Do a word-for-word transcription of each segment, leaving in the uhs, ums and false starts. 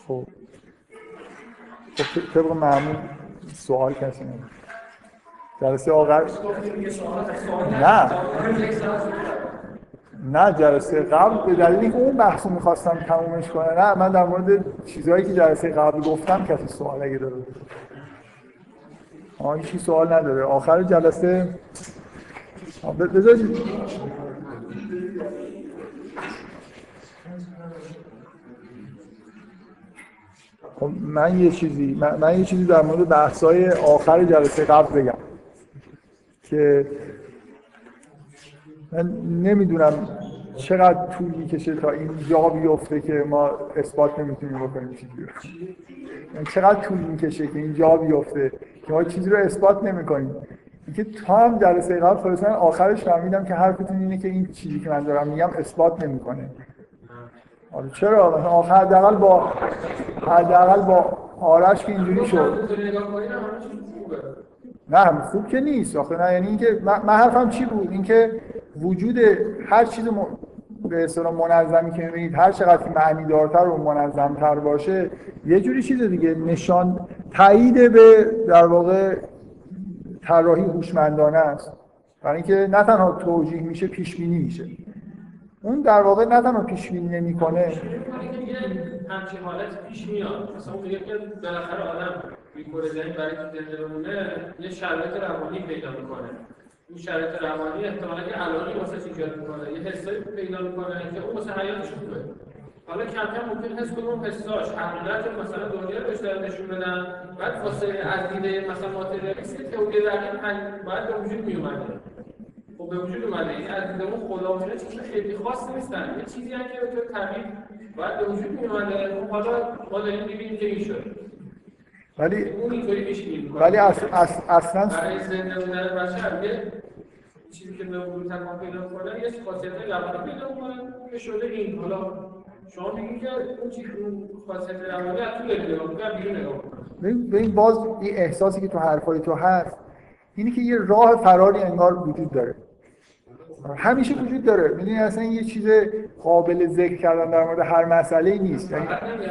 خب خب طبق معمول سوال کسی نداره. جلسه آخر نه نه جلسه قبل به دلیلی که اون بحثو میخواستم تمومش کنه. نه من در مورد چیزهایی که جلسه قبل گفتم کسی سوال اگه داره آه هیچی سوال نداره. آخر جلسه بذارید خب من یه چیزی من, من یه چیزی در مورد بحث‌های آخر جلسه قبل بگم که من نمیدونم چقدر طول میکشه تا این جا بیفته که ما اثبات نمیتونیم بکنیم چیزی رو. یعنی چقدر طول میکشه که این جا بیفته که ما چیزی رو اثبات نمیکنیم. اینکه تا هم جلسه قبل خلاصا آخرش فهمیدم که حرفتون اینه که این چیزی که من دارم میگم اثبات نمیکنه. آره چرا؟ مثلا آخر حداقل با حداقل با آرش که اینجوری شد. نه خوب که نیست آخه. نه یعنی اینکه من حرفم چی بود؟ اینکه وجود هر چیز م... به اصطلاح منظمی که می‌بینید هر چقدر معنی دارتر و منظم‌تر باشه یه جوری چیز دیگه نشان تایید به در واقع طراحی هوشمندانه است. برای اینکه نه تنها توجیه میشه پیش بینی میشه. اون در واقع نه تنها پیش بینی نمی‌کنه همچین حالت پیش میاد. مثلا میگه که بالاخره آدم می‌کنه زمین برای اینکه زنده بمونه یه شرایط روانی پیدا می‌کنه. این شرایط روانی احتمالاً یه علائمی واسه ایجاد می‌کنه، یه حسایی پیدا می‌کنه که اون واسه حیاتش خوبه. حالا کم کم ممکن حس کنه اون حساش حقیقت مثلا دنیا رو بهش نشون بدن، بعد واسه از دیده مثلا ماتریالیستی تئوری دقیق باید به وجود میومده. خب به وجود اومده این از دیده اون خدا میشه چیزی خیلی خاصی نیستن، یه چیزی هم که به طور طبیعی باید به وجود میومده. خب حالا ما داریم می‌بینیم که این شد. ولی اون اینطوری پیش بینی می‌کنه. ولی اصلا اصلا برای زنده بودن بشر یه چیزی که به وجود تکامل پیدا کنه یه خاصیت روانی پیدا کنه که شده این. حالا شما میگید که اون چیز اون خاصیت روانی از تو نگاه می‌کنه بیرون نگاه می‌کنه. ببین باز این احساسی که تو حرفای تو هست اینی که یه راه فراری انگار وجود داره. همیشه وجود داره. میدونی اصلا یه چیز قابل ذکر کردن در مورد هر مسئله‌ای نیست. یعنی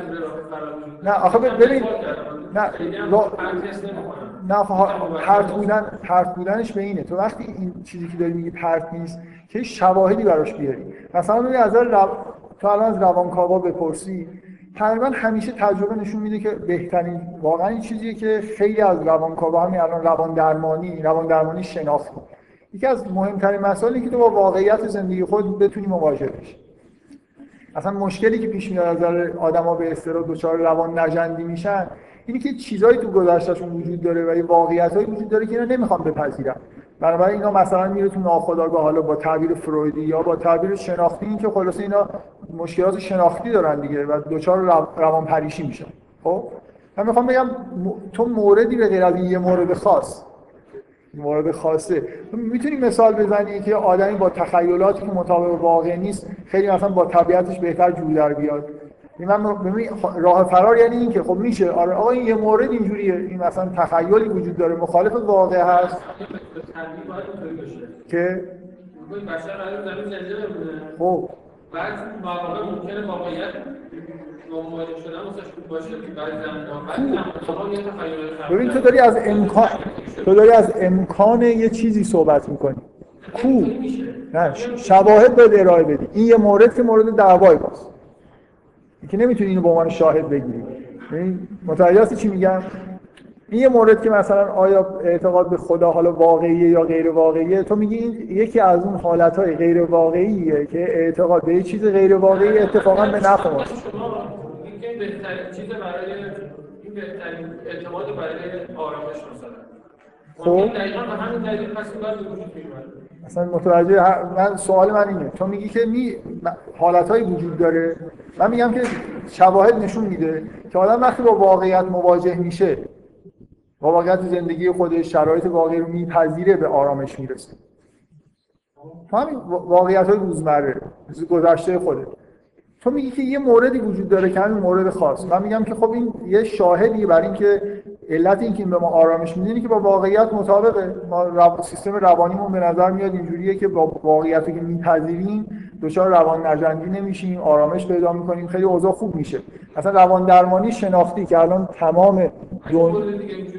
نه آخه ببین نه نه حرف بودن حرف بودنش به اینه. تو وقتی این چیزی که داری میگی پرت نیست که شواهدی براش بیاری. مثلا ببین از رو... تو الان از روانکاوا بپرسی تقریبا همیشه تجربه نشون میده که بهترین واقعا این چیزیه که خیلی از روانکاوا همین الان روان درمانی روان درمانی شناختی یکی از مهمترین مسائلی که تو با واقعیت زندگی خود بتونی مواجه بشی. اصلا مشکلی که پیش میاد از نظر آدما به اصطلاح دچار روان نژندی میشن اینی که چیزایی تو گذشتهشون وجود داره و یه واقعیتایی وجود داره که اینا نمیخوان بپذیرن. بنابراین اینا مثلا میره تو ناخودآگاه، حالا با تعبیر فرویدی یا با تعبیر شناختی، این که خلاصه اینا مشکلات شناختی دارن دیگه و دچار روان پریشی میشن. خب من میخوام بگم تو موردی به غیر از یه مورد خاص مورد خاصه میتونی مثال بزنی که آدمی با تخیلاتی که مطابق واقع نیست خیلی مثلا با طبیعتش بهتر جور در بیاد. من ببین راه فرار یعنی این که خب میشه آره آقا این یه مورد اینجوریه، این مثلا تخیلی وجود داره مخالف واقع هست که بشر الان داره زنده بمونه. خب بعد واقعا ممکنه واقعیت مواجه شدن واسش خوب باشه که برای زمان بعد ببین تو داری از امکان تو داری از امکان یه چیزی صحبت میکنی کو نه شواهد باید ارائه بدی. این یه مورد که مورد دعوای باست که نمیتونی اینو به عنوان شاهد بگیری. ببین متوجه هستی چی میگم؟ این یه مورد که مثلا آیا اعتقاد به خدا حالا واقعیه یا غیر واقعیه، تو میگی این یکی از اون حالتهای غیر واقعیه که اعتقاد به یه چیز غیر واقعی اتفاقا به نفع ماست. این که بهترین چیز برای این بهترین اعتماد برای آرامش مثلا. خب دقیقاً به همین دلیل پس باید وجود میاد. مثلا متوجه من سوال من اینه، تو میگی که می حالتهایی وجود داره، من میگم که شواهد نشون میده که آدم وقتی با واقعیت مواجه میشه، با واقعیت زندگی خودش، شرایط واقعی رو میپذیره، به آرامش میرسه. همین واقعیت‌های روزمره، گذشته خوده. تو میگی که یه موردی وجود داره که همین مورد خاص. من میگم که خب این یه شاهدی برای اینکه علت این که به ما آرامش میده اینه که با واقعیت مطابقه. ما رو... سیستم روانیمون به نظر میاد اینجوریه که با واقعیتی که میپذیریم دچار روان نژندی نمیشیم، آرامش پیدا میکنیم، خیلی اوضاع خوب میشه. اصلا روان درمانی شناختی که الان تمام دون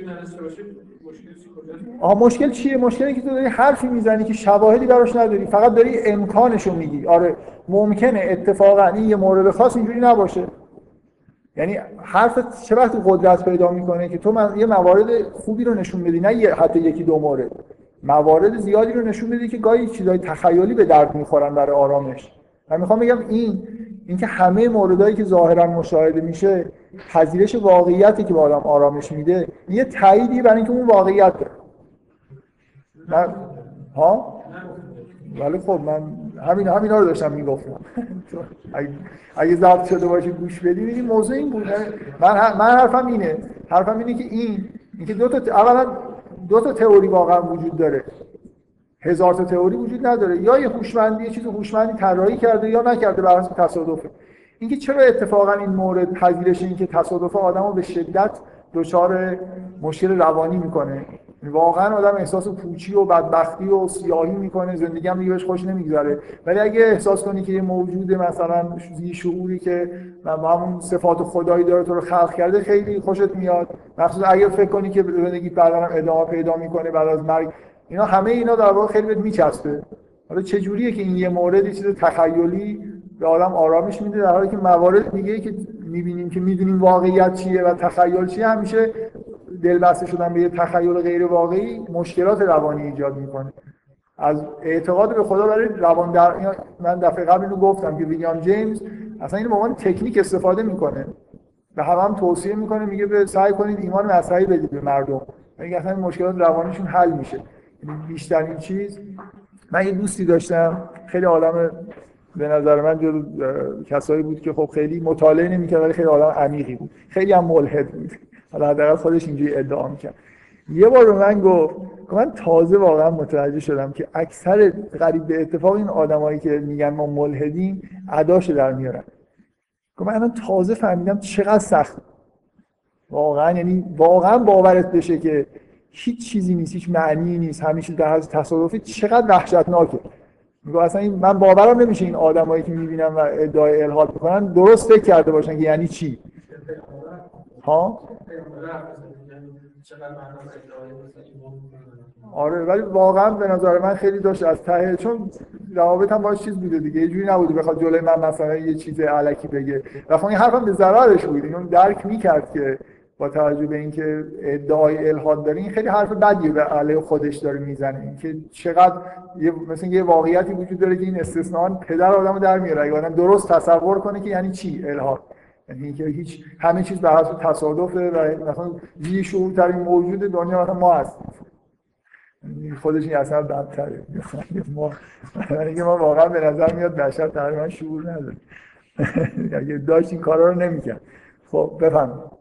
آها مشکل چیه؟ مشکلی که تو داری حرفی میزنی که شواهدی براش نداری، فقط داری امکانشو میگی. آره ممکنه اتفاقا این یه مورد خاص اینجوری نباشه. یعنی حرفت چه وقتی قدرت پیدا میکنه که تو من یه موارد خوبی رو نشون بدی، نه یه حتی یکی دو مورد، موارد زیادی رو نشون بدی که گاهی چیزای تخیلی به درد میخورن برای آرامش. من میخوام بگم این اینکه همه موردایی که ظاهرا مشاهده میشه پذیرش واقعیتی که به آدم آرامش میده، یه تاییدی برای اینکه اون واقعیت داره. من ها ولی خب من همین همینا رو داشتم میگفتم. اگه اگه ضبط شده باشه گوش بدید این موضوع این بود. من من حرفم اینه حرفم اینه که این اینکه دو تا اولا دو تا تئوری واقعا وجود داره، هزار تا تئوری وجود نداره. یا یه هوشمندی یه چیز هوشمندی طراحی کرده یا نکرده بر اساس تصادفه. اینکه چرا اتفاقا این مورد پذیرش این که تصادف آدمو به شدت دچار مشکل روانی میکنه، واقعا آدم احساس پوچی و بدبختی و سیاهی میکنه، زندگی هم دیگه بهش خوش نمیگذره. ولی اگه احساس کنی که یه موجود مثلا ذی شعوری که همون صفات خدایی داره تو رو خلق کرده خیلی خوشت میاد، مخصوصا اگه فکر کنی که زندگی بعداً ادامه پیدا میکنه بعد از مرگ، اینا همه اینا در واقع خیلی بهت میچسبه. حالا چه جوریه که این یه مورد چیز تخیلی به آدم آرامش میده، در حالی که موارد دیگه‌ای که میبینیم که میدونیم واقعیت چیه و تخیل چیه همیشه دلبسته شدن به یه تخیل غیر واقعی مشکلات روانی ایجاد میکنه. از اعتقاد به خدا برای روان در من دفعه قبل اینو گفتم که ویلیام جیمز اصلا اینو به عنوان تکنیک استفاده میکنه، به همه هم توصیه میکنه، میگه به سعی کنید ایمان مذهبی بدید به مردم، میگه اصلا مشکلات روانیشون حل میشه. بیشترین چیز من یه دوستی داشتم خیلی آدم به نظر من جزو کسایی بود که خب خیلی مطالعه نمی‌کرد ولی خیلی آدم عمیقی بود، خیلی هم ملحد بود، حالا حداقل خودش اینجوری ادعا می‌کرد. یه بار به من گفت که من تازه واقعا متوجه شدم که اکثر قریب به اتفاق این آدمایی که میگن ما ملحدیم اداشو در میارن. که من الان تازه فهمیدم چقدر سخت واقعا، یعنی واقعا باورت بشه که هیچ چیزی نیست، هیچ معنی نیست، همیشه در حالت تصادفی، چقدر وحشتناکه. میگه اصلا این من باورم نمیشه این آدمایی که میبینم و ادعای الحاد میکنن درست فکر کرده باشن که یعنی چی. ها آره ولی واقعا به نظر من خیلی داشت از ته، چون روابط هم باش چیز بوده دیگه، یه جوری نبوده بخواد جلوی من مثلا یه چیز الکی بگه و خب این حرفم به ضررش بود. اون درک میکرد که با توجه به اینکه ادعای الحاد داره این خیلی حرف بدیه به علیه خودش داره میزنه، اینکه چقدر یه مثلا یه واقعیتی وجود داره که این استثناء پدر آدمو در میاره. اگه آدم درست تصور کنه که یعنی چی الحاد، یعنی اینکه هیچ همه چیز به حسب تصادفه و مثلا ذی شعورترین موجود دنیا مثلا ما هستیم، خودش این اصلا بدتره. ما یعنی ما واقعا به نظر میاد بشر تقریبا شعور نداره. اگه داشت این کارا رو نمی‌کرد. خب بفهم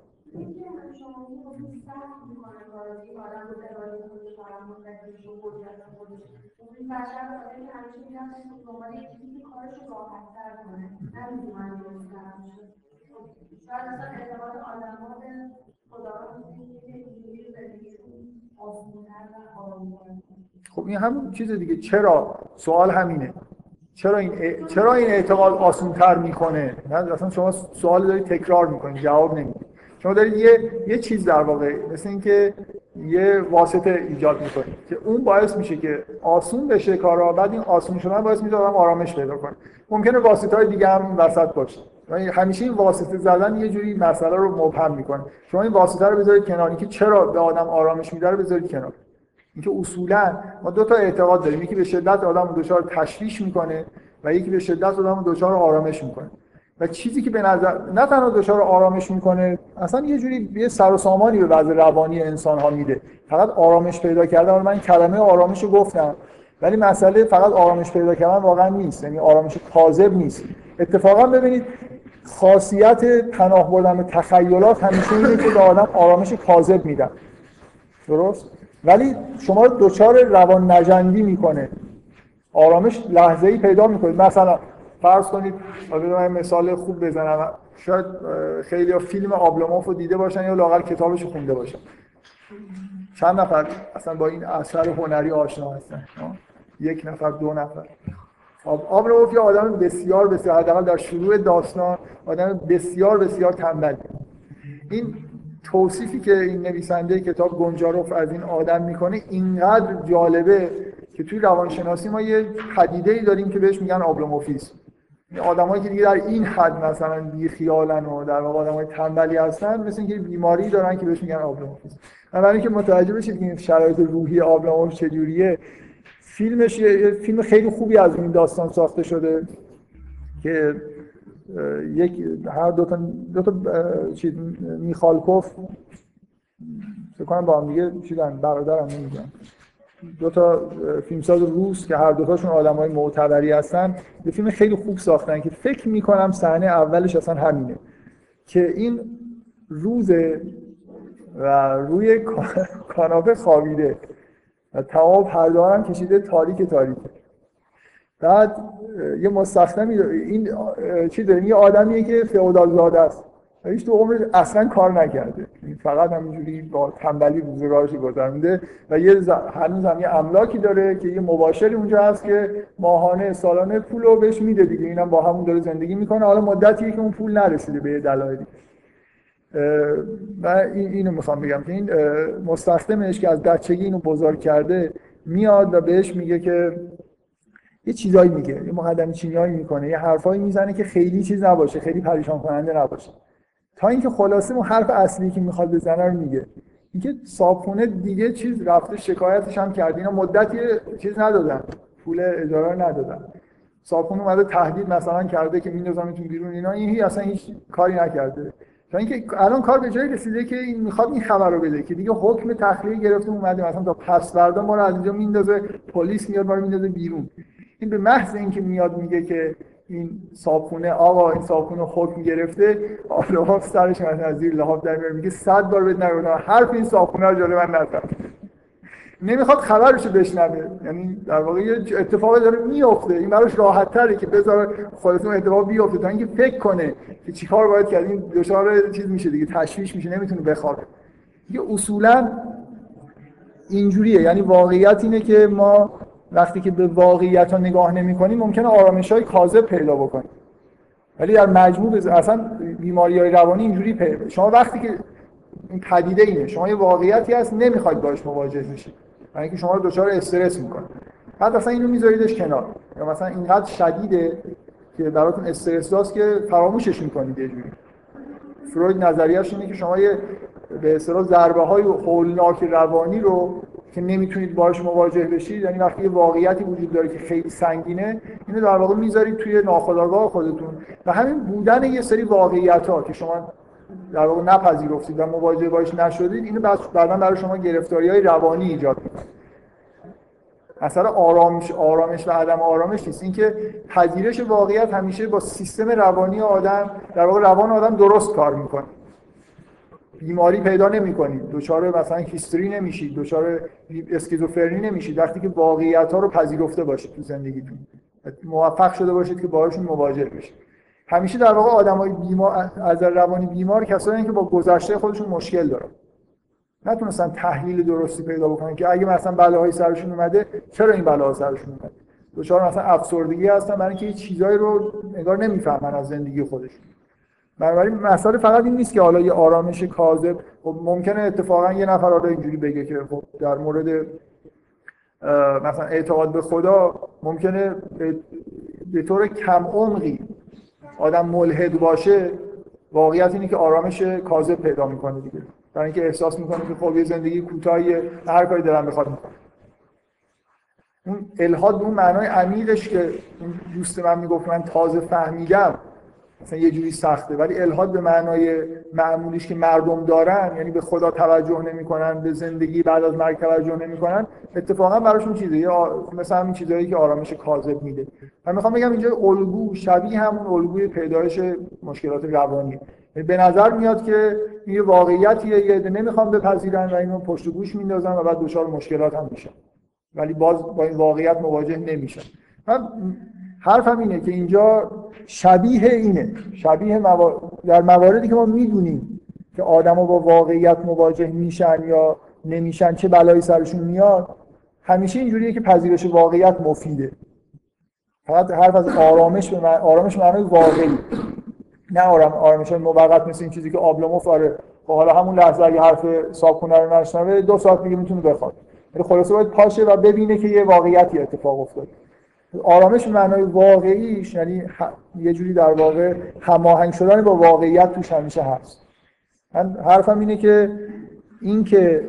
بشر داره که همیشه میگم دنبال یکی که کارش رو راحت‌تر کنه، نه می‌دونم درست‌تر میشه. شاید اصلا اعتقاد آدم‌ها به خدا که اینجوری زندگیشون آسون‌تر و آرام‌تر. خب این همون چیز دیگه. چرا سوال همینه، چرا این ا... چرا این اعتقاد آسون‌تر میکنه؟ نه اصلا شما سوال دارید تکرار میکنید جواب نمیدید. شما دارید یه یه چیز در واقع مثل اینکه یه واسطه ایجاد میکنید که اون باعث میشه که آسون بشه کارا، بعد این آسون شدن باعث میشه آدم آرامش پیدا کنه. ممکنه واسطه‌های دیگه هم وسط باشه. همیشه این واسطه زدن یه جوری مسئله رو مبهم میکنه. شما این واسطه رو بذارید کنار، اینکه چرا به آدم آرامش میده رو بذارید کنار. اینکه اصولا ما دو تا اعتقاد داریم، یکی به شدت آدمو دچار تشویش میکنه و یکی به شدت آدمو دچار آرامش میکنه. و چیزی که به نظر نه تنها دچار آرامش میکنه، اصلا یه جوری یه سر و سامانی به وضع روانی انسان ها میده. فقط آرامش پیدا کردن، من کلمه آرامش رو گفتم ولی مسئله فقط آرامش پیدا کردن واقعا نیست، یعنی آرامش کاذب نیست. اتفاقا ببینید خاصیت پناه بردن به تخیلات همیشه اینه که به آدم آرامش کاذب میدن، درست؟ ولی شما رو دچار روان نژندی میکنه، آرامش لحظه‌ای پیدا میکنید. مثلا فرض کنید، من مثال خوب بزنم، شاید خیلی فیلم آبلوموف رو دیده باشن یا لااقل کتابش رو خونده باشن. چند نفر اصلا با این اثر هنری آشنا هستن؟ یک نفر، دو نفر. آبراموف یه آدم بسیار بسیار حداقل در شروع داستان آدم بسیار بسیار تنبل. این توصیفی که این نویسنده کتاب گونجاروف از این آدم میکنه اینقدر جالبه که توی روانشناسی ما یه پدیده‌ای داریم که بهش میگن آبراموفیسم. این آدمایی که دیگه در این حد مثلا بی خیالن و در واقع آدمای تنبلی هستن، مثل اینکه بیماری دارن که بهش میگن آبراموفیسم. برای اینکه متوجه بشید که این شرایط روحی آبراموف چجوریه، فیلمش یه فیلم خیلی خوبی از این داستان ساخته شده که یک هر دو تا دو تا چیز میخالکوف فکر کنم با هم دیگه چیزن برادرم نمیدونم دو تا فیلمساز روس که هر دو تاشون آدمای معتبری هستن، یه فیلم خیلی خوب ساختن که فکر میکنم صحنه اولش اصلا همینه که این روزه و روی کاناپه خوابیده و تمام پرده هم کشیده تاریک تاریک. بعد یه مستخدمی این چی داره، یه آدمیه که فئودال زاده است و هیچ تو عمرش اصلا کار نکرده، فقط همینجوری با تنبلی روزگارش گذرونده و یه ز... هنوز هم یه املاکی داره که یه مباشری اونجا هست که ماهانه سالانه پولو بهش میده دیگه، اینم با همون داره زندگی میکنه. حالا مدتیه که اون پول نرسیده به دلایلی. من اینو میخوام بگم که این مستخدمش که از بچگی اینو بزرگ کرده میاد و بهش میگه که یه چیزایی میگه، یه مقدمه چینیایی میکنه، یه حرفایی میزنه که خیلی چیز نباشه، خیلی پریشان کننده نباشه، تا اینکه خلاصه اون حرف اصلی که میخواد بزنه رو میگه. اینکه صابخونه دیگه چیز رفته شکایتش هم کرد، اینا مدتی چیز ندادن، پول اجاره رو ندادن. صابخونه اومده تهدید مثلا کرده که میندازمتون بیرون اینا، این اصلا هیچ کاری نکرده. تا اینکه الان کار به جایی رسیده که این میخواد این خبر رو بده که دیگه حکم تخلیه گرفته اومده، مثلا تا پس فردا ما رو از اینجا میندازه، پلیس میاد ما رو میندازه بیرون. این به محض اینکه میاد میگه که این صابخونه آقا این صابخونه حکم گرفته، آبراموف سرش مثلا از زیر لحاف در میاره میگه صد بار بهت نگفتم حرف این صابخونه رو جلوی من نزن. نمیخواد خبرشو بشنوه، یعنی در واقع یه اتفاقی داره میفته، این براش راحت تره که بذاره خودش اون اتفاق بیفته تا اینکه فکر کنه که چیکار باید کرد. این دچار چیز میشه دیگه، تشویش میشه، نمیتونه بخوابه دیگه. اصولا اینجوریه، یعنی واقعیت اینه که ما وقتی که به واقعیت ها نگاه نمی کنیم ممکنه آرامش‌های کاذب پیدا بکنیم، ولی در مجموع اصلا بیماری‌های روانی اینجوری پیدا. شما وقتی که این پدیده اینه، شما یه واقعیتی هست نمیخواید باهاش مواجه بشید، برای اینکه شما رو دچار استرس میکنه، بعد اصلا اینو میذاریدش کنار، یا مثلا اینقدر شدیده که براتون استرس داست که فراموشش میکنید. یه جوری فروید نظریه‌اش اینه که شما یه به اصطلاح ضربه‌های هولناک روانی رو که نمیتونید باهاش مواجه بشید، یعنی وقتی یه واقعیتی وجود داره که خیلی سنگینه، اینو در واقع میذارید توی ناخودآگاه خودتون و همین بودن یه سری واقعیت‌ها که شما در واقع نپذیرفتید و مواجه باهاش نشدید، اینو بعداً برای شما گرفتاری‌های روانی ایجاد می‌کنه. اصلا آرامش آرامش و عدم آرامش نیست، اینکه پذیرش واقعیت همیشه با سیستم روانی آدم، در واقع روان آدم درست کار می‌کنه. بیماری پیدا نمی‌کنید، دچار مثلا هیستری نمیشید، دچار اسکیزوفرنی نمیشید وقتی که واقعیت‌ها رو پذیرفته باشید تو زندگیتون، موفق شده باشید که باهاشون مواجه بشید. همیشه در واقع آدمای بیمار از روانی بیمار کسایی هستن که با گذشته خودشون مشکل دارن، نتونستن تحلیل درستی پیدا بکنن که اگه مثلا بلاهای سرشون اومده چرا این بلاها سرشون اومده. دچار مثلا افسردگی هستن برای اینکه چیزایی رو انگار نمیفهمن از زندگی خودشون. بنابراین مسئله فقط این نیست که حالا یه آرامش کاذب، خب ممکنه اتفاقا یه نفر حالا اینجوری بگه که خب در مورد مثلا اعتقاد به خدا ممکنه به طور کم عمقی آدم ملحد باشه، واقعیت اینه که آرامش کاذب پیدا میکنه دیگه، برای اینکه احساس میکنه که خب یه زندگی کوتاهی هر کاری دلم بخواد میکنه. اون الحاد به اون معنای عمیقش که اون دوست من میگفت من تازه فهمیدم مثلا یه جوری سخته، ولی الحاد به معنای معمولیش که مردم دارن، یعنی به خدا توجه نمیکنن، به زندگی بعد از مرگ توجه نمیکنن، اتفاقا براشون چیزه یا مثلا همین چیزایی که آرامش کاذب میده. من میخوام بگم اینجا الگو شبیه همون الگوی پیدایش مشکلات روانی به نظر میاد که این واقعیتیه، یه عده نمیخوام بپذیرن و اینو پشت گوش میندازن و بعد دچار مشکلات هم میشن، ولی باز با این واقعیت مواجه نمیشن. من حرفم اینه که اینجا شبیه اینه، شبیه موارد در مواردی که ما میدونیم که آدما با واقعیت مواجه میشن یا نمیشن، چه بلایی سرشون میاد، همیشه اینجوریه که پذیرش واقعیت مفیده. فقط حرف از آرامش به من... آرامش معنای واقعی، نه آرام آرامش موقت مثل این چیزی که آبلوموف آره خب حالا همون لحظه اگه حرف صاحبخونه رو نشنوه دو ساعت دیگه میتونه بخواد، ولی خلاصه باید پاشه و ببینه که یه واقعیتی اتفاق افتاد. آرامش به معنای واقعیش یعنی ح... یه جوری در واقع هماهنگ شدن با واقعیت توش همیشه هست. من حرفم اینه که این که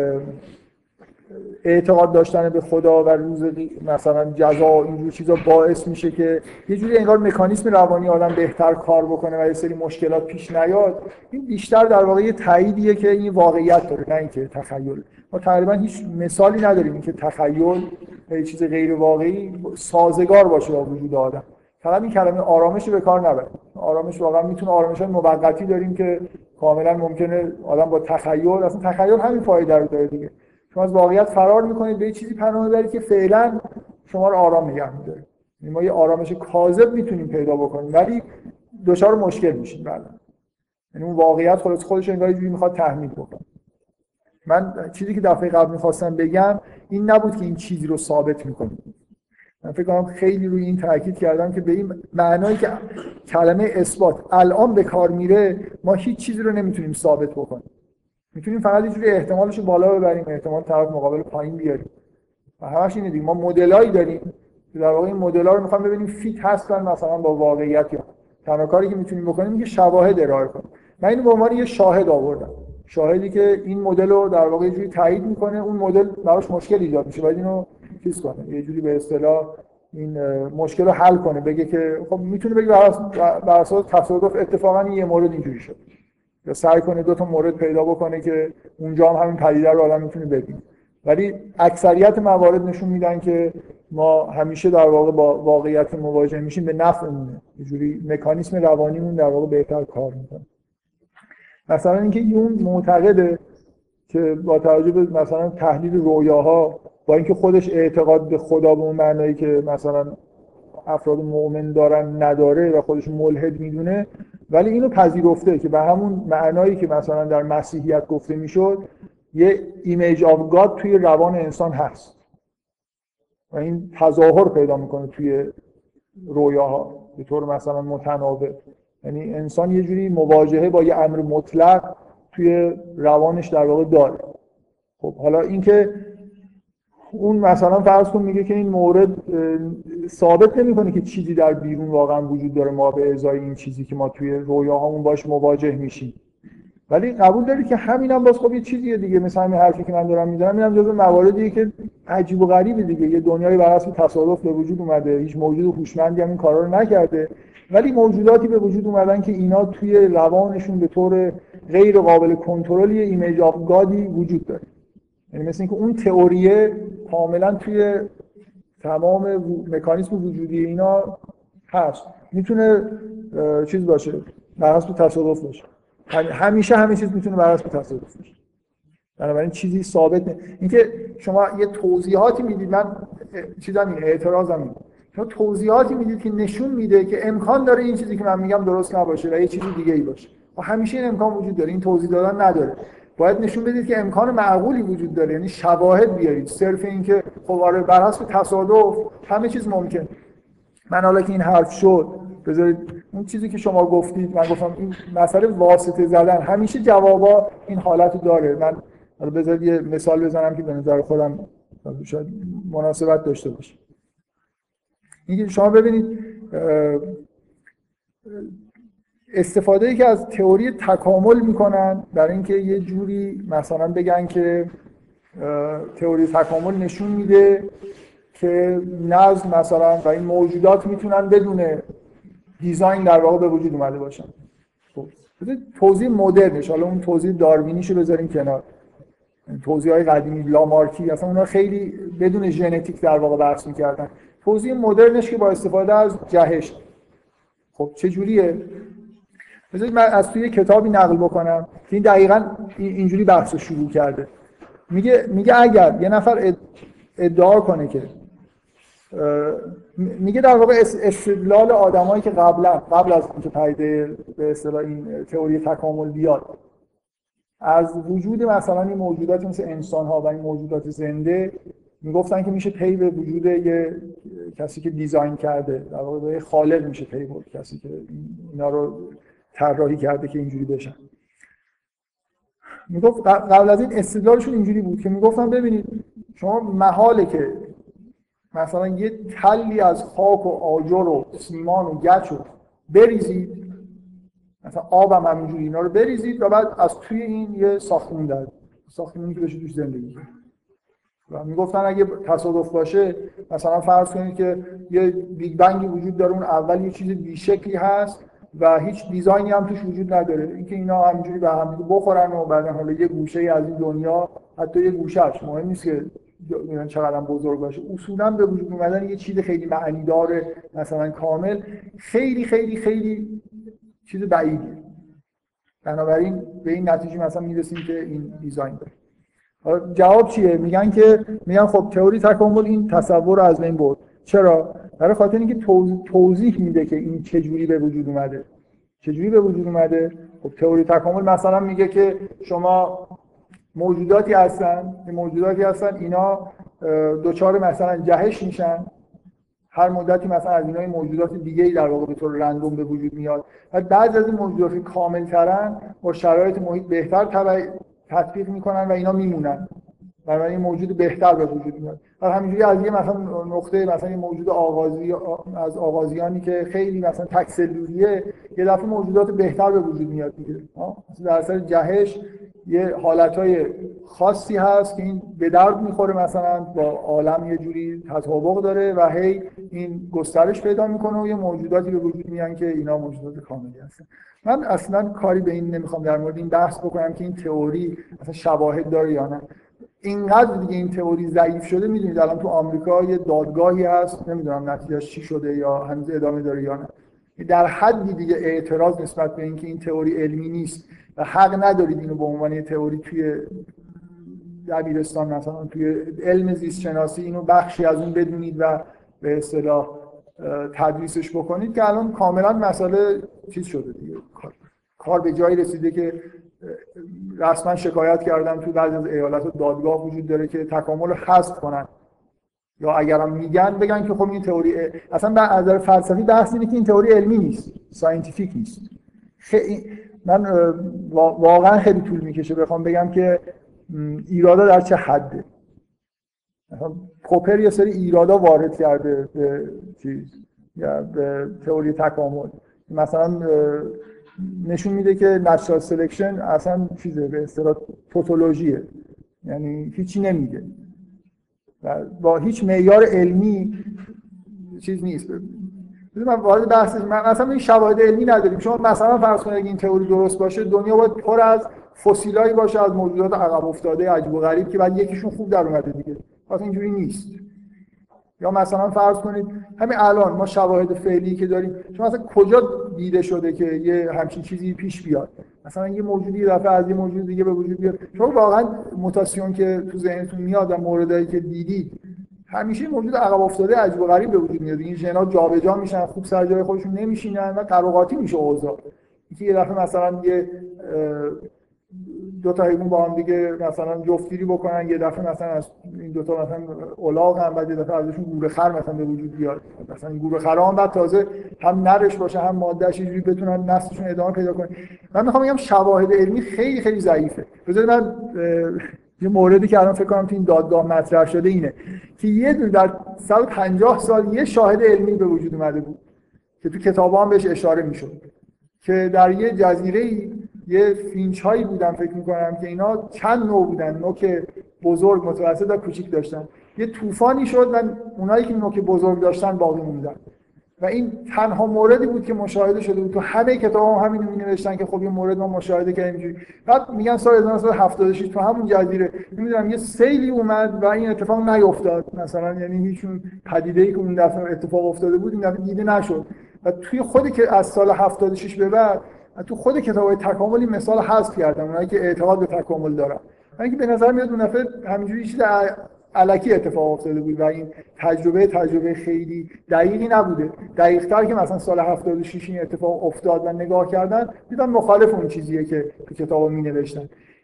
اعتقاد داشتن به خدا و روز مثلا جزا اینجور چیزا باعث میشه که یه جوری انگار مکانیسم روانی آدم بهتر کار بکنه و یه سری مشکلات پیش نیاد، این بیشتر در واقع یه تاییدیه که این واقعیت داره نه اینکه تخیل. ما تقریبا هیچ مثالی نداریم اینکه تخیل یه چیز غیر واقعی سازگار باشه با وجود آدم. فقط این کلمه آرامش رو به کار نبرید. آرامش واقعا میتونه آرامش‌های موقتی داریم که کاملا ممکنه آدم با تخیل، اصلا تخیل همین فایده رو داره دیگه. شما از واقعیت فرار میکنید به یه چیزی پناه میبرید که فعلا شما رو آرام نگه می‌داره. ما یه آرامش کاذب میتونیم پیدا بکنیم ولی دچار مشکل میشیم بعدا. یعنی اون واقعیت خودش خودش انگار یه جوری میخواد تحمیل بکنه. من چیزی که دفعه قبل میخواستم بگم این نبود که این چیزی رو ثابت میکنیم. من فکر کنم خیلی روی این تاکید کردم که به این معنایی که کلمه اثبات الان به کار میره ما هیچ چیزی رو نمیتونیم ثابت بکنیم. میتونیم فقط یه جوری احتمالش رو بالا ببریم، احتمال طرف مقابل پایین بیاریم. و همش اینه دیگه، ما مدلایی داریم که در واقع این مدل‌ها رو می‌خوام ببینیم فیت هستن مثلا با واقعیت یا تنها کاری که میتونیم بکنیم اینه که شواهد ارائه کنیم. من اینو به عنوان یه شاهد آوردم. شاهدی که این مدل رو در واقع یه جوری تایید میکنه، اون مدل براش مشکل ایجاد میشه باید اینو چیز کنه، یه جوری به اصطلاح این مشکل رو حل کنه، بگه که خب میتونه بگه بر اساس تصادف اتفاقا یه مورد اینجوری شد، یا سعی کنه دو تا مورد پیدا بکنه که اونجا هم همین پدیده رو آدم میتونه ببینه. ولی اکثریت موارد نشون میدن که ما همیشه در واقع با واقعیت مواجه میشیم به نفعمونه، یه جوری مکانیسم روانیمون در واقع بهتر کار میکنه. مثلا اینکه یون معتقده که با توجه به مثلا تحلیل رویاها با اینکه خودش اعتقاد به خدا به اون معنایی که مثلا افراد مؤمن دارن نداره و خودش ملحد میدونه، ولی اینو پذیرفته که به همون معنایی که مثلا در مسیحیت گفته میشد یه ایمیج آف گاد توی روان انسان هست و این تظاهر پیدا میکنه توی رویاها به طور مثلا متناوب. یعنی انسان یه جوری مواجهه با یه امر مطلق توی روانش در واقع داره. خب حالا اینکه اون مثلا فرض کن میگه که این مورد ثابت نمیکنه که چیزی در بیرون واقعا وجود داره ما به ازای این چیزی که ما توی رویاهامون باش مواجه میشیم، ولی قبول داری که همینم باز خب یه چیزیه دیگه، مثلا همین حرفی که من دارم میزنم اینم جزو مواردیه که عجیب و غریبه دیگه، یه دنیای بر اساس تصادف به وجود اومده، هیچ موجود هوشمندی هم این کارا رو نکرده، ولی موجوداتی به وجود اومدن که اینا توی روانشون به طور غیر قابل کنترلی ایمیج آف گادی وجود داره. یعنی مثل اینکه اون تئوریه کاملا توی تمام مکانیسم وجودی اینا هست، میتونه چیز باشه بر حسب تصادف باشه، همیشه همه چیز میتونه بر حسب تصادف باشه، بنابراین چیزی ثابت نه. اینکه شما یه توضیحاتی میدید، من چیزام این اعتراضم اینه، شما توضیحاتی میدید که نشون میده که امکان داره این چیزی که من میگم درست نباشه و یه چیزی دیگه ای باشه و همیشه این امکان وجود داره، این توضیح دادن نداره. باید نشون بدید که امکان معقولی وجود داره، یعنی شواهد بیارید، صرف این که خب آره بر حسب تصادف همه چیز ممکن. من حالا که این حرف شد بذارید اون چیزی که شما گفتید، من گفتم این مسئله واسطه زدن همیشه جوابا این حالت داره. من حالا بذارید یه مثال بزنم که به نظر خودم شاید مناسبت داشته باشه. اینکه شما ببینید استفاده‌ای که از تئوری تکامل میکنن برای اینکه یه جوری مثلا بگن که تئوری تکامل نشون میده که نظم مثلا و این موجودات میتونن بدون دیزاین در واقع به وجود اومده باشن. خب توضیح مدرنش، حالا اون توضیح داروینیشو بذاریم کنار، توضیح‌های قدیمی لامارکی اصلا اونا خیلی بدون ژنتیک در واقع بحث میکردن. توضیح مدرنش که با استفاده از جهش. خب چه جوریه؟ بذارید من از توی کتابی نقل بکنم که این دقیقاً اینجوری بحث رو شروع کرده. میگه میگه اگر یه نفر ادعا کنه که میگه در واقع استدلال آدمایی که قبلا قبل از اینکه پدیده به اصطلاح این تئوری تکامل بیاد از وجود مثلا این موجودات مثل انسان ها و این موجودات زنده میگفتن که میشه پی به وجود یه کسی که دیزاین کرده، در واقع به خالق میشه پی برد، کسی که اینا رو طراحی کرده که اینجوری بشن. میگفت قبل از این استدلالشون اینجوری بود که میگفتن ببینید شما محاله که مثلا یه تلی از خاک و آجر و سیمان و گچ رو بریزید، مثلا آب هم همینجوری اینا رو بریزید و بعد از توی این یه ساختمون در ساختمونی که بشه توش زندگی کنید. و میگفتن اگه تصادف باشه مثلا فرض کنید که یه بیگ بنگی وجود داره، اون اول یه چیز بی‌شکلی هست و هیچ دیزاینی هم توش وجود نداره، اینکه اینا همینجوری به هم بخورن و بعدن حالا یه گوشه از این دنیا، حتی یه گوشه‌اش مهم نیست که چقدر بزرگ باشه، اصولا به وجود اومدن یه چیز خیلی معنیدار مثلا کامل خیلی خیلی خیلی چیز بعیدیه. بنابراین به این نتیجه مثلا میرسیم که این دیزاین داره. حالا جواب چیه؟ میگن که میگن خب تئوری تکامل این تصور رو از بین برد. چرا؟ برای خاطر اینکه توضیح میده که این چه جوری به وجود اومده. چه جوری به وجود اومده؟ خب تئوری تکامل مثلا میگه که شما موجوداتی هستن، این موجوداتی هستن اینا دوچار مثلا جهش میشن، هر مدتی مثلا از اینای موجودات دیگه‌ای در واقع به طور رندوم به وجود میاد و بعضی از این موجودات که کامل‌ترن با شرایط محیط بهتر تطبیق میکنن و اینا میمونن، برای این موجود بهتر به وجود میاد. و همینجوری از یه مثلا نقطه مثلا یه موجود آغازی از آغازیانی که خیلی مثلا تک سلولیه یه دفعه موجودات بهتر به وجود میاد دیگه. مثلا در اثر جهش یه حالتهای خاصی هست که این به درد میخوره، مثلا با عالم یه جوری تطابق داره و هی این گسترش پیدا میکنه و یه موجوداتی به وجود میان که اینا موجودات کاملی هستن. من اصلا کاری به این نمیخوام در مورد این بحث بکنم که این تئوری مثلا شواهد داره یا نه. اینقدر دیگه این تئوری ضعیف شده، میدونید الان تو آمریکا یه دادگاهی هست، نمیدونم نتیجهش چی شده یا هنوز ادامه داره یا نه، در حدی دیگه اعتراض نسبت به اینکه این تئوری علمی نیست و حق ندارید اینو به عنوان یه تئوری توی دبیرستان مثلا توی علم زیست شناسی اینو بخشی از اون بدونید و به اصطلاح تدریسش بکنید که الان کاملا مسئله چیز شده دیگه، کار, کار به جایی رسیده که رسما شکایت کردن تو بعضی از ایالت‌ها دادگاه وجود داره که تکامل رو حذف کنن یا اگرم میگن بگن که خب این تئوری اصلا از نظر فلسفی بحث اینه که این تئوری علمی نیست، ساینتیفیک نیست. خیلی من واقعا خیلی طول میکشه بخوام بگم که ایرادا در چه حده. مثلا پوپر یه سری ایرادا وارد کرده به چیز یا به تئوری تکامل، مثلا نشون میده که نچرال سلکشن اصلا چیزه به اصطلاح توتولوژیه، یعنی هیچی نمیگه و با هیچ معیار علمی چیز نیست. من وارد بحث مثلا این شواهد علمی نداریم. شما مثلا فرض کنید اگه این تئوری درست باشه دنیا باید پر از فسیلایی باشه از موجودات عقب افتاده عجیب و غریب که بعد یکیشون خوب در اومده دیگه. واسه اینجوری نیست. یا مثلا فرض کنید همین الان ما شواهد فعلی که داریم، شما مثلا کجا دیده شده که یه همچین چیزی پیش بیاد؟ مثلا یه موجودی یه دفعه از یه موجود دیگه به وجود بیاد. شما واقعا موتاسیون که تو ذهنتون میاد و موردایی که دیدید همیشه موجود عقب افتاده عجیب و غریب به وجود میاد. این ژن‌ها جابجا میشن، خوب سر جای خودشون نمیشینن و تراقاتی میشه اوضاع. اینکه یه دفعه مثلا یه دو تا حیوان با هم دیگه مثلا جفتگیری بکنن، یه دفعه مثلا از این دو تا مثلا الاغ هم بعد یه دفعه ازشون گورخر مثلا به وجود بیاد، مثلا این گورخرها هم بعد تازه هم نرش باشه هم ماده‌اش اینجوری بتونن نسلشون ادامه پیدا کنه. من میخوام بگم شواهد علمی خیلی خیلی ضعیفه. بذارید من یه موردی که الان فکر کنم تو این دادگاه مطرح شده اینه که یه دونه در صد و پنجاه سال یه شاهد علمی به وجود اومده بود که تو کتابا هم بهش اشاره میشد که در یه جزیره‌ای یه فینچ هایی بودن فکر میکنم که اینا چند نوع بودن، نوک بزرگ متوسط و کوچیک داشتن. یه طوفانی شد و اونایی که نوک بزرگ داشتن باقی موندن و این تنها موردی بود که مشاهده شده بود. تو همه کتابا هم همینو می‌نوشتن که خب این مورد ما مشاهده کردیم اینجوری. بعد میگن سال هزار و نهصد و هفتاد و شش تو همون جزیره نمیدونم یه سیلی اومد و این اتفاق نیفتاد مثلا، یعنی هیچ پدیده‌ای که اون دفعه اتفاق افتاده بود این دفعه دیده نشد. و توی خودی که از سال هفتاد و شش به بعد تو خود کتابای تکاملی مثال حذف کردم، اونایی که اعتقاد به تکامل دارن. من اینکه به نظر میاد اون دفعه همینجوری چیز الکی اتفاق افتاده بود و این تجربه تجربه خیلی دقیقی نبوده. دقیق‌تر که مثلا سال هفتاد و شش این اتفاق افتاد و نگاه کردن دیدم مخالف اون چیزیه که تو کتابا می‌نوشتن.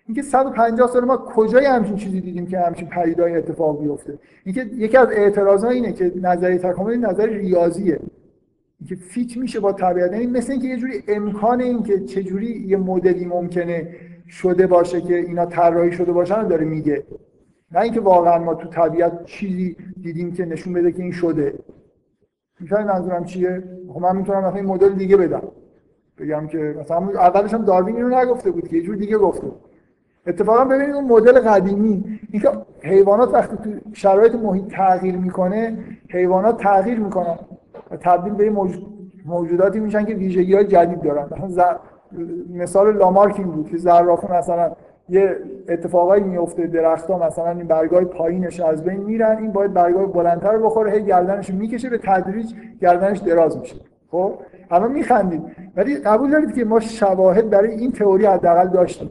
اینکه صد و پنجاه سال ما کجای همچین چیزی دیدیم که همچین پدیده‌ای اتفاق بیفته. اینکه یکی از اعتراضات اینه که نظریه تکامل نظر ریاضیه، اینکه فیت میشه با طبیعت. یعنی مثل اینکه یه جوری امکان این که چه جوری یه مدلی ممکنه شده باشه که اینا طراحی شده باشن رو داره میگه، نه اینکه واقعا ما تو طبیعت چیزی دیدیم که نشون بده که این شده. میفهمید منظورم چیه؟ خب من میتونم مثلا این مدل دیگه بدم، بگم که مثلا اولش هم داروین اینو نگفته بود که یه جور دیگه گفته بود. اتفاقا ببینید اون مدل قدیمی اینکه حیوانات وقتی تو شرایط محیط تغییر میکنه، حیوانات تغییر میکنن و تبدیل به موجود موجوداتی میشن که ویژگی‌های جدید دارن. مثلا ز... مثال لامارک این بود که زرافه مثلا یه اتفاقایی میفته، درخت‌ها مثلا این برگ‌های پایینش از بین میرن، این باید برگ‌های بلندتر رو بخوره، هی گردنش میکشه، به تدریج گردنش دراز میشه. خب الان میخندید ولی قبول دارید که ما شواهد برای این تئوری حداقل داشتیم.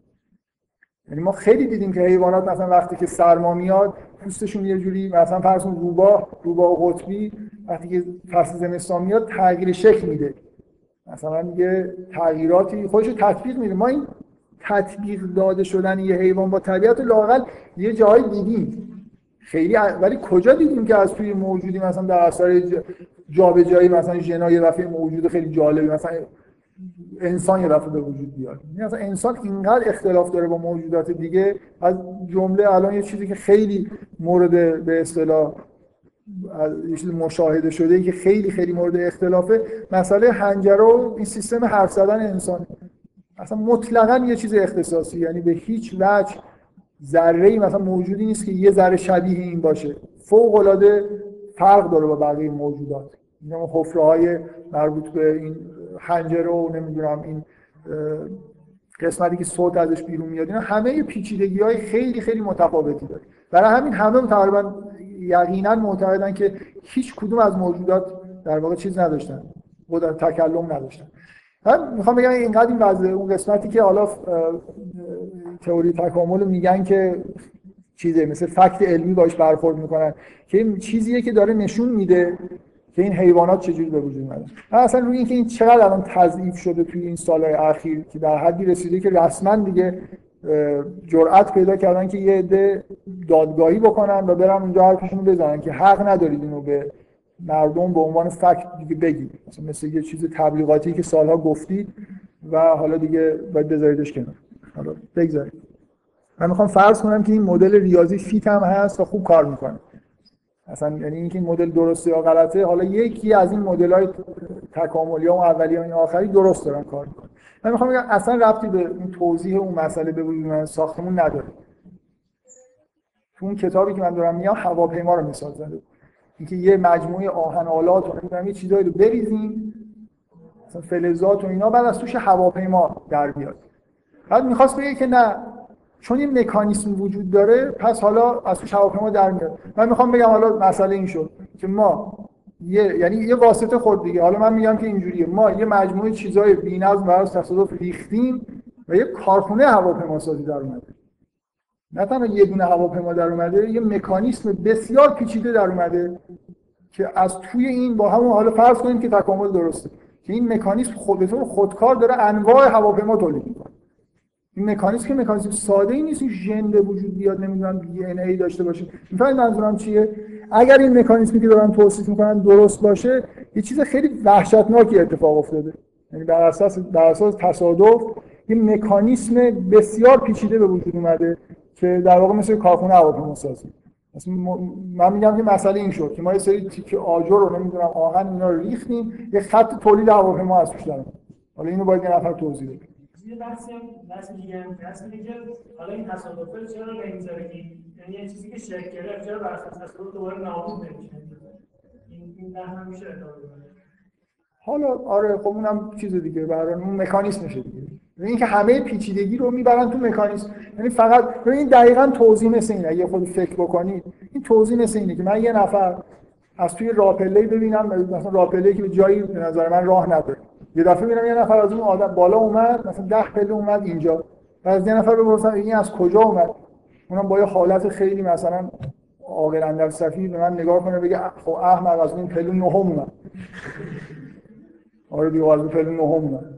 یعنی ما خیلی دیدیم که حیوانات مثلا وقتی که سرما میاد پوستشون یه جوری، مثلا فرض کن روباه روباه قطبی وقتی که فصل زمستان میاد تغییر شکل میده، مثلا یه تغییراتی خودش رو تطبیق میده. ما این تطبیق داده شدن یه حیوان با طبیعت رو لااقل یه جایی دیدیم خیلی، ولی کجا دیدیم که از توی موجودی مثلا در اثر جابجایی مثلا ژن‌های یه دفعه موجود خیلی جالبی مثلا انسان یه دفعه به وجود بیاد. یعنی مثلا انسان اینقدر اختلاف داره با موجودات دیگه، از جمله الان یه چیزی که خیلی مورد به اصطلاح یه چیز مشاهده شده ای که خیلی خیلی مورد اختلافه، مسئله حنجره و این سیستم حرف زدن انسان. اصلا مطلقاً یه چیز اختصاصی، یعنی به هیچ وجه ذره‌ای مثلا موجودی نیست که یه ذره شبیه این باشه، فوق‌العاده فرق داره با بقیه موجودات. این حفره‌های مربوط به این حنجره و نمیدونم این قسمتی که صوت ازش بیرون میاد، اینا همه پیچیدگی‌های خیلی خیلی متفاوتی داره. برای همین همه تقریبا یقینا معتقدن که هیچ کدوم از موجودات در واقع چیز نداشتن، قدرت تکلم نداشتن. من میخوام بگم اینقدر این وضع اون قسمتی که حالا تئوری تکامل میگن که چیزه مثل فکت علمی باش برخورد میکنن که این چیزیه که داره نشون میده که این حیوانات چجوری به وجود اومدن. اصلا روی اینکه این چقدر الان تضعیف شده توی این سالهای اخیر که در حدی رسیده که رسما دیگه جرأت پیدا کردن که یه عده دادگاهی بکنن و برن اونجا حرفشون رو بزنن که حق ندارید اینو به مردم به عنوان فکت دیگه بگید، مثلا مثل یه چیز تبلیغاتی که سالها گفتید و حالا دیگه باید بذاریدش کنار. حالا بگذارید. من میخوام فرض کنم که این مدل ریاضی فیت هم هست و خوب کار میکنه. اصلا یعنی اینکه این مدل درسته یا غلطه، حالا یکی از این مدل‌های تکاملی ها و اولی ها این آخری درست دارن کار میکنن. من میخوام بگم اصلا ربطی به این توضیح اون مسئله به وجود اومدن ساختمون نداره. تو اون کتابی که من دارم میگم هواپیما رو مثال زده، اینکه یه مجموعه آهن آلات و نمیدونم یه چیزایی رو بریزیم مثلا فلزات و اینا، بعد از توش هواپیما در بیاد. بعد میخواست بگه که نه، چون این مکانیسم وجود داره پس حالا از توش هواپیما در میاد. من میخوام بگم حالا مسئله این شد که ما یه یعنی یه واسطه خورد دیگه. حالا من میگم که اینجوریه، ما یه مجموعه چیزای بی‌نظم برای تصادف ریختیم و یه کارخونه هواپیما سازی در اومده. نه تنها یه دونه هواپیما در اومده، یه مکانیسم بسیار پیچیده در اومده که از توی این با همون حالا فرض کنیم که تکامل درسته که این مکانیسم خود به طور خودکار داره انواع هواپیما تولید میکنه. این مکانیسم که مکانیسم ساده ای نیست، ژن به وجود بیاد نمیدونم دی ان ای داشته باشه. میفهمید منظورم چیه؟ اگر این مکانیسمی که دارن توصیف میکنن درست باشه، یه چیز خیلی وحشتناکی اتفاق افتاده. یعنی بر اساس بر اساس تصادف یه مکانیسم بسیار پیچیده به وجود اومده که در واقع مثل کارخونه هواپیما سازی. مثلا من میگم که مسئله این شد که ما یه سری تیکه آجر رو نمیدونم آهن اینا رو ریختیم، یه خط تولید هواپیما از توش در اومد. حالا اینو باید یه نفر توضیح بده. یه بحثی هم بحث دیگه هم هست که حالا این تصادفات چرا به این طریقی، یعنی یه چیزی که شکل گرفت چرا بر اساس تصادف دوباره نابود نمیشه. این این بحث هم میشه ادامه بده. حالا آره خب اونم چیز دیگه، برای اون مکانیسمشه دیگه. این که همه پیچیدگی رو میبرن تو مکانیسم، یعنی فقط این دقیقاً توضیح مثل اینه. اگه خود فکر بکنید این توضیح مثل اینه که من یه نفر از توی راهپله‌ای ببینم، مثلا راهپله‌ای که به جایی به نظر من راه نداره، یه دفعه میبینم یه نفر از اون آدم بالا اومد، مثلا ده پله اومد اینجا، و از یه نفر بپرسم این از کجا اومد، اونم با یه حالت خیلی مثلا عاقل اندرصفی به من نگاه کنه بگه خب احمق از این پله نهم اومد. آره دیگه از پله نهم اومد.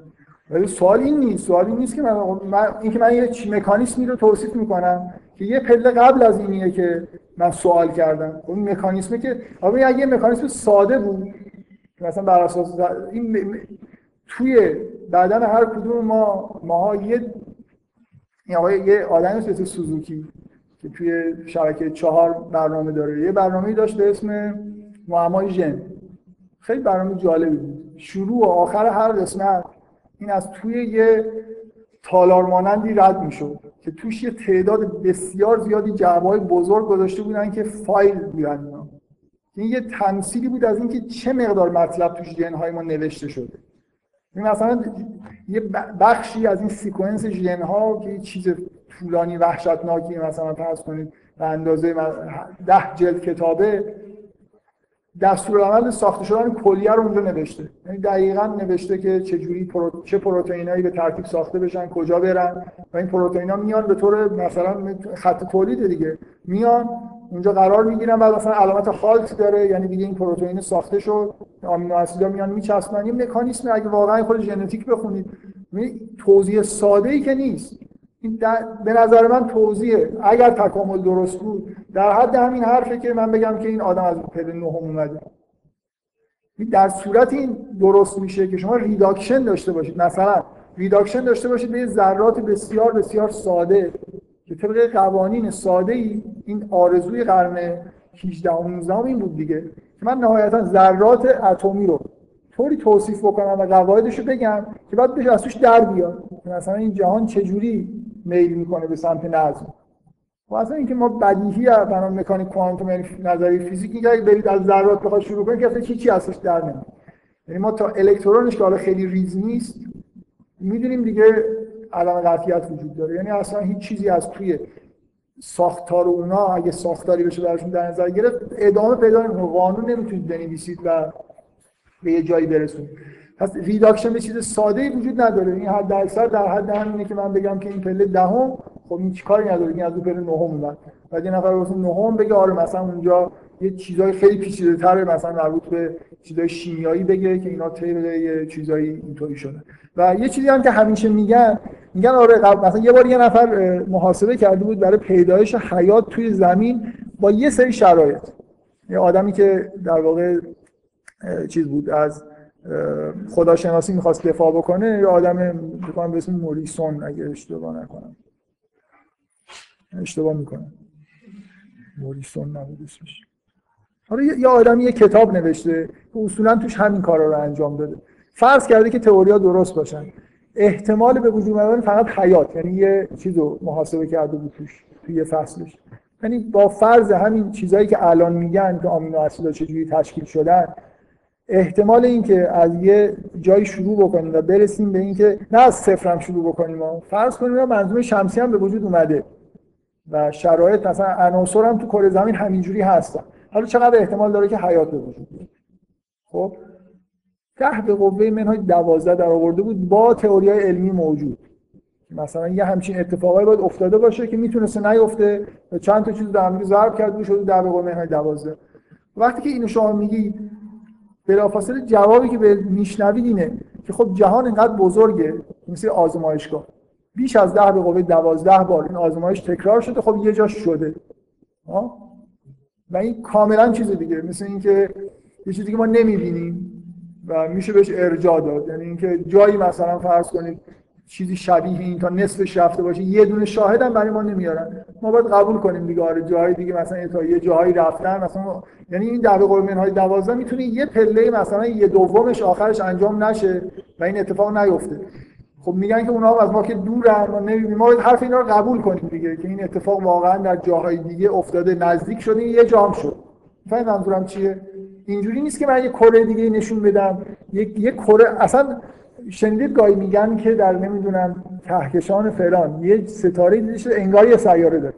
ولی سوال این نیست، سوال این نیست که من, من اینکه من یه مکانیزمی رو توصیف میکنم که یه پله قبل از اینیه که من سوال کردم. اون مکانیزمی که آقا اگه یه مکانیزم ساده بود مثلا بر اساس این توی بدن هر کدوم ما ماها یه این آقا یه آدمی مثل سوزوکی که توی شبکه چهار برنامه داره، یه برنامه‌ای داشت به اسم معمای ژن. خیلی برنامه جالبی بود. شروع و آخر هر قسمت این از توی یه تالار مانندی رد میشد که توش یه تعداد بسیار زیادی جعبه‌های بزرگ گذاشته بودن که فایل بودن. این یه تمثیلی بود از اینکه چه مقدار مطلب توش ژن‌های ما نوشته شده. این مثلا یه بخشی از این سیکونس ژن‌ها که یه چیز طولانی وحشتناکی مثلا فرض کنید به اندازه ده جلد کتابه، دستورالعمل ساخته شدن کلیه رو اونجا نوشته. یعنی دقیقاً نوشته که چه جوری پرو... چه پروتئینایی به ترکیب ساخته بشن، کجا برن و این پروتئینا میان به طور مثلا خط تولید دیگه میان اونجا قرار میگیرن، بعد مثلا علامت هالت داره، یعنی دیگه این پروتئین ساخته شد، آمینو اسیدا میان میچسبن. این مکانیزم اگه واقعا خود ژنتیک بخونید توضیح ساده‌ای که نیست. این به نظر من توضیح اگر تکامل درست بود در حد همین حرفه که من بگم که این آدم از پله نهم اومده. در صورت این درست میشه که شما ریداکشن داشته باشید، مثلا ریداکشن داشته باشید به ذرات بسیار بسیار ساده که طبق قوانین ساده ای این آرزوی قرن هجدهم و نوزدهم این بود دیگه که من نهایتا ذرات اتمی رو طوری توصیف بکنم و قواعدش رو بگم که بعد بشه از توش در بیاد مثلا این جهان چجوری میل میکنه به سمت نظم. و اصلا اینکه ما بدیهی از قانون مکانیک کوانتوم یعنی نظریه فیزیک میگه برید از ذرات بخواد شروع کنید که اصلا چی چی ازش در نمیاد. یعنی ما تا الکترونش که حالا خیلی ریز نیست میدونیم دیگه عدم قطعیت وجود داره. یعنی اصلا هیچ چیزی از توی ساختار اونا اگه ساختاری بشه براشون در نظر گرفت ادامه پیدا نمیکنه. قانون نمیتونید بنویسید و به یه جایی برسونید. پس ریداکشن به چیز ساده‌ای وجود نداره. این حد اکثر در حد همینه که من بگم که این پله دهم خب این چیکاری نداره، این از اون پله نهم اومد. بعد یه نفر واسه نهم بگه آره مثلا اونجا یه چیزای خیلی پیچیده‌تر مثلا مربوط به چیزای شیمیایی بگه که اینا طبق یه چیزایی اینطوری شده. و یه چیزی هم که همیشه میگن میگن آره مثلا یه بار یه نفر محاسبه کرده بود برای پیدایش حیات توی زمین با یه سری شرایط. یه آدمی که در واقع چیز بود از خداشناسی میخواست دفاع بکنه، یه آدم بکنم به اسم موریسون اگه اشتباه نکنم اشتباه میکنم موریسون نبود اسمش. حالا یه آدمی یه کتاب نوشته که اصولا توش همین کارا رو انجام داده. فرض کرده که تئوریا درست باشن، احتمال به وجود اومدن فقط حیات یعنی یه چیزو محاسبه کرده بود توش توی یه فصلش. یعنی با فرض همین چیزایی که الان میگن که آمینو اسیدها چجوری تشکیل شدن، احتمال این که از یه جایی شروع بکنیم و برسیم به این که نه از صفر هم شروع بکنیم ها. فرض کنیم منظومه شمسی هم به وجود اومده و شرایط مثلا عناصر هم تو کره زمین همینجوری هستن، حالا چقدر احتمال داره که حیات به وجود بیاد؟ خب ده به قوه منهای دوازده در آورده بود با تئوریای علمی موجود. مثلا یه همچین اتفاقایی باید افتاده باشه که میتونسته نیفته و چند تا چیز در هم ضرب کرده بود شده ده به قوه منهای دوازده. وقتی که اینو شما میگی بلافاصله جوابی که به میشنوید اینه که خب جهان اینقدر بزرگه مثل آزمایشگاه، بیش از ده به قوه دوازده بار این آزمایش تکرار شده، خب یه جاش شده ها. و این کاملا چیز دیگه، مثل اینکه یه چیزی که ما نمیبینیم و میشه بهش ارجاع داد. یعنی اینکه جایی مثلا فرض کنید چیزی شبیه این تا نصفش رفته باشه، یه دونه شاهد هم برای ما نمیارن، ما باید قبول کنیم دیگه آره جای دیگه مثلا تا یه جایی رفتن مثلا. یعنی این در قوه منهای دوازده میتونه یه پله مثلا یه دومش آخرش انجام نشه و این اتفاق نیفته. خب میگن که اونها از ما که دورن ما نمیبینیم، ما باید حرف اینا رو قبول کنیم دیگه که این اتفاق واقعا در جاهای دیگه افتاده، نزدیک شده، یه جا هم شد. فهم منظورم چیه؟ اینجوری نیست که من یه کره دیگه نشون بدم. یک یه کره اصلا شنیدید گاهی میگن که در نمیدونم کهکشان فلان یه ستاره دیده شده انگار یه سیاره داره.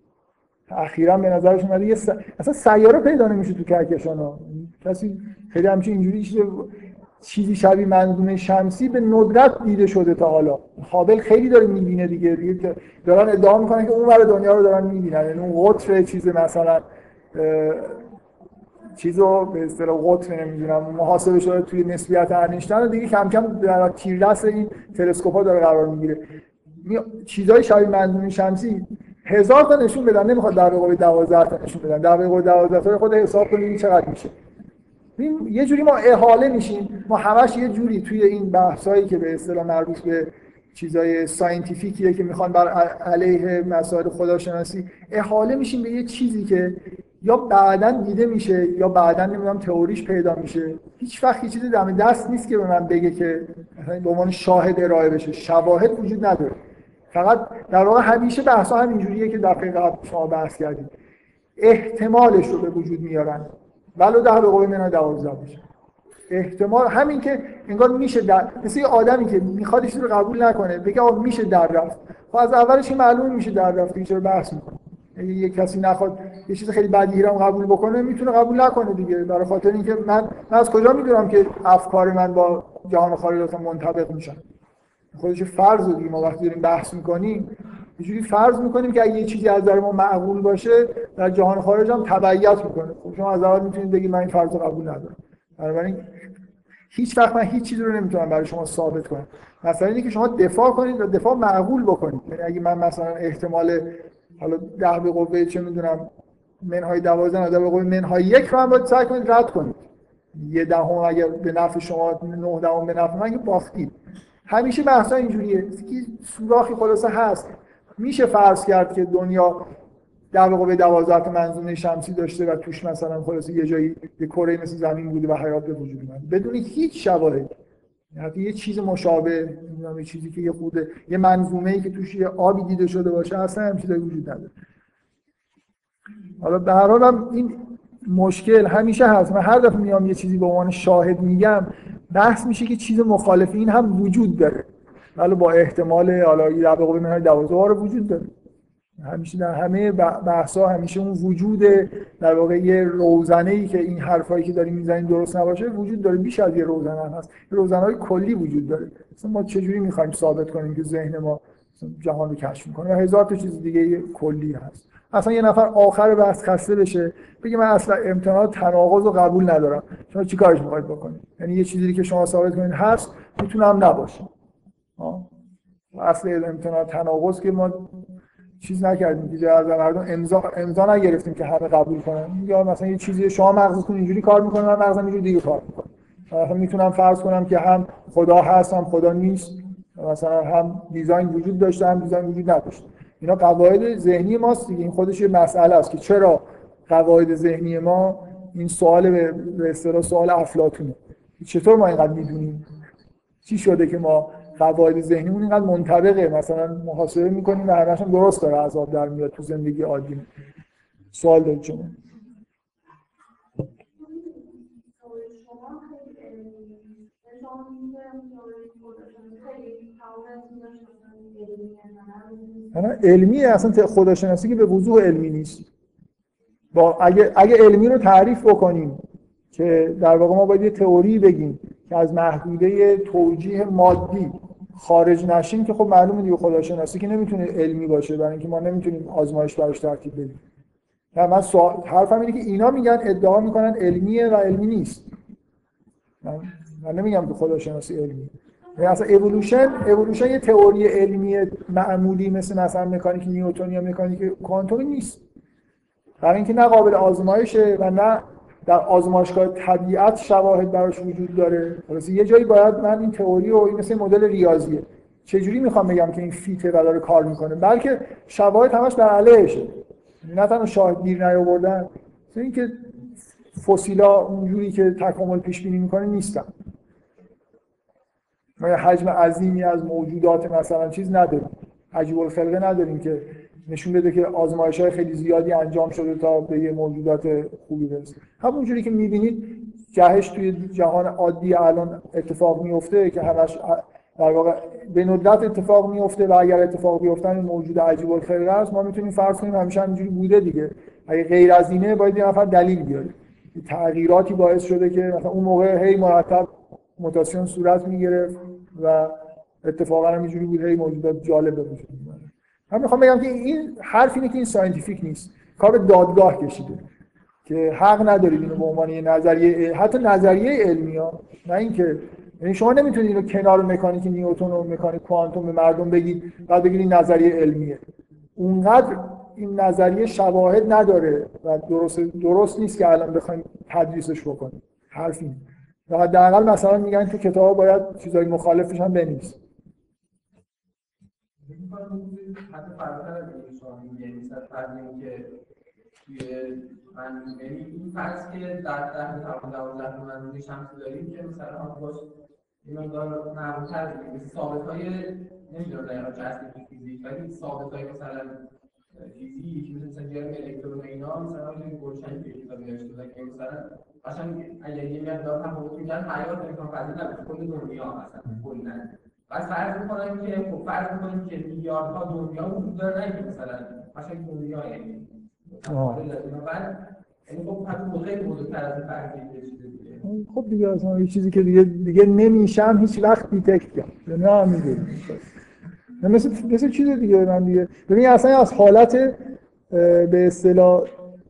اخیراً به نظرش اومده یه س... اصلا سیاره پیدا نمیشه تو کهکشان‌ها. کسی خیلی همچین اینجوری چیز چیزی شبیه منظومه شمسی به ندرت دیده شده تا حالا. هابل خیلی داره میبینه دیگه دیگه دارن ادعا میکنن که اون ور دنیا رو دارن میبینن. یعنی اون قطر چیز مثلا چیزو به اصطلاح قطر نمیدونم محاسبه شده توی نسبیت ارنشتین دیگه کم کم در تیردست این تلسکوپ‌ها داره قرار میگیره. چیزای شبیه منظومه شمسی هزار تا نشون بدن، نمیخواد در واقع دوازده تا نشون بدن، در واقع دوازده تا خود حساب کنید چقدر میشه. این یه جوری ما احاله میشیم، ما همش یه جوری توی این بحثایی که به اصطلاح مربوط به چیزای ساینتیفیکیه که میخوان بر علیه مسائل خداشناسی احاله میشیم به یه چیزی که یا بعداً دیده میشه یا بعداً نمیدونم تئوریش پیدا میشه. هیچ وقت چیزی دم دست نیست که به من بگه که مثلا به عنوان شاهد ارائه بشه. شواهد وجود نداره. فقط در واقع همیشه بحثا همینجوریه که دفعه قبل شما بحث کردید. احتمالش رو به وجود میارن. ولو ده به قوه منهای دوازده باشه. احتمال همین که انگار میشه در مثل یه آدمی که میخواد چیزی رو قبول نکنه بگه آقا میشه در رفت. خب از اولش این معلومه میشه در رفت، که چرا بحث میکنه. اگه یه کسی نخواد یه چیز خیلی بدیهی رو قبول بکنه میتونه قبول نکنه دیگه، برای خاطر اینکه من من از کجا میدونم که افکار من با جهان خارج منطبق میشن. خودش فرض رو دیگه ما وقتی داریم بحث میکنیم یه جوری فرض میکنیم که اگه یه چیزی از نظر ما معقول باشه در جهان خارج هم تبعیت میکنه. خب شما از اول میتونید بگید من این فرض رو قبول ندارم. بنابراین هیچ وقت من هیچ چیزی رو نمیتونم برای شما ثابت کنم. مثلا اینکه شما دفاع کنید و دفاع معقول بکنید. یعنی اگه من مثلا احتمال حالا ده به قوه چه میدونم منهای دوازده ده به قوه منهای یک رو هم باید سعی کنید رد کنید. یه دهم اگر به نفع شما، نه دهم به نفع من، باختید. همیشه بحثا اینجوریه که سوراخی خلاصه هست. میشه فرض کرد که دنیا در واقع دوازده تا منظومه شمسی داشته و توش مثلا خلاصه یه جایی یه کره مثل زمین بوده و حیات به وجود اومده بدون هیچ شواهدی. یعنی یه چیز مشابه، نمیدونم یه چیزی که یه خورده یه منظومه‌ای که توش یه آبی دیده شده باشه اصلا هم چیزی وجود نداره. حالا به هر حال هم این مشکل همیشه هست. من هر دفعه میام یه چیزی به عنوان شاهد میگم بحث میشه که چیز مخالف این هم وجود داره، ولی با احتمال حالا در واقع منهای دوازده رو وجود داره. همیشه در همه بحث‌ها همیشه اون وجود در واقع یه روزنه‌ای که این حرفایی که داریم میزنیم درست نباشه وجود داره. بیش از یه روزنه هم هست، روزنه‌های کلی وجود داره. مثلا ما چجوری می‌خوایم ثابت کنیم که ذهن ما جهان رو کشف می‌کنه و هزار تا چیز دیگه کلی هست. اصلا یه نفر آخر بحث خسته بشه بگه من اصلا امتناع تناقض رو قبول ندارم، شما چیکارش می‌خواید بکنید؟ یعنی یه چیزی که شما ثابت کنید هست میتونه هم نباشه. ها اصل امتناع تناقض که ما چیز نکردیم که از مردم امضا امضا نگرفتیم که همه قبول کنن. یا مثلا یه چیزی شما مغزتون اینجوری کار میکنه من مغزم اینجوری دیگه کار میکنه. مثلا میتونم فرض کنم که هم خدا هست هم خدا نیست، مثلا هم دیزاین وجود داشته هم دیزاین وجود نداشته. اینا قواعد ذهنی ماست دیگه. این خودش یه مسئله است که چرا قواعد ذهنی ما این سوال به اصطلاح سوال افلاطونه. چطور ما اینقدر میدونیم؟ چی شده که ما قواعد ذهنیمون اینقدر منطبقه، مثلا محاسبه میکنیم و همش هم درست داره از آب در میاد تو زندگی عادی. سوال دارید شما؟ علمی اصلا خداشناسی که به وضوح علمی نیست. با اگه اگه علمی رو تعریف بکنیم که در واقع ما باید یه تئوری بگیم که از محدوده توجیه مادی خارج نشیم که خب معلومه دیگه خداشناسی که نمیتونه علمی باشه، برای اینکه ما نمیتونیم آزمایش براش ترتیب بدیم. نه من سوال حرفم اینه که اینا میگن ادعا میکنن علمیه و علمی نیست. من, من نمیگم که خداشناسی علمیه. یعنی اصلا اِوولوشن اِوولوشن یه تئوری علمی معمولی مثل مثلا مکانیک نیوتن یا مکانیک کوانتومی نیست. برای اینکه نه قابل آزمایشه و نه در آزمایشگاه طبیعت شواهد براش وجود داره. واسه یه جایی باید من این تئوری رو این مثل مدل ریاضیه چجوری میخوام بگم که این فیته و داره کار میکنه، بلکه شواهد همش بر علیهشه. نه تنها شاهد گیر نیاوردن، مثل اینکه فسیلا اونجوری که تکامل پیش بینی میکنه نیستن. ما یه حجم عظیمی از موجودات مثلا چیز نداریم، عجیب الخلقه نداریم که نشون بده که آزمایش‌های خیلی زیادی انجام شده تا به یه موجودات خوبی برسه. همونجوری که می‌بینید جهش توی جهان عادی الان اتفاق میفته که همش در واقع به ندرت اتفاق میفته و اگر اتفاق بیفته این موجود عجیب الخلقه است، ما میتونیم فرض کنیم همیشه همینجوری بوده دیگه. اگه غیر از اینه باید یه نفر دلیل بیاره. تغییراتی باعث شده که مثلا اون موقع هی مرتب موتاسیون صورت میگرفت و اتفاقا همینجوری بود هی موجودات جالب به وجود میاد. من میخوام بگم که این حرف اینه که این ساینتیفیک نیست، کار به دادگاه کشیده که حق ندارید اینو به عنوان یه نظریه، حتی نظریه علمی ها، نه اینکه یعنی شما نمیتونید اینو کنار مکانیک نیوتن و مکانیک کوانتوم به مردم بگید بعد بگید این نظریه علمیه. اونقدر این نظریه شواهد نداره و درست درست نیست که الان بخوایم تدریسش بکنیم. حرف این. و حداقل مثلا میگن تو کتابا باید چیزای مخالفش هم بنویسید. حتی فراتر از این شما میگه مثلا فرضی که توی من یعنی این فرض که در ده تا دوازده منظومه شمسی داریم که مثلا باش این مقدار معمول‌تر دیگه مثل ثابت‌های نمی‌دونم دقیقاً چه هستی تو فیزیک ولی ثابت‌های مثلا فیزیک مثل جرم الکترون و اینا مثلا این گلشنی که کتاب نوشته که مثلا قشنگ اگه یه مقدار تفاوت می‌کرد حیات امکان پذیر نبود کل دنیا مثلا کلاً بس فرض می‌کنم که خب فرض می‌کنیم که میلیاردها دنیا وجود داره نه که مثلا قشنگ دنیا یعنی بعد یعنی خب حتی خیلی بزرگتر از این فرضی دیگه خب دیگه اصلا یه چیزی که دیگه دیگه نمیشم هیچ وقت دیتکت کنم نه میگه مثل مثل چیز دیگه من دیگه ببین اصلا از حالت به اصطلاح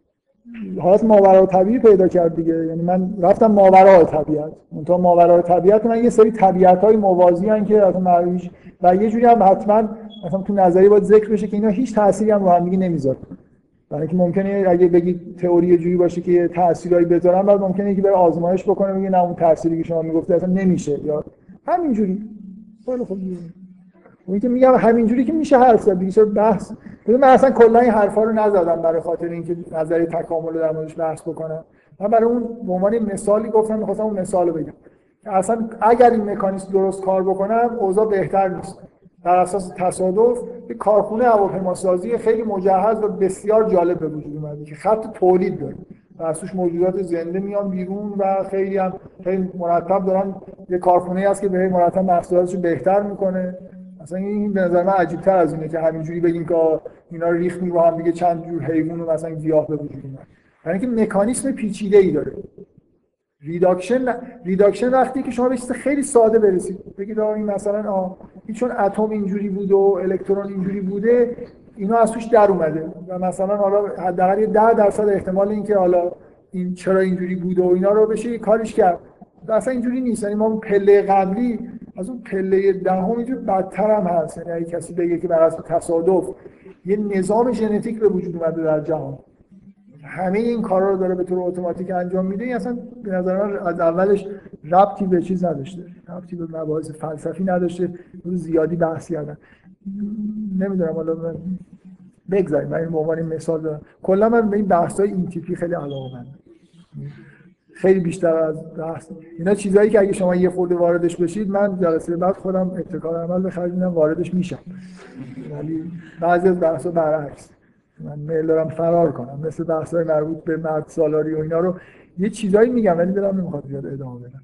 حالت ماورای طبیعی پیدا کرد دیگه. یعنی من رفتم ماورای طبیعت اونطور ماورای طبیعت من یه سری طبیعت‌های موازی ان که اصلا معلومه و یه جوری هم حتما مثلا تو نظریه باید ذکر بشه که اینا هیچ تأثیری هم رو هم دیگه نمیذاره. برای اینکه ممکنه اگه بگید تئوری جوری باشه که تأثیرایی بذارن بعد ممکنه یکی بره آزمایش بکنه بگه نه اون تأثیری که شما میگفتید اصلا نمیشه یا همینجوری. خیلی خوب اون که میگم همینجوری که میشه حرف زد دیگه چرا بحث ببین من اصلا کلا این حرفا رو نزدم برای خاطر اینکه نظریه تکامل رو در موردش بحث بکنم. من برای اون به عنوان مثالی گفتم می‌خواستم اون مثالو بگم اصلا اگر این مکانیزم درست کار بکنم اوضاع بهتر نیست. بر اساس تصادف یک کارخونه هواپیماسازی خیلی مجهز و بسیار جالب به وجود اومده که خط تولید داره و از توش موجودات زنده میان بیرون و خیلی هم خیلی مرتب دارن یه کارخونه‌ای هست که به مرتب محصولاتش بهتر میکنه. مثلا این به نظر من عجیب‌تر از اینه که همینجوری بگیم که اینا رو ریختیم رو هم دیگه چند جور حیوان و مثلا گیاه به وجود اومد. یعنی که مکانیزم پیچیده‌ای داره. ریداکشن ریداکشن وقتی که شما به چیز خیلی ساده برسید بگید آ این مثلا آ این چون اتم اینجوری بوده و الکترون اینجوری بوده اینا از توش در اومده و مثلا حالا حداقل یه ده درصد احتمال اینکه حالا این چرا اینجوری بوده و اینا رو بشه کارش کرد. اصلا اینجوری نیست. یعنی ما پله قبلی از اون پله دهم اینجوری بدتر هم هست. یعنی اگه کسی بگه که بر اساس تصادف یه نظام ژنتیک به وجود اومده در جهان همه این کارا رو داره به طور اتوماتیک انجام میده این اصلا به نظر من از اولش ربطی به چیز نداشته ربطی به مباحث فلسفی نداشته زیادی بحث کردن نمیدونم حالا من بگذاریم من این به عنوان مثال دارم کلا من به این بحث‌های این تیپی خیلی علاقه‌مندم خیلی بیشتر از بحث اینا چیزایی که اگه شما یه خورده واردش بشید من جلسه بعد خودم ابتکار عمل به خرج میدم واردش میشم ولی بعضی از بحث‌ها برعکس من میل دارم فرار کنم مثل بحث‌های مربوط به مرد سالاری و اینا رو یه چیزایی میگم ولی دلم نمیخواد زیاد ادامه بدم.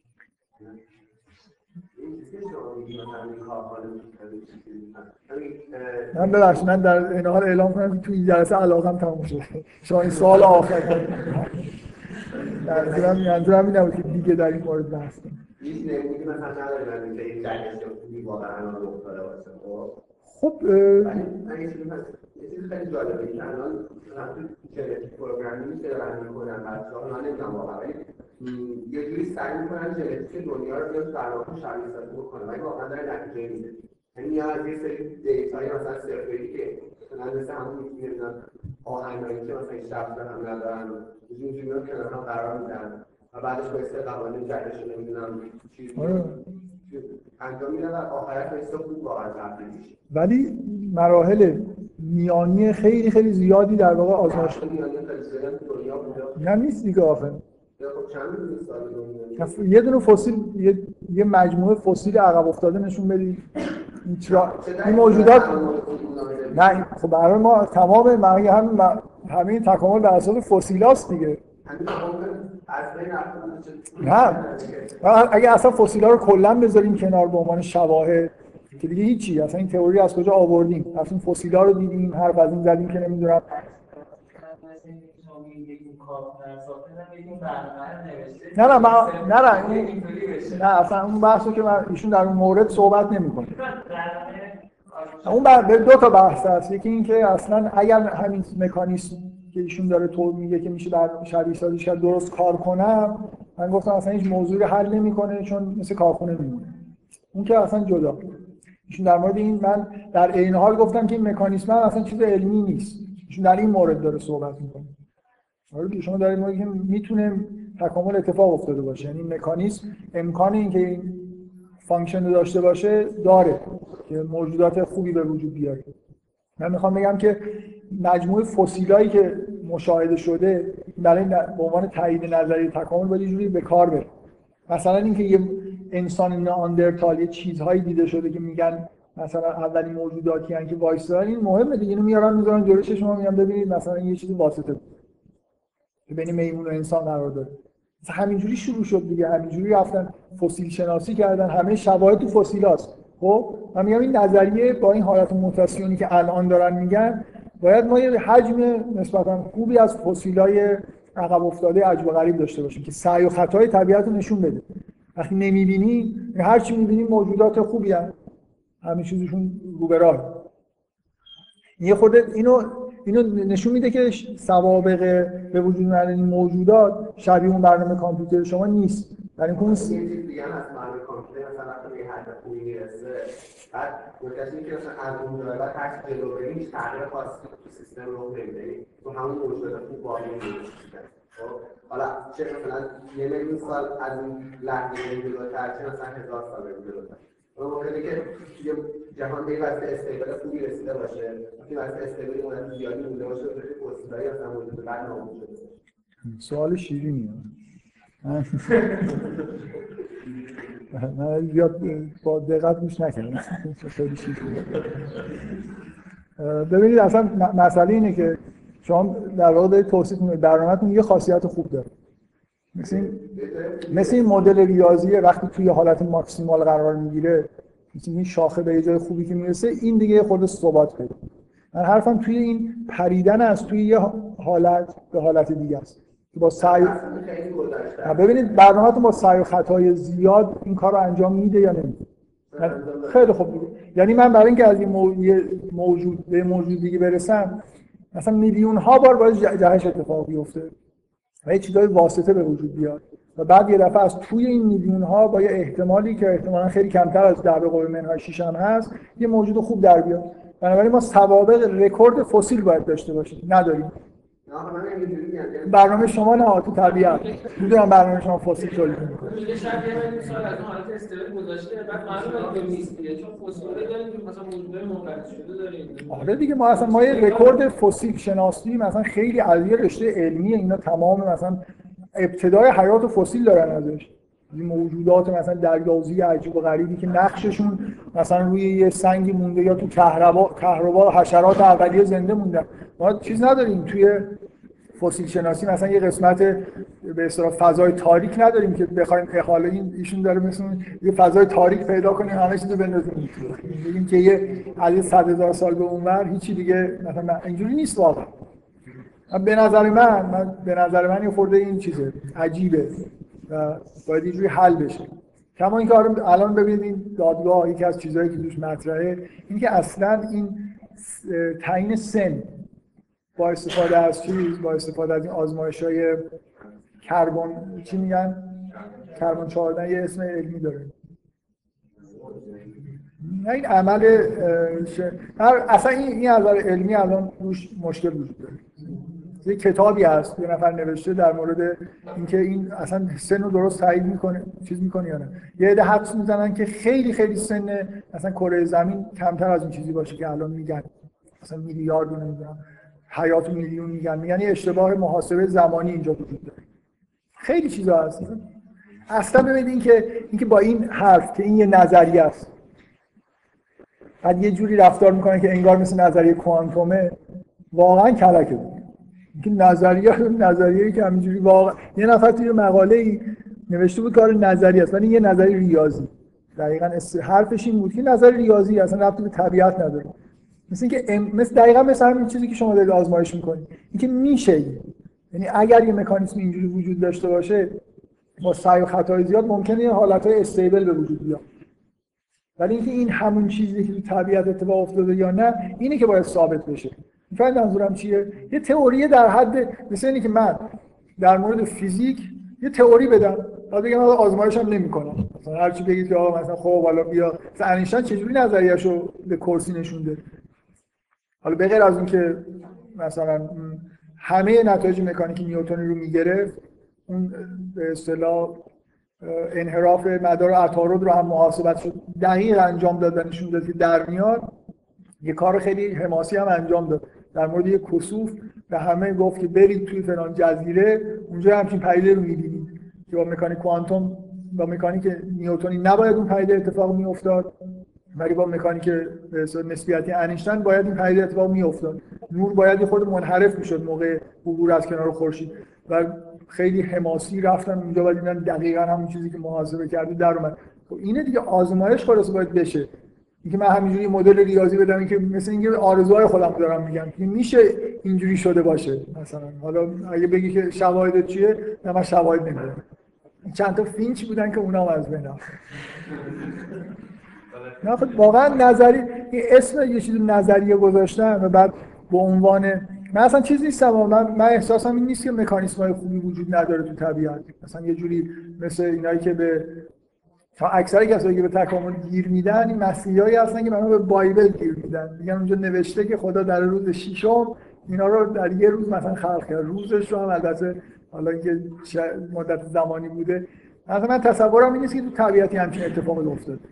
من ببخشید من در این حال اعلام کنم که تو این جلسه علاقم تموم شد. شما این سوال آخر منظورم منظورم این نبود که دیگه در این مورد بحث کنم. هیچ نمودی مثلا نداره من این جلسه خوبی واقعا افتاده باشه. خب یه چیز خیلی جالبه که الان ژنتیک پروگرامینگ که دارن میکنن بچه‌ها من نمیدونم واقعا یه جوری سعی میکنن ژنتیک دنیا رو بیان در واقع شبیه سازی بکنن ولی واقعا داره نتیجه میده. یعنی نیاز یه سری دیتایی مثلا سرفری که مثلا مثل همون نمیدونم آهنگایی که مثلا هیچ ربطی هم ندارن اینجوری میاد کنار هم قرار میدن و بعدش با استفاده قوانین جدیدش نمیدونم چیزی انجام میدن و آخرش مثل خوب واقعا تبدیل میشه. ولی مراحل میانی خیلی خیلی زیادی در واقع آزمایش نه نیست دیگه آخه یه دونه فسیل یه, یه مجموعه فسیل عقب افتاده نشون بدی این, ترا... این موجودات نه خب برای ما تمام معنی هم همین تکامل بر اساس فسیلاست دیگه نه اگه اصلا فسیلا رو کلا بذاریم کنار به عنوان شواهد که دیگه هیچی اصلا این تئوری از کجا آوردیم اصلا فسیلا رو دیدیم حرف از این زدیم که نمیدونم نه نه من نه نه نه اصلا اون بحثو که من ایشون در اون مورد صحبت نمی‌کنه اون بر دو تا بحث هست یکی این که اصلا اگر همین مکانیزم که ایشون داره تو میگه که میشه در شبیه سازیش کرد درست کار کنم، من گفتم اصلا هیچ موضوعی حل نمیکنه چون مثل کارخونه میمونه. اون که اصلا جدا. ایشون در مورد این من در عین حال گفتم که این مکانیسم اصلا چیز علمی نیست. ایشون در این مورد داره صحبت میکنه. آره شما دارید میگید که میتونه تکامل اتفاق افتاده باشه، یعنی مکانیسم امکان این که این فانکشن داشته باشه داره که موجودات خوبی به وجود بیاره. من میخوام بگم که مجموعه فسیلایی که مشاهده شده برای به عنوان تایید نظریه تکامل باید یه جوری به کار بره. مثلا اینکه یه انسان نئاندرتال یه چیزهایی دیده شده که میگن مثلا اولین موجوداتی ان که وایسادن، این مهمه دیگه، اینو میارن میذارن جلوی شما میگن ببینید مثلا یه چیزی واسطه که بین میمون و انسان قرار داره. مثلا همینجوری شروع شد دیگه، همینجوری رفتن فسیل شناسی کردن، همه شواهد تو فسیلاست. خب من میگم این نظریه با این حالت موتاسیونی که الان دارن میگن باید ما یه حجم نسبتا خوبی از فسیلای عقب افتاده عجب و غریب داشته باشیم که سعی و خطای طبیعت رو نشون بده. وقتی نمیبینی هر چی میبینی موجودات خوبی هست، همه چیزشون رو به راه. یه خورده اینو اینو نشون میده که سوابق به وجود اومدن این موجودات شبیه اون برنامه کامپیوتر شما نیست. برای اینکه اون چیز دیگه هم از برنامه کامپیوتر مثلا وقتی به حد خوبی میرسه بعد متوجه که مثلا از اون جای بعد هر چی جلو بریم هیچ تغییر خاصی تو سیستم رخ نمیده، تو همون موجودات خوب باقی میمونه. خب حالا چه مثلا یه میلیون سال از این لحظه جلوتر، چه مثلا هزار سال جلوتر، اون موقعی که یه جهان به واسه استیبل خوبی رسیده باشه، وقتی واسه استیبل مدت زیادی مونده باشه به پستایی اصلا موجود بعد نابود شده. سوال شیرینیه. من زیاد با دقت گوش نکردم. خیلی شیرینه. ببینید اصلا مسئله اینه که شما در واقع دارید توصیف می‌کنید برنامه‌تون یه خاصیت خوب داره. مثل این مثل این مدل ریاضیه وقتی توی حالت ماکسیمال قرار میگیره، مثل این شاخه به یه جای خوبی که میرسه، این دیگه خود ثبات پیدا. من حرفم توی این پریدن از توی یه حالت به حالت دیگه است که با سعی ببینید برنامه‌تون با سعی و خطای زیاد این کار رو انجام میده یا نمیده. خیلی خوب میده. یعنی من برای اینکه از این موجود به موجود دیگه برسم مثلا میلیون ها بار باید جهش اتفاق بیفته و یه چیزای واسطه به وجود بیاد و بعد یه دفعه از توی این میلیون ها با یه احتمالی که احتمالاً خیلی کمتر از در به قوه منهای شش هم هست یه موجود خوب در بیاد. بنابراین ما سوابق رکورد فسیل باید داشته باشیم، نداریم. برنامه شما نه تو طبیعت میدونم برنامه شما فسیل تولید میکنه. میگه شاید یه میلیون سال از اون حالت استیبل گذشته بعد معلومه که نیست دیگه، چون فسیل داریم که مثلا موجودات منقرض شده داریم. آره دیگه ما اصلا ما یه رکورد فسیل شناسی مثلا خیلی از یه رشته علمی اینا تمام مثلا ابتدای حیات فسیل دارن ازش. این موجودات مثلا دریازی عجیب و غریبی که نقششون مثلا روی یه سنگی مونده یا تو کهربا کهربا حشرات اولیه زنده موندن. ما چیز نداریم توی فسیل شناسی مثلا یه قسمت به اصطلاح فضای تاریک نداریم که بخوایم احاله این ایشون داره مثلا یه فضای تاریک پیدا کنیم همه چیزو بندازیم بگیم که یه از صد هزار سال به اونور هیچی دیگه مثلا اینجوری نیست واقعا. به نظر من من به نظر من یه خورده این چیزه عجیبه و باید اینجوری حل بشه. کما اینکه الان ببینید این دادگاه یکی از چیزایی که توش مطرحه اینه که اصلا این تعیین سن با استفاده از چیز با استفاده از این آزمایش‌های کربن چی میگن کربن چهارده یه اسم علمی داره. این عمل ش... اصلا این این از نظر علمی الان روش مشکل وجود داره. یه کتابی هست یه نفر نوشته در مورد اینکه این اصلا سن رو درست تعیین میکنه چیز میکنه یا نه. یه عده حدس میزنن که خیلی خیلی سن مثلا کره زمین کمتر از این چیزی باشه که الان میگن، مثلا میلیارد نمیدونم حیات میلیون میگن میگن یه اشتباه محاسبه زمانی اینجا وجود داره. خیلی چیزا هست. اصلا ببینید اینکه اینکه با این حرف که این یه نظریه است بعد یه جوری رفتار میکنه که انگار مثل نظریه کوانتومه، واقعا کلکه. اینکه نظریه نظریه‌ای که همینجوری واقعا یه نفر توی مقاله‌ای نوشته بود کار نظریه است ولی یه نظریه ریاضی. دقیقاً حرفش این بود که نظریه ریاضی اصلا ربطی به طبیعت نداره. مثل اینکه ام... مثل دقیقاً مثل همین چیزی که شما دارید آزمایش می‌کنید. اینکه میشه، یعنی اگر یه مکانیزم اینجوری وجود داشته باشه با سعی و خطای زیاد ممکنه یه حالت‌های استیبل به وجود بیاد. ولی اینکه این همون چیزی که تو طبیعت اتفاق افتاده یا نه اینه که باید ثابت بشه. می‌فهمید منظورم چیه؟ یه تئوری در حد مثل اینه که من در مورد فیزیک یه تئوری بدم، بعد بگم آزمایش هم نمی‌کنم. مثلا هر چی بگید که آقا مثلا خب حالا بیا مثلا انیشتین چجوری نظریه‌شو به کرسی نشونده. حالا به غیر از اون که مثلا همه نتایج مکانیک نیوتنی رو میگرفت، اون به اصطلاح انحراف مدار عطارد رو هم محاسبت شد دقیق انجام داد و نشون داد که در میاد. یه کار خیلی حماسی هم انجام داد در مورد یک کسوف و همه گفت که برید توی فلان جزیره اونجا همچین پدیده رو می‌بینید که با مکانیک کوانتوم با مکانیک نیوتنی نباید اون پدیده اتفاق میافتاد، ولی با مکانیک به اصطلاح نسبیتی انیشتین باید این پدیده اتفاق میافتاد. نور باید خود منحرف میشد موقع عبور از کنار خورشید و خیلی حماسی رفتن اونجا و دیدن دقیقاً همون چیزی که محاسبه کردی در اومد. خب اینه دیگه، آزمایش خلاص باید بشه. اینکه من همینجوری مدل ریاضی بدم این که مثل اینکه آرزوهای خودم دارم میگم که میشه اینجوری شده باشه. مثلا حالا اگه بگی که شواهد چیه، نه من شواهد نمیدونم. چند تا فینچ بودن که اونام از بین رفتن. نه خب واقعا نظری این اسم یه چیز نظریه گذاشتن و بعد به عنوان من اصلا چیز نیستم، من من احساسم این نیست که مکانیسم‌های خوبی وجود نداره تو طبیعت. مثلا یه جوری مثل اینایی که به تا اکثر کسایی که به تکامل گیر میدن این مسیحایی هستن که منو به بایبل گیر میدن، میگن اونجا نوشته که خدا در روز ششم اینا رو در یه روز مثلا خلق کرد. روزش رو هم البته حالا اینکه مدت زمانی بوده، مثلا من تصورم این نیست که تو طبیعتی همچین اتفاقی افتاده.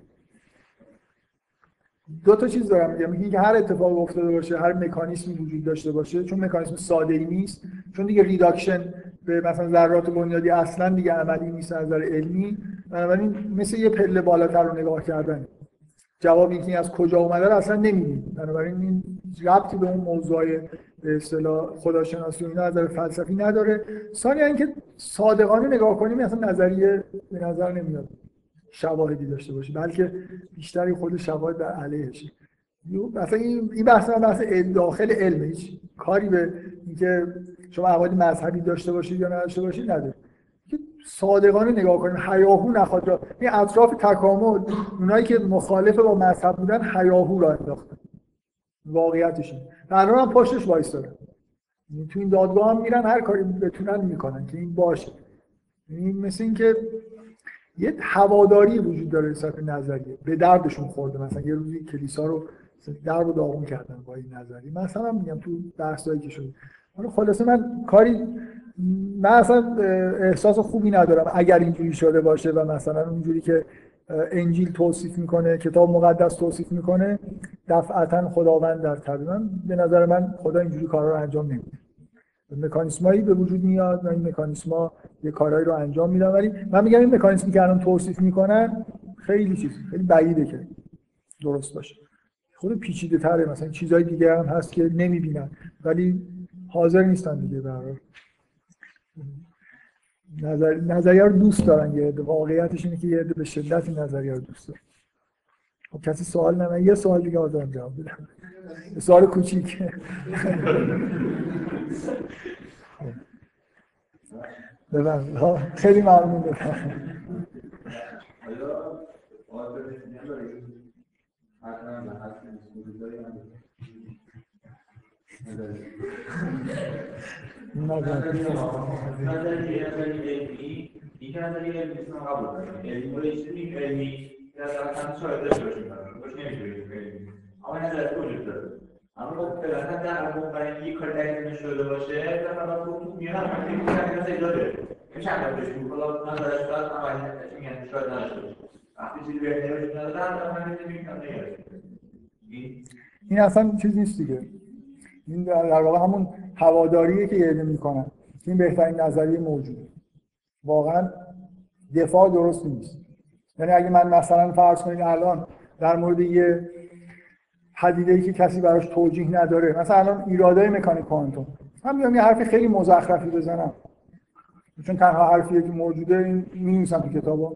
دو تا چیز دارم میگم، میگن که هر اتفاقی افتاده باشه، هر مکانیزمی وجود داشته باشه، چون مکانیزم ساده‌ای نیست، چون دیگه ریداکشن به مثلا ذرات بنیادی اصلا دیگه عملی نیست از نظر علمی، بنابراین مثل یه پله بالاتر رو نگاه کردن. جواب اینکه از کجا اومده رو اصلا نمیدید، بنابراین این ربطی به اون موضوع به اصطلاح خداشناسی و اینا از نظر فلسفی نداره. ثانیاً اینکه صادقانه نگاه کنیم مثلا نظریه به نظر نمیاد شواهدی داشته باشه، بلکه بیشتری خود شواهد در علیهشه. مثلا این بحث بحث داخل علم، هیچ کاری به اینکه شما عقاید مذهبی داشته باشید یا نداشته باشید نداره. که صادقانه نگاه کنیم، هیاهو نخواد را این اطراف تکامل اونایی که مخالف با مذهب بودن هیاهو را انداختن. واقعیتش اینه. الان هم پشتش وایسادن. تو این دادگاه هم میرن هر کاری بتونن میکنن که این باشه. این مثل اینکه یه هواداری وجود داره نسبت نظریه، به دردشون خورده. مثلا یه روزی کلیسا رو درب و داغون کردن با این نظریه. مثلا میگم تو بحثایی که شده. حالا خلاصه من کاری من اصلا احساس خوبی ندارم اگر اینجوری شده باشه و مثلا اونجوری که انجیل توصیف میکنه، کتاب مقدس توصیف میکنه، دفعتا خداوند در طبیعت. به نظر من خدا اینجوری کارا رو انجام نمیده. مکانیسمایی به وجود میاد و این مکانیسم‌ها یه کارهایی رو انجام میدن، ولی من میگم این مکانیسمی که الان توصیف میکنن خیلی چیز خیلی بعیده که درست باشه. خود پیچیده‌تره، مثلا چیزای دیگه هم هست که نمیبینن ولی حاضر نیستن دیگه. به هر حال نظر نظریه رو دوست دارن، یه عده واقعیتش اینه که یه عده به شدت این نظریه رو دوست دارن. خب کسی سوال نمی‌کنه، یه سوال دیگه آدم جواب بدم. سوال کوچیک. ببین خیلی ممنون بودم. اما فعلا در اون برای یک کار دقیق شده باشه در واقع تو میاد همین که میگن مثلا ایجاده میشه همش بود حالا نظرش بعد عملی میگن شاید نشه وقتی چیزی بهتره وجود نداره من نمیگم نگرفت. این اصلا چیز نیست دیگه. این در واقع همون هواداریه که یه میکنن این بهترین نظریه موجوده. واقعا دفاع درست نیست. یعنی اگه من مثلا فرض کنید الان در مورد یه پدیده‌ای که کسی براش توجیه نداره، مثلا الان ایرادای مکانیک کوانتوم، من میام یه حرف خیلی مزخرفی بزنم چون تنها حرفیه که موجوده این می‌نویسم تو کتابا.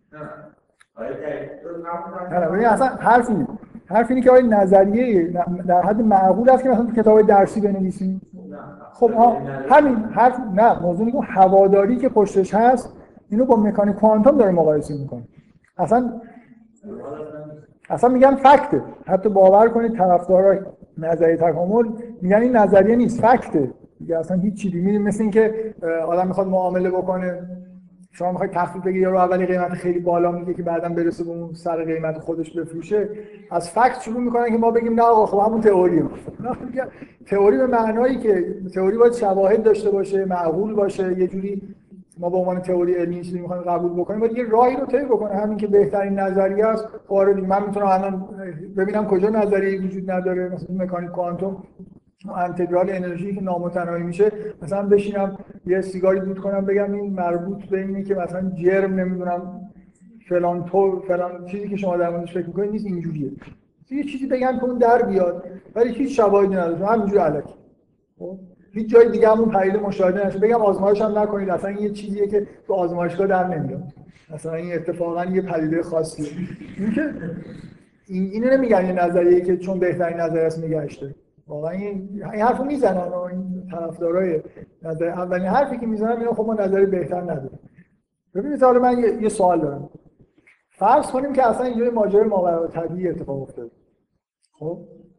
نه نه ببین اصلا حرف اینه حرف اینه که آیا نظریه در حد معقول است که مثلا تو کتاب درسی بنویسیم؟ خب ها همین حرف نه، موضوع اینه هواداری که پشتش هست اینو با مکانیک کوانتوم داره مقایسه می‌کنه. اصلا اصلا میگم فکته. حتی باور کنید طرفدارای نظریه تکامل میگن این نظریه نیست، فکته دیگه، اصلا هیچ چیزی. می‌بینید مثل اینکه آدم میخواد معامله بکنه، شما میخواید تخفیف بگیری، یارو اولی قیمت خیلی بالا میگه که بعداً برسه به اون سر قیمت خودش بفروشه، از فکت شروع میکنن که ما بگیم نه آقا خب همون تئوریه. تئوری به معنایی که تئوری باید شواهد داشته باشه، معقول باشه، یه جوری ما به عنوان تئوری علمی چیزی میخوایم قبول بکنیم، باید یه راهی رو طی بکنه. همین که بهترین نظریه است، وارد من میتونم الان ببینم کجا نظریه وجود نداره، مثلا مکانیک کوانتوم انتگرال انرژی که نامتناهی میشه، مثلا بشینم یه سیگاری دود کنم بگم این مربوط به اینه که مثلا جرم نمیدونم فلان تو فلان چیزی که شما در موردش فکر میکنید نیست، اینجوریه. یه چیزی بگم که اون در بیاد ولی هیچ شواهدی نداره، همینجوری الکی. خب هیچ جای دیگه همون پدیده مشاهده نشه، بگم آزمایش هم نکنید، اصلا این یه چیزیه که تو آزمایشگاه در نمیاد، مثلا این اتفاقا یه پدیده خاصیه. اینکه این اینو نمیگن یه نظریه‌ای که چون بهترین نظریه است نگهش داره. واقعا این این حرفو میزنن این طرفدارای نظر، اولین حرفی که میزنن اینه خب ما نظری بهتر نداریم. ببینید حالا من یه, یه سوال دارم. فرض کنیم که اصلا اینجوری ماجرای ماورالطبیعی اتفاق افتاده. خب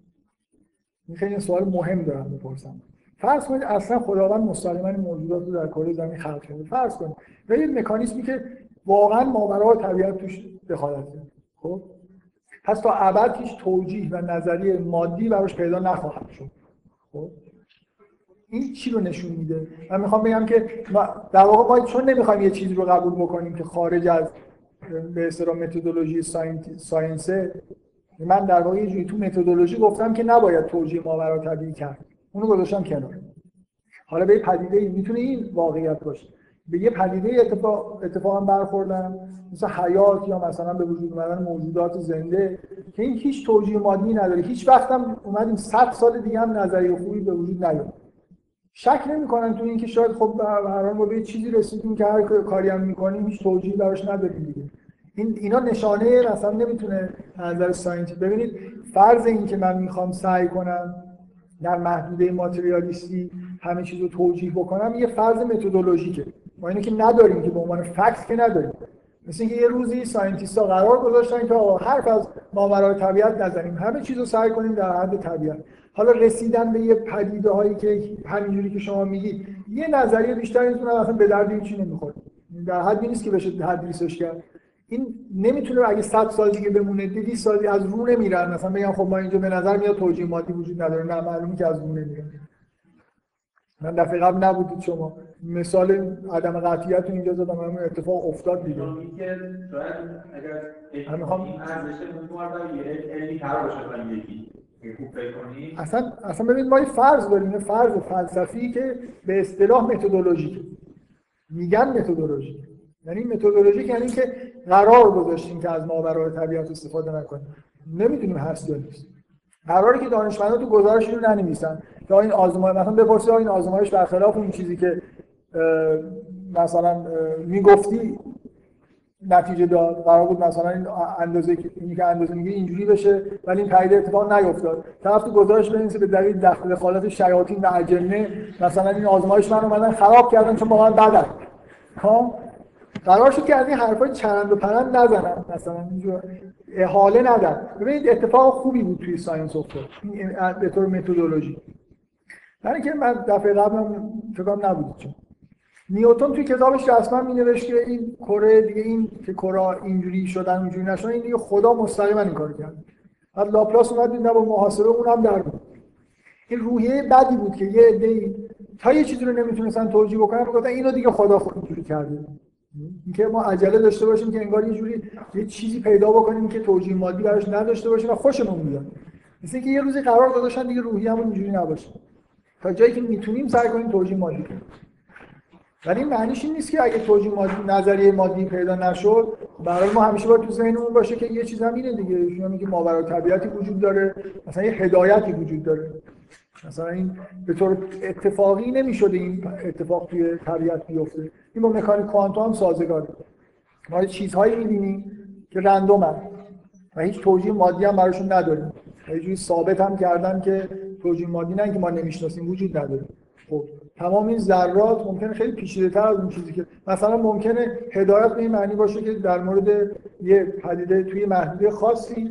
این خیلی سوال مهم دارم میپرسم. فرض کنید اصلا خداوند مستقیما موجودات رو در کره زمین خلق کرده. فرض کنید و یه مکانیزمی که واقعا ماورالطبیعی توش دخالت کرده. خب پس تا ابد هیچ توجیه و نظریه مادی براش پیدا نخواهد شد. خب این چی رو نشون میده؟ من میخوام بگم که در واقع ما چون نمیخوایم یه چیزی رو قبول بکنیم که خارج از به اصطلاح متدولوژی ساینسه، من در واقع یه جوری تو متدولوژی گفتم که نباید توجیه ماورالطبیعی کرد، اونو گذاشتم کنار. حالا به یه پدیده میتونه این واقعیت باشه، به یه پدیده اتفاق اتفاقا برخوردن مثل حیات یا مثلا به وجود اومدن موجودات زنده که این هیچ توجیه مادی نداره، هیچ وقت هم اومدیم صد سال دیگه هم نظریه خوبی به وجود نیاد. شک نمی‌کنن تو این که شاید خب به هر حال ما به چیزی رسیدیم که هر کاری هم می‌کنیم هیچ توجیهی براش نداریم دیگه. این اینا نشانه مثلا نمیتونه نظر ساینتی. ببینید فرض این که من میخوام سعی کنم در محدوده ماتریالیستی همه چیز رو توجیه بکنم یه فرض متدولوژیکه، ما اینو که نداریم، که به عنوان فکت که نداریم. مثل اینکه یه روزی ساینتیست‌ها قرار گذاشتن که آقا حرف از ماورای طبیعت نزنیم، همه چیز رو سعی کنیم در حد طبیعت. حالا رسیدن به یه پدیده هایی که همینجوری که شما میگید یه نظریه بیشتر میتونه اصلا به درد هیچی نمیخوره، در حدی نیست که بشه تدریسش کرد. این نمیتونه اگه صد سال دیگه بمونه دویست سال از رو نمیرن مثلا بگم خب ما اینجا به نظر میاد توجیه مادی وجود نداره، نه معلومه که از رو نمیرن. من دفعه قبل نبودید شما مثال عدم قطعیت اینجا زدم، همون اتفاق افتاد دیگه. اینکه شاید اگر من میخوام این ارزش متوارد یه علی کار باشه ولی یکی خوب فکر کنید. اصلا اصلا ببینید ما یه فرض داریم، یه فرض فلسفی که به اصطلاح متدولوژیکه. میگن متدولوژی یعنی متدولوژیک یعنی که قرار گذاشتیم که از ماورای طبیعت استفاده نکنیم. نمیدونیم هست یا نیست. قراره که دانشمندا تو گزارششون ننویسن که این آزمایش مثلا بپرسید این آزمایش برخلاف اون چیزی که مثلا میگفتی نتیجه داد، قرار بود مثلا این اندازه اینی که اندازه میگه اینجوری بشه ولی این پدیده اتفاق نیفتاد. طرف تو گزارش بنویسه به دلیل دخالت شیاطین و اجنه مثلا این آزمایش من اومدن خراب کردن چون واقعا بده. ها قرار شد که از این حرفای چرند و پرند نزنن، مثلا اینجور احاله ندن. ببینید اتفاق خوبی بود توی ساینس افتاد این به طور متدولوژی. یعنی که من دفعه قبلم فکر کنم نبودید چون نیوتن توی کتابش رسما می‌نوشت که این کره دیگه این که کره اینجوری شدن اینجوری نشدن این دیگه خدا مستقیما این کارو کرد. بعد لاپلاس اومد دید نه با محاسبه اونم در بود. این روحیه بدی بود که یه عده‌ای تا یه چیزی رو نمیتونستن توجیه بکنن میگفتن اینو دیگه خدا خود اینجوری کرده. اینکه ما عجله داشته باشیم که انگار یه جوری یه چیزی پیدا بکنیم که توجیه مادی براش نداشته باشیم و خوشمون بیاد. مثل اینکه یه روزی قرار گذاشتن دیگه روحیه‌مون اینجوری نباشه. تا جایی که میتونیم سعی کنیم توجیه مادی کنیم. ولی این معنیش این نیست که اگه توجیه مادی نظریه مادی پیدا نشد برای ما همیشه باید تو ذهنمون باشه که یه چیز هم اینه دیگه، شما میگی ماورای طبیعتی وجود داره، مثلا یه هدایتی وجود داره. مثلا این به طور اتفاقی نمی‌شده این اتفاق توی طبیعت بیفته. این با مکانیک کوانتوم هم سازگاره. ما چیزهایی می‌بینیم که رندومن و هیچ توجیه مادی هم براشون نداریم. یه جوری ثابت هم کردن که توجیه مادی نه که ما نمی‌شناسیم وجود نداره. خب تمام این ذرات ممکنه خیلی پیچیده‌تر از اون چیزی که مثلا ممکنه هدایت به این معنی باشه که در مورد یه پدیده توی محدوده خاصی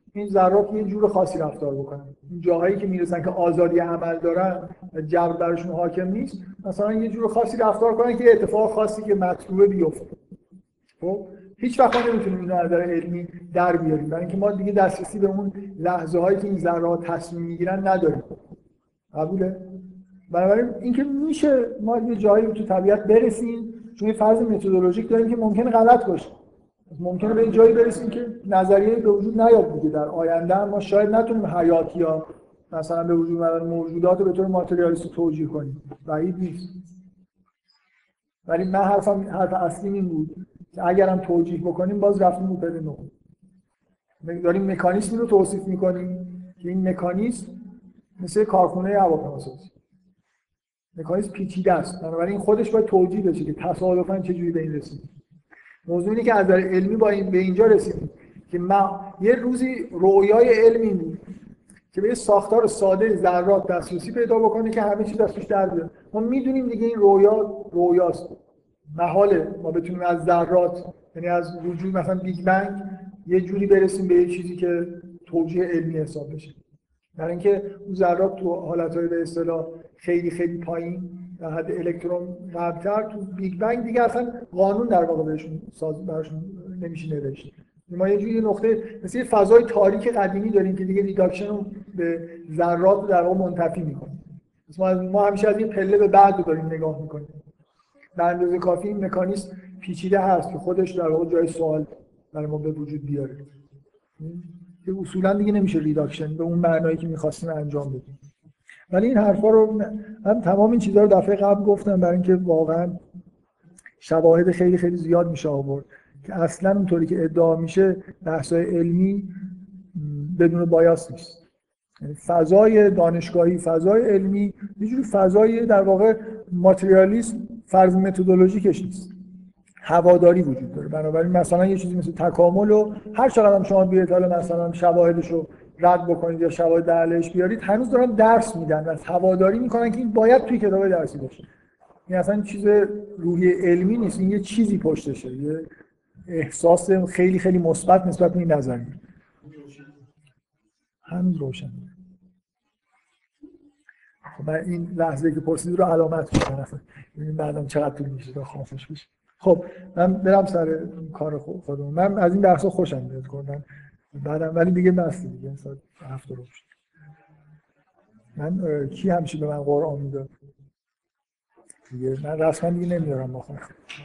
این ذرات یه جور خاصی رفتار بکنن. این جاهایی که میرسن که آزادی عمل دارن و جبر براشون حاکم نیست، مثلا یه جور خاصی رفتار کنن که اتفاق خاصی که مطلوبه بیفته. خب هیچ وقت نمیتونیم اینو از نظر علمی در بیاریم، برای اینکه ما دیگه دسترسی به اون لحظه هایی که این ذرات تصمیم میگیرن نداریم. قبوله؟ بنابراین اینکه میشه ما یه جایی تو طبیعت برسیم، چون یه فرض متدولوژیک داریم که ممکنه غلط باشه. ممکنه به این جایی برسیم که نظریه به وجود نیاد دیگه در آینده ما شاید نتونیم حیات یا مثلا به وجود اومدن موجودات رو به طور ماتریالیستی توجیه کنیم. بعید نیست. ولی من حرفم حرف اصلی این بود که اگرم توجیه بکنیم باز رفتیم رو پد نو. داریم مکانیزمی رو توصیف میکنیم که این مکانیزم مثل کارخونه هواپیماسازی. مکانیزم پیچیده است. بنابراین خودش باید توجیه بشه که تصادفاً چجوری به این رسیدیم. موضوع اینه که از نظر علمی با این به اینجا رسیدیم که ما یه روزی رویای علمی بود که به یه ساختار ساده ذرات دسترسی پیدا بکنه که همه چیز از توش در بیاد. ما میدونیم دیگه این رویا رویاست. محاله ما بتونیم از ذرات، یعنی از وجود مثلا بیگ بنگ، یه جوری برسیم به یه چیزی که توجیه علمی حساب بشه. برای اینکه اون ذرات تو حالتهای به اصطلاح خیلی خیلی پایین در حد الکترون قبل‌تر تو بیگ بنگ دیگه اصلا قانون در واقع بهشون ساز براشون نمیشه نوشت. ما یه جوری نقطه مثل یه فضای تاریک قدیمی داریم که دیگه ریداکشن رو به ذرات در واقع منتفی می‌کنه. ما ما همیشه از این پله به بعد داریم نگاه می‌کنیم. در اندازه کافی این مکانیزم پیچیده هست که خودش در واقع جای سوال برای ما به وجود بیاره. که اصولا دیگه نمیشه ریداکشن به اون معنایی که می‌خواستیم انجام بدیم. ولی این حرفا رو من تمام این چیزا رو دفعه قبل گفتم برای اینکه واقعا شواهد خیلی خیلی زیاد میشه آورد که اصلا اونطوری که ادعا میشه بحث‌های علمی بدون بایاس نیست. یعنی فضای دانشگاهی، فضای علمی یه جوری فضای در واقع ماتریالیسم فرض متدولوژیکش نیست. هواداری وجود داره. بنابراین مثلا یه چیزی مثل تکامل و هر چقدر هم شما بیاید حالا مثلا شواهدش رو رد بکنید یا شواهد دلیلش بیارید، هنوز دارن درس میدن و هواداری میکنن که این باید توی کتاب درسی باشه. این اصلا چیز روحی علمی نیست، این یه چیزی پشتشه، یه احساس خیلی خیلی مثبت نسبت به این نظریه. همین روشن. خب من این لحظه که پرسید رو علامت میکنم. ببین بعدم چقدر طول میشه تا خاموش بشه. خب من برم سر کار خودم. من از این بحثا خوشم میاد کردن. بعدم ولی دیگه بس دیگه ساعت هفت رو شد. من کی همیشه به من قرآن میده دیگه، من رسما دیگه نمیارم بخونم.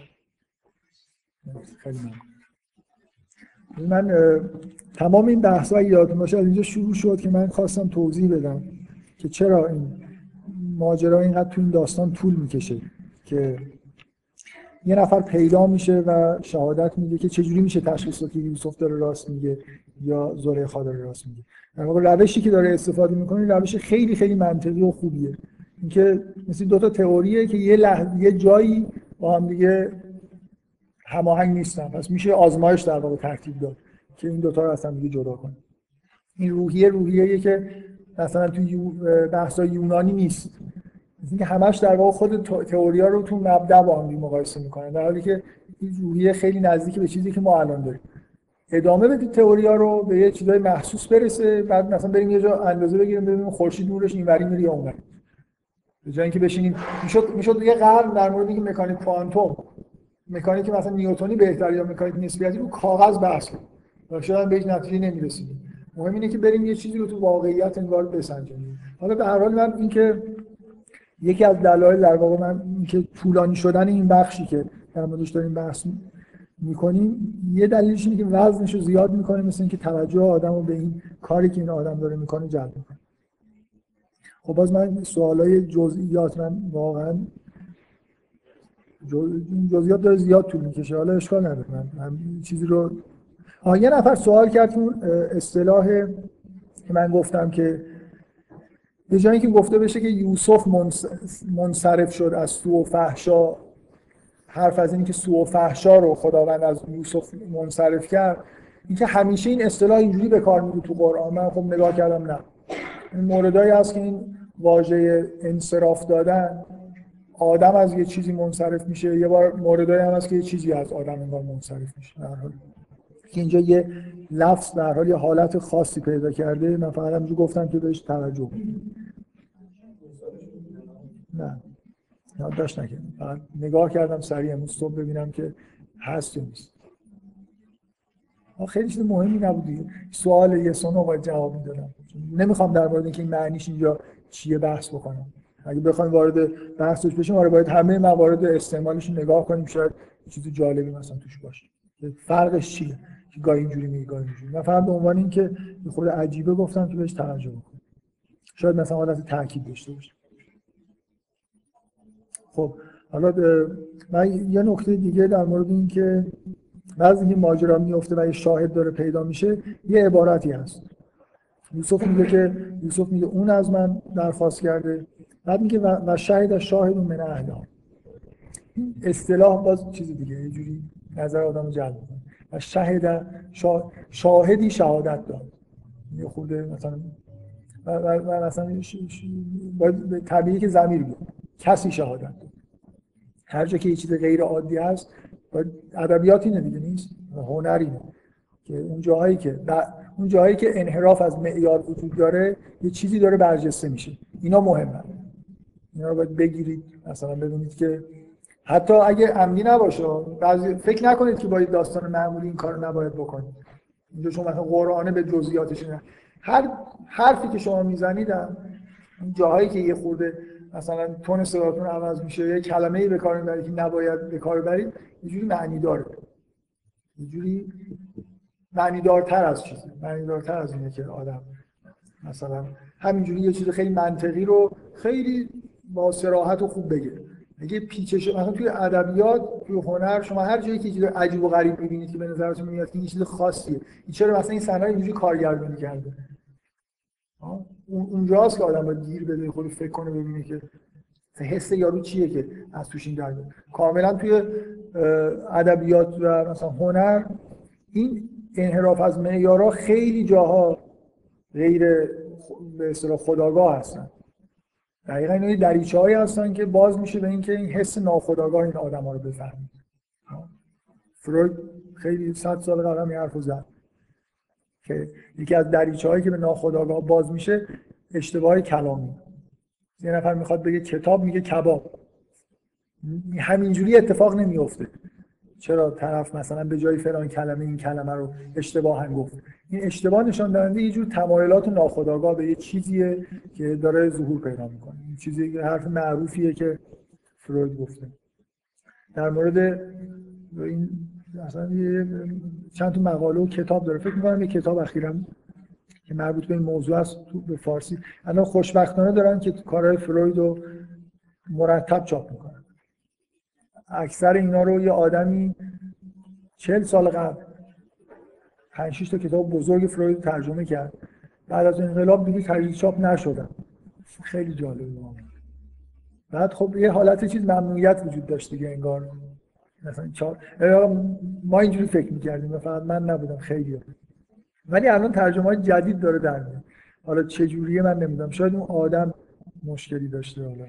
خیلی ممنون. من تمام این بحث‌ها یادتون باشه از اینجا شروع شد که من خواستم توضیح بدم که چرا این ماجرا اینقدر تو این داستان طول میکشه که یه نفر پیدا میشه و شهادت میده که چجوری میشه تشخیص داد که یوسف داره راست میگه یا زلیخا داره راست میگه. در واقع روشی که داره استفاده میکنه روش خیلی خیلی منطقی و خوبیه. اینکه مثل دو تا تئوریه که یه لحظه یه جایی با هم دیگه هماهنگ نیستن، پس میشه آزمایش در واقع ترتیب داد که این دوتا رو اصلا دیگه جدا کنه. این روحیه روحیه‌ایه که مثلا توی بحث‌های یونانی نیست. اینکه همش در واقع خود تئوریا رو تو مبدأ با هم مقایسه میکنن، در حالی که این روحیه خیلی نزدیک به چیزی که ما الان داریم. ادامه بدید تئوریا رو به یه چیزای محسوس برسه، بعد مثلا بریم یه جا اندازه بگیریم ببینیم خورشید نورش اینوری میره یا اونوری. به جای اینکه بشینیم میشد میشد یه قرن در مورد اینکه مکانیک کوانتوم، مکانیک مثلا نیوتنی بهتر یا مکانیک نسبیتی رو کاغذ بحث کنیم. شاید به هیچ نتیجه نمیرسیم. مهم اینه که بریم یه چیزی رو تو واقعیت انگار بسنجیم. حالا به هر حال من اینکه یکی از دلایل در واقع من اینکه طولانی شدن این بخشی که در موردش داریم بحث میکنیم یه دلیلش اینه که وزنش رو زیاد میکنه، مثل اینکه توجه آدمو به این کاری که این آدم داره میکنه جلب میکنه. خب باز من سوالای جزئیات من واقعا جزئیات داره زیاد طول میکشه، حالا اشکال نداره. من, من چیزی رو آه یه نفر سوال کرد که اون اصطلاح که من گفتم که به جایی که گفته بشه که یوسف منصرف شد از سوء و فحشا، حرف از اینی که سوء و فحشا رو خداوند از یوسف منصرف کرد، اینکه همیشه این اصطلاح اینجوری به کار میره تو قرآن. من خب نگاه کردم نه، این موردایی هست که این واژه انصراف دادن آدم از یه چیزی منصرف میشه، یه بار موردایی هم هست که یه چیزی از آدم انگار منصرف میشه. در حال که اینجا یه لفظ در حال یه حالت خاصی پیدا کرده، من فقط همینجور گفتم که بهش توجه کنید. نه یادداشت نکردم، فقط نگاه کردم سریع امروز صبح ببینم که هست یا نیست. خیلی چیز مهمی نبودی، سوال یه سونو باید جواب میدادم. نمیخوام در مورد اینکه این معنیش اینجا چیه بحث بکنم. اگه بخوایم وارد بحثش بشیم آره باید همه موارد استعمالش رو نگاه کنیم، شاید چیز جالبی مثلا توش باشه. فرقش چیه؟ که گاهی اینجوری میگه گاهی اینجوری. من فقط به عنوان اینکه خود عجیبه گفتم که بهش توجه بکنید. شاید مثلا حالت تاکید داشته باشه. خب حالا من یه نکته دیگه در مورد این که بعضی این ماجرا میفته و یه شاهد داره پیدا میشه، یه عبارتی هست. یوسف میگه که یوسف میگه اون از من درخواست کرده، بعد میگه و شاهد شاهد من اهلها. این اصطلاح باز چیز دیگه، یه جوری نظر آدمو جلب میکنه. و شاهد شا... شاهدی شهادت داد. یه خورده مثلا و, و, و مثلا ش... ش... باید طبیعی که ضمیر بیاد. کسی شهادت داد. هر جا که یه چیز غیر عادی هست، باید ادبیات اینه دیگه نیست، هنری نه. که اون جاهایی که اون جاهایی که انحراف از معیار وجود داره، یه چیزی داره برجسته میشه. اینا مهمه. اینا رو باید بگیرید، مثلا بدونید که حتی اگه عمدی نباشه، بعضی فکر نکنید که با یه داستان معمولی این کارو نباید بکنید. اینجا شما مثلا قرآن به جزئیاتش نه. هر حرفی که شما میزنید اون جاهایی که یه خورده مثلا تون صداتون عوض میشه، یه کلمه‌ای به کار میبرید که نباید به کار ببرید، یه جوری معنی داره. یه جوری معنی دارتر از چیزی، معنی دارتر از اینه که آدم مثلا همینجوری یه چیز خیلی منطقی رو خیلی با صراحت و خوب بگه. اگه پیچش مثلا توی ادبیات، توی هنر، شما هر جایی که چیز عجیب و غریب می‌بینید که به نظرتون میاد که این چیز خاصیه، این چرا مثلا این صحنه اینجوری کارگردانی کرده، اونجاست که آدم باید گیر بده، خودش فکر کنه ببینه که حس یارو چیه که از توش این در میاد. کاملا توی ادبیات و مثلا هنر این انحراف از معیارها خیلی جاها غیر به اصطلاح خودآگاه هستن. دقیقاً اینا دریچه‌هایی هستن که باز میشه به اینکه این حس ناخودآگاه این آدم‌ها رو بفهمید. فروید خیلی صد سال قبل این حرفو زد که یکی از دریچه‌هایی که به ناخودآگاه باز میشه اشتباه کلامی. یه نفر میخواد بگه کتاب، میگه کباب. همینجوری اتفاق نمیفته. چرا طرف مثلا به جای فلان کلمه این کلمه رو اشتباهاً گفت؟ این اشتباه نشان دهنده یه جور تمایلات ناخودآگاه به یه چیزیه که داره ظهور پیدا میکنه. این چیزی حرف معروفیه که فروید گفته. در مورد این مثلا چند تا مقاله و کتاب داره، فکر می‌کنم یه کتاب اخیراً که مربوط به این موضوع است تو به فارسی. الان خوشبختانه دارن که کارهای فروید رو مرتب چاپ میکنن. اکثر اینا رو یه آدمی چهل سال قبل پنج شش تا کتاب بزرگ فروید ترجمه کرد، بعد از انقلاب دیگه تجدید چاپ نشدن. خیلی جالبه. بعد خب یه حالت چیز ممنوعیت وجود داشت دیگه انگار، مثلا چهار ما اینجوری فکر می‌کردیم، فقط من نبودم، خیلی. ولی الان ترجمه‌های جدید داره در میاد. حالا چه جوریه من نمیدونم، شاید اون آدم مشکلی داشته حالا.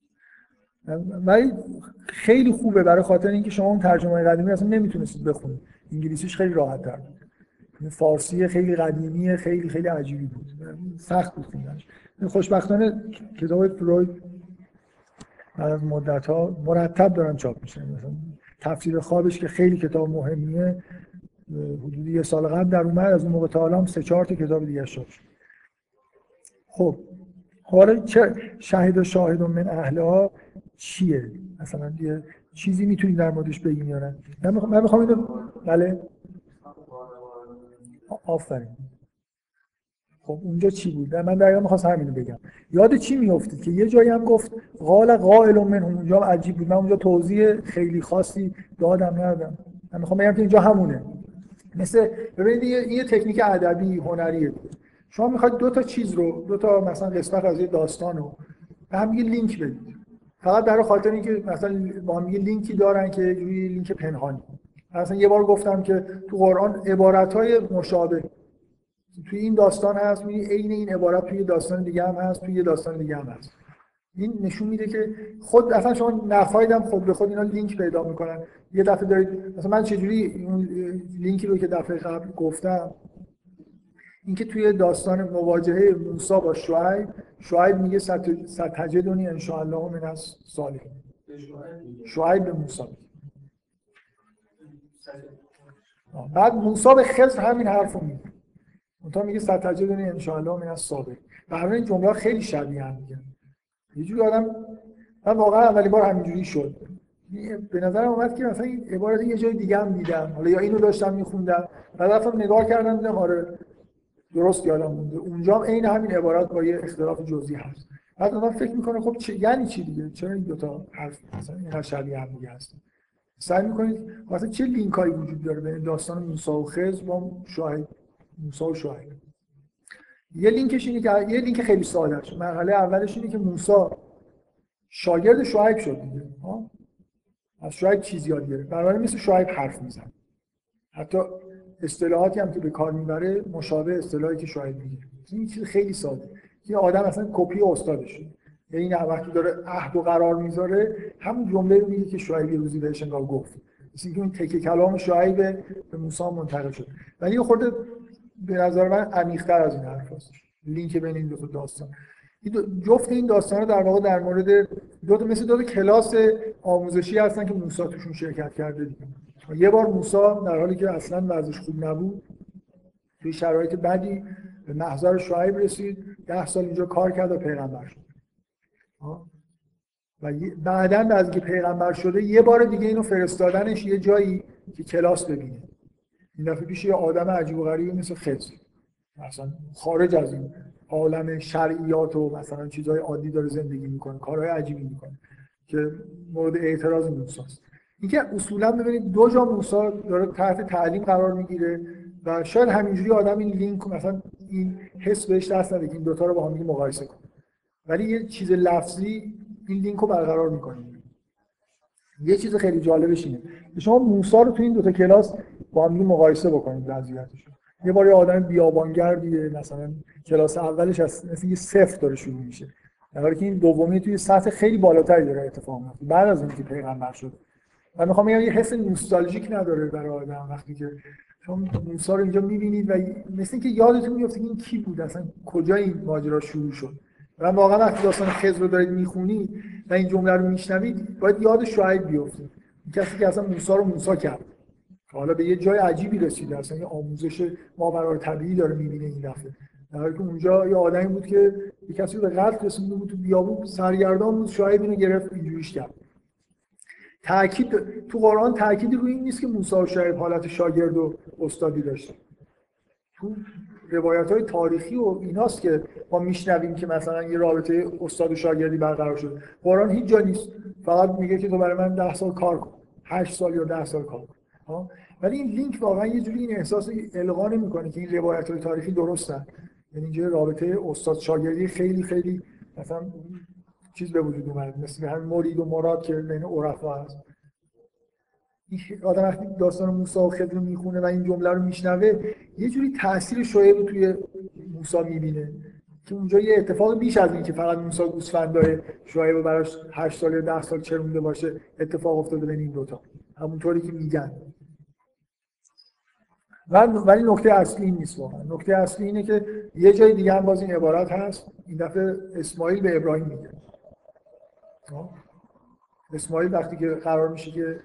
ولی خیلی خوبه برای خاطر اینکه شما اون ترجمه قدیمی اصلا نمیتونستید بخونید. انگلیسیش خیلی راحت‌تر بود. فارسی خیلی قدیمی، خیلی خیلی عجیبی بود. سخت بود خوندنش. خوشبختانه کتاب فروید بعد از مدت‌ها مرتب دارن چاپ میشن. مثلا تفسیر خوابش که خیلی کتاب مهمیه، حدود یه سال قبل در اومد، از اون موقع تا الان سه چهار تا کتاب دیگه چاپ شد. خب حالا چه شاهد و شاهد من اهلها چیه؟ مثلا یه چیزی میتونید در موردش بگین یا نه؟ من میخوام من میخوام اینو بله آفرین. خب اونجا چی بود؟ من دقیقاً می‌خواستم همینو بگم. یاد چی میافتید که یه جایی هم گفت قال قائل منهم، اونجا عجیب بود. من اونجا توضیح خیلی خاصی دادم ندادم. من میخوام بگم که اینجا همونه. مثل ببینید این یه تکنیک ادبی هنریه. شما میخواید دو تا چیز رو، دو تا مثلا قسمت از یه داستان رو به هم یه لینک بدید. فقط برای خاطر اینکه مثلا با هم یه لینکی دارن که یه لینک پنهانی. مثلا یه بار گفتم که تو قرآن عبارت‌های مشابه توی این داستان هست، می‌بینی عین این عبارت توی داستان دیگه هم هست، توی یه داستان دیگه هم هست. این نشون میده که خود اصلا شما نفایدم خود به خود اینا لینک پیدا میکنن. یه دفعه دارید مثلا من چجوری اون لینکی رو که دفعه قبل گفتم، اینکه توی داستان مواجهه موسی با شعیب، شعیب میگه ستجدنی ان شاء الله من الصالحین. شعیب به موسی بعد موسی به خضر همین حرفو میگه. اونطور میگه ستجدنی ان شاء الله من الصابرین. و همین این جمله خیلی شبیه هم میگن. یه جوری آدم من واقعا اولین بار همینجوری شد. به نظرم اومد که مثلا این عبارت یه جای دیگه هم دیدم. حالا یا اینو داشتم میخوندم، بعد رفتم نگاه کردم دیدم آره درست یادم مونده. اونجا هم عین همین عبارت با یه اختلاف جزئی هست. بعد آدم فکر میکنه خب چه یعنی چی دیگه؟ چرا این دو تا حرف مثلا اینقدر شبیه هم دیگه هستن؟ سعی میکنید مثلا چه لینکایی وجود داره بین داستان موسی و خضر با شعیب، موسی و شعیب. یه لینکش اینه که یه لینک خیلی ساده است. مرحله اولش اینه که موسی شاگرد شعیب شد دیگه. ها؟ از شعیب چیز یاد گرفت. برای مثل شعیب حرف میزنه. حتی اصطلاحاتی هم که به کار میبره مشابه اصطلاحی که شعیب میگه. این چیز خیلی ساده. یه آدم اصلا کپی استادشه. یعنی نه وقتی داره عهد و قرار میذاره همون جمله رو میگه که شعیب یه روزی بهش انگار گفت. مثل اینکه اون تکه کلام شعیب به موسی منتقل شد. ولی یه خورده به نظر من عمیق‌تر از این حرف هست. لینک بین این دو تا داستان. این جفت این داستانا در واقع در مورد دو تا مثل دو تا کلاس آموزشی هستن که موسی توشون شرکت کرده دیگه. یه بار موسی در حالی که اصلا وضعش خوب نبود توی شرایط بدی به محضر شعیب رسید، ده سال اینجا کار کرد و پیغمبر شد. و بعداً از اینکه پیغمبر شده یه بار دیگه اینو فرستادنش یه جایی که کلاس ببینه. این دفعه پیش یه آدم عجیب و غریبی مثل خضر، مثلا خارج از این عالم شرعیات و مثلا چیزهای عادی داره زندگی میکنه، کارهای عجیبی میکنه که مورد اعتراض موسی است. اینکه اصولا ببینید دو جا موسی داره تحت تعلیم قرار میگیره و شاید همینجوری آدم این لینک مثلا این حس بهش دست نده که این دوتا رو با هم مقایسه کنه، ولی یه چیز لفظی این لینک رو برقرار میکنه. یه چیز خیلی جالبش اینه که شما موسی رو تو این دوتا کلاس با هم مقایسه بکنید وضعیتش. یه بار یه آدم بیابانگردیه مثلا کلاس اولش از مثلا یه صفر داره شروع میشه، در حالی که این دومی توی سطح خیلی بالاتری داره اتفاق میفته بعد از اینکه پیغمبر شد. من میخوام بگم یه حس نوستالژیک نداره برای آدم وقتی که شما موسی رو اینجا میبینید و مثل اینکه یادتون میفته این کی بود، اصلا کجا این ماجرا شروع شد. من واقعا وقتی داستان خضر رو دارید میخونید و این جمله رو میشنوید باید یاد شعیب بیفته، کسی که اصلا موسی رو موسی کرد، حالا به یه جای عجیبی رسیده، اصلا یه آموزش ماورالطبیعی داره میبینه این دفعه، در حالی که اونجا یه آدمی بود که یه کسی رو به قتل رسونده بود تو بیابون، سرگردان بود، شعیب اینو گرفت اینجوریش کرد. تأکید تو قرآن تأکیدی روی این نیست که موسی و شعیب حالت شاگرد و استادی داشتن. تو روایت‌های تاریخی و ایناست که ما میشنویم که مثلا یه رابطه استاد و شاگردی برقرار شده. قرآن هیچ جا نیست، فقط میگه که تو برای من ده سال کار کن، هشت سال یا ده سال کار کن. ولی این لینک واقعا یه جوری این احساس القا نمی‌کنه که این روایت‌های تاریخی درستن. یعنی اینجا رابطه استاد شاگردی خیلی خیلی مثلا چیز به وجود اومد، مثل همین مرید و مراد که بین عرفا هست. این آدم وقتی داستان موسی و خضر رو میخونه و این جمله رو میشنوه یه جوری تاثیر شعیب توی موسی میبینه که اونجا یه اتفاق بیش از این که فقط موسی گوسفندای شعیب رو براش هشت سال یا ده سال چرونده باشه اتفاق افتاده بین این دوتا، همونطوری که میگن. ولی نکته اصلی این نیست واقعا. نکته اصلی اینه که یه جای دیگه هم باز این عبارت هست، این دفعه اسماعیل به ابراهیم میگه. اسماعیل وقتی که قرار میشه که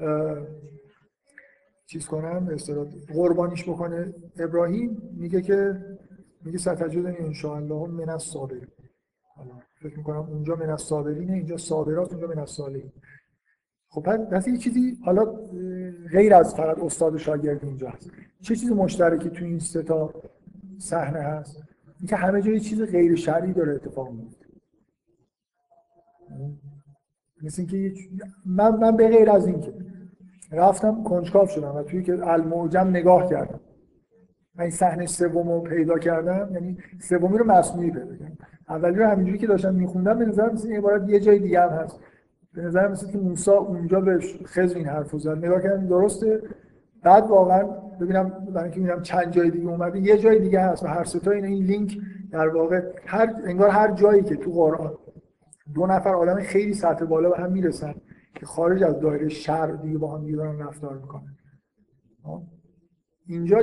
چیز کنم استراد قربانیش بکنه ابراهیم میگه که میگه ستجدنی ان شاء الله من الصابرین. فکر میکنم اونجا من الصابرینه، اینجا صابرات، اونجا من الصالحین. خب پس یه چیزی حالا غیر از فقط استاد و شاگرد اینجا هست. چه چیز مشترکی تو این سه تا صحنه هست؟ اینکه همه جای چیز غیر شرعی داره اتفاق میفته. مثل اینکه من من به غیر از اینکه رفتم کنجکاو شدم و توی که المعجم نگاه کردم من این صحنه سومو پیدا کردم، یعنی سومی رو مصنوعی پیدا کردم. اولی رو همینجوری که داشتم میخوندم به نظر مثل این عبارت یه جای دیگه هم هست. به نظر مثل که موسی اونجا به خضر این حرفو زد. نگاه کردم درسته، بعد واقعا ببینم برای اینکه ببینم چند جای دیگه اومده یه جای دیگه هست و هر سه تا این این لینک در واقع هر انگار هر جایی که تو قرآن دو نفر آدم خیلی سطح بالا به هم میرسن که خارج از دایره شر دیگه با هم دیگه دارن رفتار میکنن. اینجا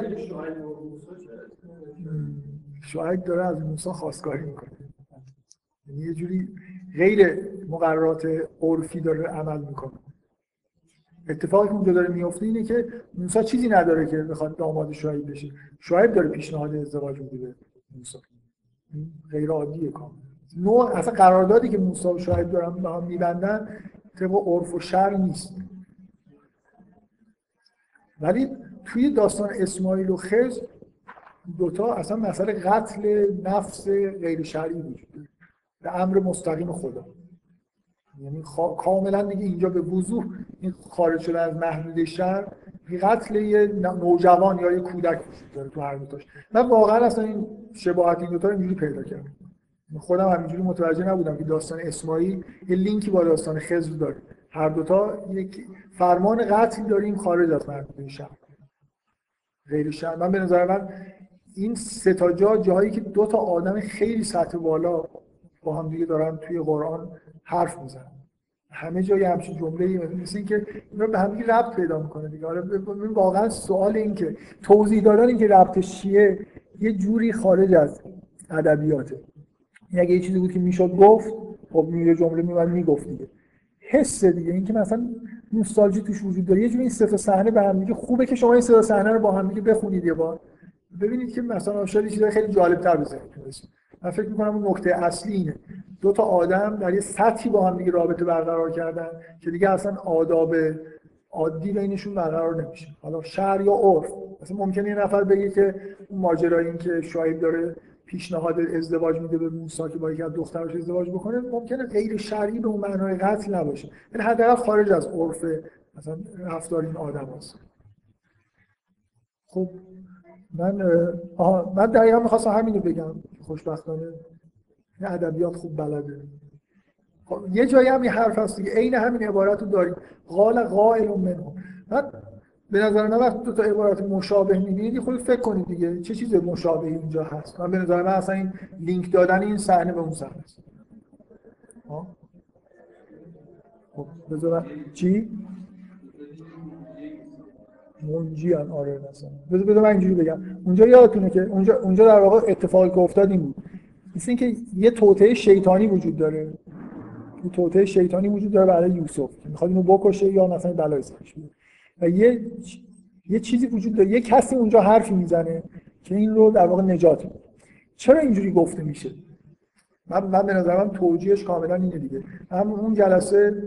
شاید داره از موسی خواستگاری میکنه، یعنی یه جوری غیر مقررات عرفی داره عمل میکنه. اتفاقی که اونجا داره میفته اینه که موسی چیزی نداره که بخواد داماد شعیب بشه. شعیب داره پیشنهاد ازدواج میده به موسی. غیر عادیه کاملا. نوع اصلا قراردادی که موسی و شعیب دارن با هم میبندن طبق عرف و شرع نیست. ولی توی داستان اسماعیل و خضر دوتا اصلا مسئله قتل نفس غیر شرعی وجود داره به امر مستقیم خدا. یعنی خا... کاملا دیگه اینجا به وضوح این خارج شدن از محدوده شرع قتل یه نوجوان یا یه کودک وجود داره تو هر دوتاش. من واقعا اصلا این شباهت این دوتا رو اینجوری پیدا کردم. خودم همینجوری متوجه نبودم که داستان اسماعیل یه لینکی با داستان خضر داره. هر دوتا یک فرمان قتل داریم خارج از محدوده شرع. غیر شرع. من به نظر من این سه تا جا جایی که دو تا آدم خیلی سطح بالا با هم دیگه دارن توی قرآن حرف میزنن. همه جای همچین جمله‌ای مثل این که اینا به هم دیگه ربط پیدا میکنه دیگه. حالا ببین واقعا سوال این که توضیح دادن این که ربطش چیه یه جوری خارج از ادبیاته. این اگه یه چیزی بود که میشد گفت، خب یه جمله میومد میگفت دیگه. حس دیگه این که مثلا نوستالژی توش وجود داره. یه جوری این سه تا صحنه به هم دیگه خوبه که شما این سه تا صحنه رو با هم دیگه بخونید یه بار. ببینید که مثلا شاید چیزای خیلی جالب‌تر بزنید. من فکر می‌کنم اون نکته اصلی اینه. دو تا آدم در یه سطحی با هم دیگه رابطه برقرار کردن که دیگه اصلا آداب عادی بینشون برقرار نمیشه. حالا شرع یا عرف. مثلا ممکنه یه نفر بگه که اون ماجرای این که شعیب داره پیشنهاد ازدواج میده به موسی که با یکی از دختراش ازدواج بکنه ممکنه غیر شرعی به اون معنای قتل نباشه. یعنی حداقل خارج از عرف مثلا رفتار این آدماست. خب من آها من دقیقاً می‌خواستم همین رو بگم. خوشبختانه این ادبیات خوب بلده. خب یه جایی هم این حرف هست دیگه عین همین عبارت رو داریم. قال قائل منهم. من به نظر من وقتی دو تا عبارت مشابه می‌بینید خودت فکر کنید دیگه چه چیز مشابهی اینجا هست. من به نظر من اصلا این لینک دادن این صحنه به اون صحنه است. ها خب بذار چی منجیان آره مثلا بذار بذار من اینجوری بگم. اونجا یادتونه که اونجا اونجا در واقع اتفاقی که افتاد این بود. مثل اینکه یه توطئه شیطانی وجود داره. یه توطئه شیطانی وجود داره برای یوسف که می‌خواد اینو بکشه یا مثلا بلای سرش بیاره. و یه یه چیزی وجود داره. یه کسی اونجا حرفی میزنه که این رو در واقع نجات میده. چرا اینجوری گفته میشه؟ من من به نظر من توجیهش کاملا اینه دیگه. هم اون جلسه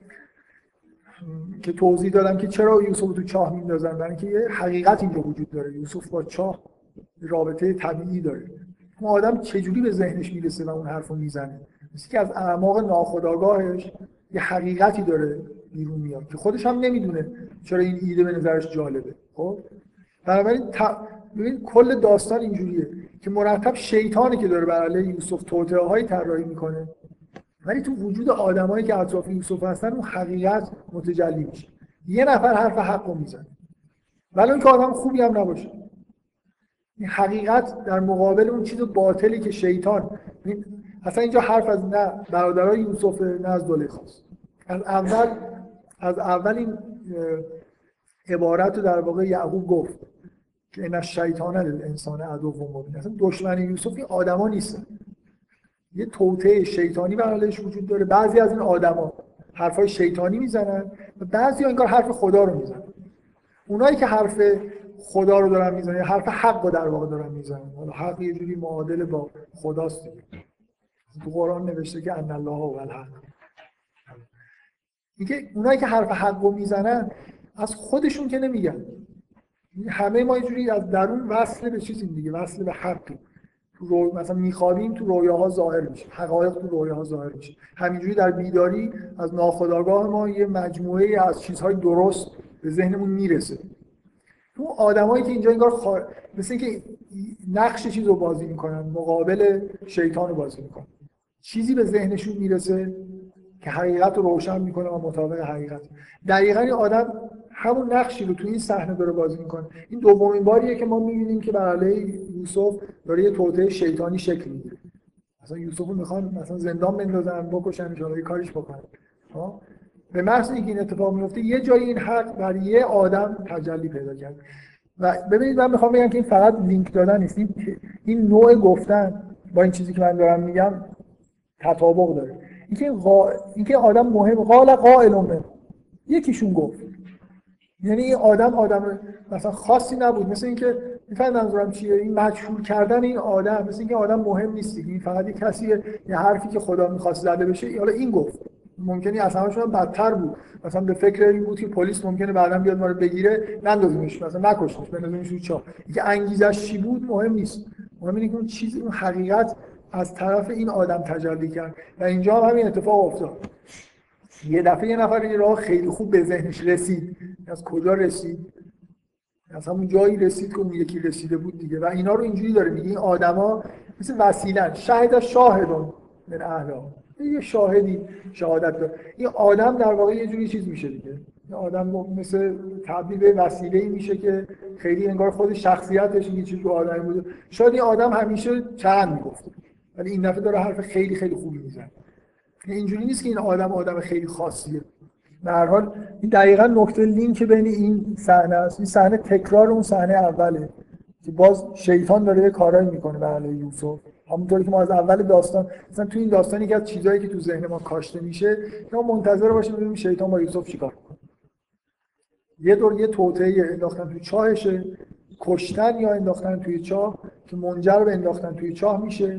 که توضیح دادم که چرا یوسف رو تو چاه میندازن، برای اینکه یه حقیقت اینجا وجود داره. یوسف با چاه رابطه طبیعی داره. اون آدم چجوری به ذهنش میرسه و اون حرفو میزنه؟ مثل که از اعماق ناخودآگاهش یه حقیقتی داره بیرون میاد که خودش هم نمیدونه چرا این ایده به نظرش جالبه. خب بنابراین تا... ببین کل داستان اینجوریه که مرتب شیطانی که داره بر علیه یوسف توطئه‌های طراحی میکنه، ولی تو وجود آدمایی که اطراف یوسف هستن اون حقیقت متجلی میشه. یه نفر حرف حقو میزنه ولی اون که آدم خوبی هم نباشه. این حقیقت در مقابل اون چیز باطلی که شیطان این اصلا اینجا حرف از نه برادرای یوسف نه از زلیخاست. از اول از اول این عبارت رو در واقع یعقوب گفت که ان الشیطان للانسان عدو مبین. اصلا دشمن یوسف این آدما نیستن. یه توطئه شیطانی بر علیهش وجود داره. بعضی از این آدما حرفای شیطانی میزنن و بعضی انگار حرف خدا رو میزنن. اونایی که حرف خدا رو دارن میزنن یا حرف حق رو در واقع دارن میزنن. حالا حق یه جوری معادل با خداست دیگه. تو قرآن نوشته که ان الله هو الحق. اینکه اونایی که حرف حق رو میزنن از خودشون که نمیگن. همه ما یه جوری از درون وصل به چیزیم دیگه، وصل به حقی. تو رو مثلا میخوابیم تو رویاها ظاهر میشه، حقایق تو رویاها ظاهر میشه. همینجوری در بیداری از ناخودآگاه ما یه مجموعه از چیزهای درست به ذهنمون میرسه. تو آدمایی که اینجا انگار خار... مثل اینکه نقش چیز رو بازی میکنن، مقابل شیطان رو بازی میکنن. چیزی به ذهنشون میرسه که حقیقت رو روشن میکنه و مطابق حقیقت. دقیقاً این آدم همون نقشی رو تو این صحنه داره بازی میکنه. این دومین باریه که ما میبینیم که بر علیه یوسف داره یه توطئه شیطانی شکل میگیره. مثلا یوسف رو میخوان مثلا زندان بندازن، بکشن، یا یه کاریش بکنن. ها به محض اینکه این اتفاق میفته یه جایی این حق بر یه آدم تجلی پیدا کرد. و ببینید من میخوام بگم که این فقط لینک دادن نیست، این این نوع گفتن با این چیزی که من دارم میگم تطابق داره. اینکه غا... اینکه آدم مهم قال قائل منهم، یکیشون گفت، یعنی این آدم آدم مثلا خاصی نبود، مثل اینکه میفهمید منظورم چیه، این مجهول کردن این آدم مثل اینکه آدم مهم نیست، این فقط یه کسیه، یه حرفی که خدا می‌خواست زده بشه حالا این گفت. ممکنه اصلا شون بدتر بود، مثلا به فکر این بود که پلیس ممکنه بعداً بیاد ما رو بگیره نندازیمش، مثلا نکشتش بندازیمش تو چاه. اینکه انگیزش چی بود مهم نیست، مهم اینه که اون چیز، اون حقیقت از طرف این آدم تجلی کرد و اینجا هم همین اتفاق افتاد. یه دفعه یه نفر این راه خیلی خوب به ذهنش رسید، از کجا رسید؟ از همون جایی رسید که اون یکی رسیده بود دیگه. و اینا رو اینجوری داره میگه این آدما مثل وسیله‌ن، شاهد شاهدون من اهلها، یه شاهدی شهادت داره. این آدم در واقع یه جوری چیز میشه دیگه، این آدم مثل تبدیل به وسیله‌ای میشه که خیلی انگار خود شخصیتش یه چیزی رو آدمی بوده. شاید این آدم همیشه چند میگفت ولی این دفعه داره حرف خیلی خیلی خوبی میزنه. اینجوری نیست که این آدم آدم خیلی خاصیه. به هر حال این دقیقاً نقطه لینک بین این صحنه است. این صحنه تکرار اون صحنه اوله که باز شیطان داره یه کارایی میکنه به علیه یوسف، همونطوری که ما از اول داستان مثلا تو این داستان یکی از چیزایی که تو ذهن ما کاشته میشه که ما منتظر باشیم ببینیم شیطان با یوسف چیکار کنه. یه دور یه توطئه انداختن توی چاهشه، کشتن یا انداختن توی چاه که منجر به انداختن توی چاه میشه.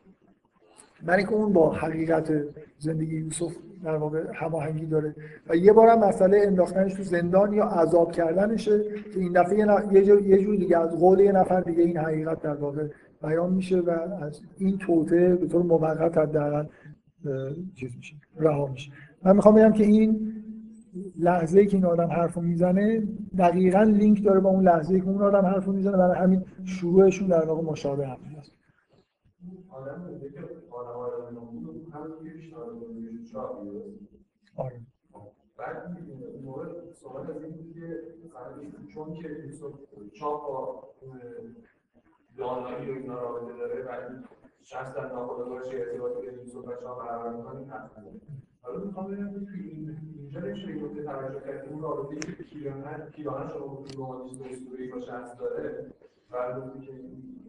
برای اینکه اون با حقیقت زندگی یوسف در واقع هماهنگی داره و یه بارم مسئله انداختنش تو زندان یا عذاب کردنشه که این دفعه یه جور یه جور دیگه از قول یه نفر دیگه این حقیقت در واقع بیان میشه و از این توطئه به طور موقت حداقل چیز میشه، رها میشه. من میخوام بگم که این لحظه‌ای که این آدم حرفو میزنه دقیقاً لینک داره با اون لحظه‌ای که اون آدم حرفو میزنه، برای همین شروعشون در واقع مشابه هم هست. آدم میگه که آدم آدم نمود همون یه بیشتر میگه چاپ میگه. آره. بعد این مورد سوال از این بود که چون که چاپ با دانایی و اینا رابطه داره و این شخص در ناخودآگاهش ارتباطی که یوسف و چاپ برقرار می‌کنه حتما. حالا میخوام ببینم که توی اینجا نمیشه این نکته توجه کرد که اون رابطه‌ای که پیراهن پیراهن شما تو رومانیسم اسطوره‌ای با شخص داره و گفتی که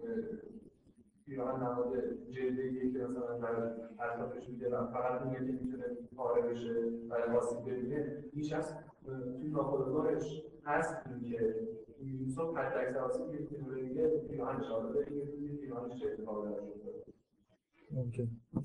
پیراهن نماد جلده‌ایه که مثلا در اطرافش می‌گردن فقط اون یکی میتونه پاره بشه و آسیب ببینه. این شخص توی ناخودآگاهش هست که یوسف حداکثر آسیبی که میتونه ببینه پیراهنش آره ببینه توی پیراهنش چه اتفاقی افتاده. ممکن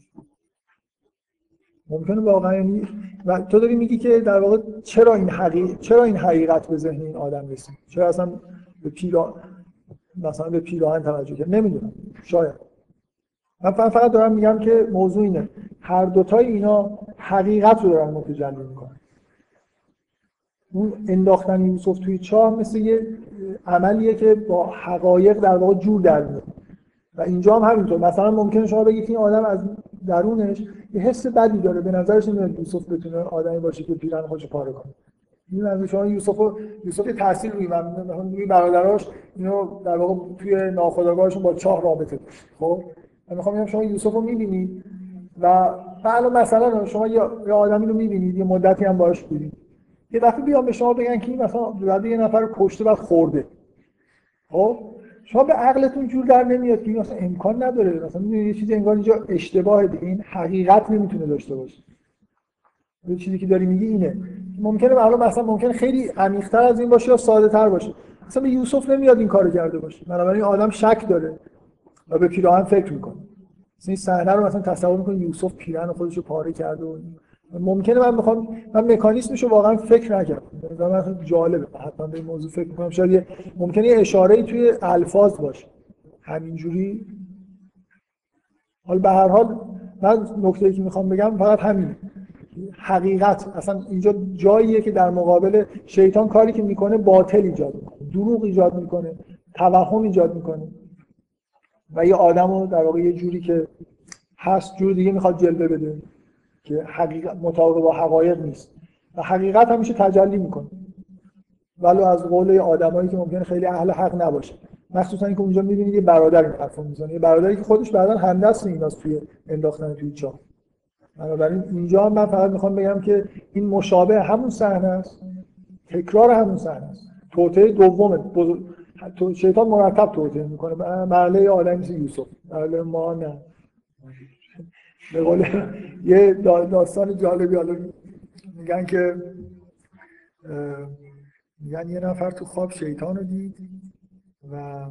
ممکنه واقعا یعنی و تو داری میگی که در واقع چرا این حقیقت چرا این حقیقت به ذهن این آدم رسید؟ چرا اصلا به پیرا مثلا به پیراهن توجه کرد؟ نمیدونم، شاید. من فقط دارم میگم که موضوع اینه هر دوتای اینا حقیقت رو دارن متجلی میکنن. اون انداختن یوسف توی چاه مثل یه عملیه که با حقایق در واقع جور در میاد و اینجا هم همینطور. مثلا ممکنه شما بگید این آدم از درونش یه حس بدی داره، به نظرش نمیاد یوسف بتونه آدمی باشه که پیراهن خودش پاره کنه. می‌بینید شما یوسف یوسف تاثیر روی من روی برادراش اینو در واقع توی ناخودآگاهشون با چاه رابطه داشت. خب من می‌خوام بگم شما یوسف رو می‌بینید و بعد مثلا شما یه آدمی رو می‌بینید یه مدتی هم باهاش بودید، یه دفعه بیان به شما بگن که مثلا بعد یه نفر رو کشته و خورده، خب شما به عقلتون جور در نمیاد که این اصلا امکان نداره، مثلا می‌دونید یه چیزی انگار اینجا اشتباهه دیگه، این حقیقت نمیتونه داشته باشه. یه چیزی که داری میگی اینه. ممکنه حالا مثلا ممکنه خیلی عمیق‌تر از این باشه یا ساده‌تر باشه. مثلا به یوسف نمیاد این کارو کرده باشه. بنابراین آدم شک داره و به پیراهن فکر میکنه. مثلا این صحنه رو مثلا تصور میکنه یوسف پیراهن خودش رو پاره کرده و ممکنه من میخوام من مکانیزمش رو واقعا فکر نکردم. مثلا جالبه، حتما به این موضوع فکر میکنم. شاید ممکنه یه اشاره‌ای توی الفاظ باشه. همینجوری. حالا به هر حال من نکته‌ای که میخوام بگم فقط همینه. حقیقت اصلا اینجا جاییه که در مقابل شیطان کاری که میکنه باطل ایجاد میکنه، دروغ ایجاد میکنه، توهم ایجاد میکنه و یه آدمو در واقع یه جوری که هست جور دیگه میخواد جلوه بده که حقیقت مطابق با حقایق نیست و حقیقت همیشه تجلی میکنه ولو از قول آدمایی که ممکنه خیلی اهل حق نباشه. مخصوصا اینکه اونجا می‌بینید یه برادر این حرفو میزنه، یه برادری که خودش بعداً همدست ایناست توی انداختن توی چاه. بنابراین اینجا من فقط میخوام بگم که این مشابه همون صحنه است، تکرار همون صحنه است. توطئه دومه بزرگ... شیطان مرتب توطئه میکنه مرحله آدمی مثل یوسف، مرحله ما نه. به قول یه داستان جالبی حالا میگن که میگن یه نفر تو خواب شیطان رو دید و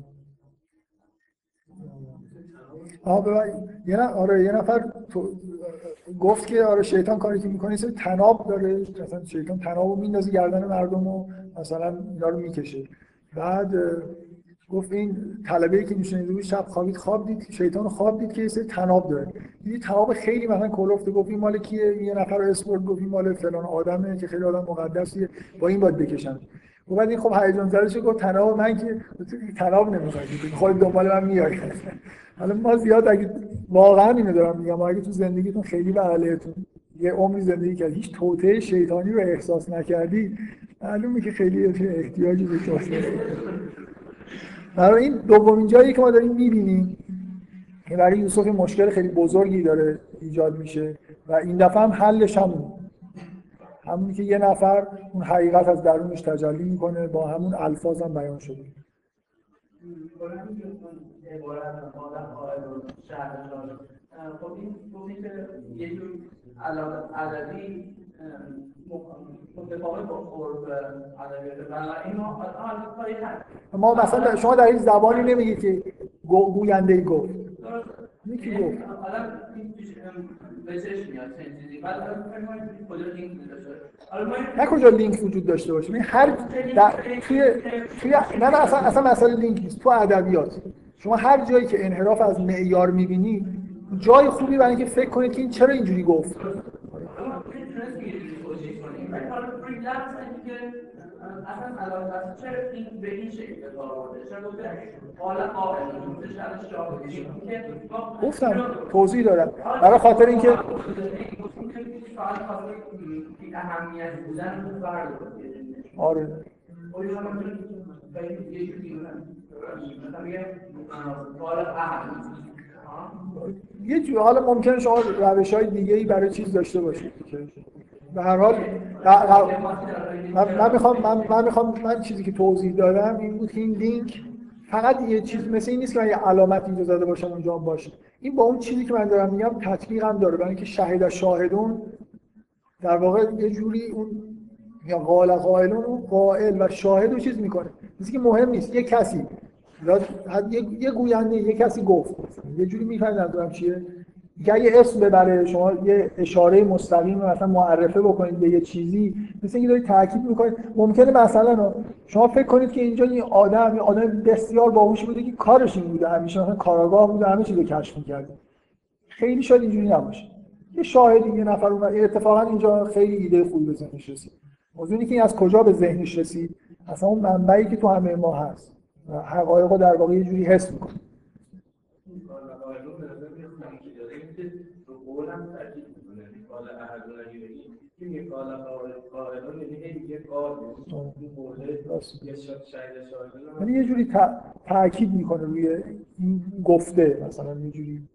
آه یه نفر آره یه نفر تو... گفت که آره شیطان کاری که میکنه سه تناب داره، مثلا شیطان تنابو میندازه گردن مردم و مثلا اینا رو میکشه. بعد گفت این طلبه‌ای که میشنیده بود شب خوابید خواب دید شیطان خواب دید که یه سری تناب داره، این تناب خیلی مثلا کلفته، گفت این مال کیه؟ یه نفر اسپورت گفت این مال فلان آدمه که خیلی آدم مقدسیه، با این باید بکشن. و بعد این خب هیجان زده شد گفت تناب من که تناب نمی‌خوام خود دنبال من میای. حالا ما زیاد اگه واقعا اینو دارم میگم اگه تو زندگیتون خیلی به علیتون یه عمری زندگی کردی هیچ توطئه شیطانی رو احساس نکردی، معلومه که خیلی احتیاجی به توسعه. برای این دومین جایی که ما داریم می‌بینیم که برای یوسف مشکل خیلی بزرگی داره ایجاد میشه و این دفعه هم حلش همون همونی که یه نفر اون حقیقت از درونش تجلی میکنه با همون الفاظ هم بیان شده. عبارت آدم قائل و شهر شهر خب این گفتی که یه جور عددی متفاوت با قرب ادبیات بنابراین ما مثلا شما در این زبانی نمیگید که گوینده گفت یکی گفت آدم به چشم میاد چیزی بعد کجا لینک داشته نه کجا لینک وجود داشته باشه هر توی توی نه نه اصلا اصلا مسئله لینک نیست. تو ادبیات شما هر جایی که انحراف از معیار می‌بینید جای خوبی برای اینکه فکر کنید که این چرا اینجوری گفت. اصلا علاوه چرا این به این شکل کار آورده؟ چرا گفته حالا قائل بوده شرط شاهدی که گفتم توضیح دادم برای خاطر اینکه فقط خاطر این اهمیت بودن فرد آره یه جور حالا ممکنه شما روش‌های دیگه‌ای برای چیز داشته باشید که به هر حال من من میخوام من من میخوام من چیزی که توضیح دادم این بود که این لینک فقط یه چیز مثل این نیست که من یه علامت اینجا زده باشم اونجا هم باشه. این با اون چیزی که من دارم میگم تطبیق هم داره برای اینکه شهید شاهدون در واقع یه جوری اون یا قال قائلون اون قائل و شاهد رو چیز میکنه. چیزی که مهم نیست یه کسی یه یه گوینده یه کسی گفت یه جوری میفهمم دارم چیه که یه اسم ببره شما یه اشاره مستقیم مثلا معرفه بکنید به یه چیزی مثل اینکه دارید تاکید میکنید. ممکنه مثلا شما فکر کنید که اینجا این آدم یه آدم بسیار باهوشی بوده که کارش این بوده همیشه مثلا کاراگاه بوده همه چیزو کشف می‌کرده. خیلی شاید اینجوری نباشه. یه شاهدی یه نفر اومد اتفاقا اینجا خیلی ایده خوبی به ذهنش رسید. موضوعی که این از کجا به ذهنش رسید اصلا اون منبعی که تو همه ما هست حقایق رو در واقع یه جوری حس می‌کنه. قولم تأکید میکنه قال احدون اگرگی که میقال قائلون یعنی میگه قال این مورد یه شاید شاهدون یعنی یه جوری تأکید میکنه روی این گفته مثلا یه جوری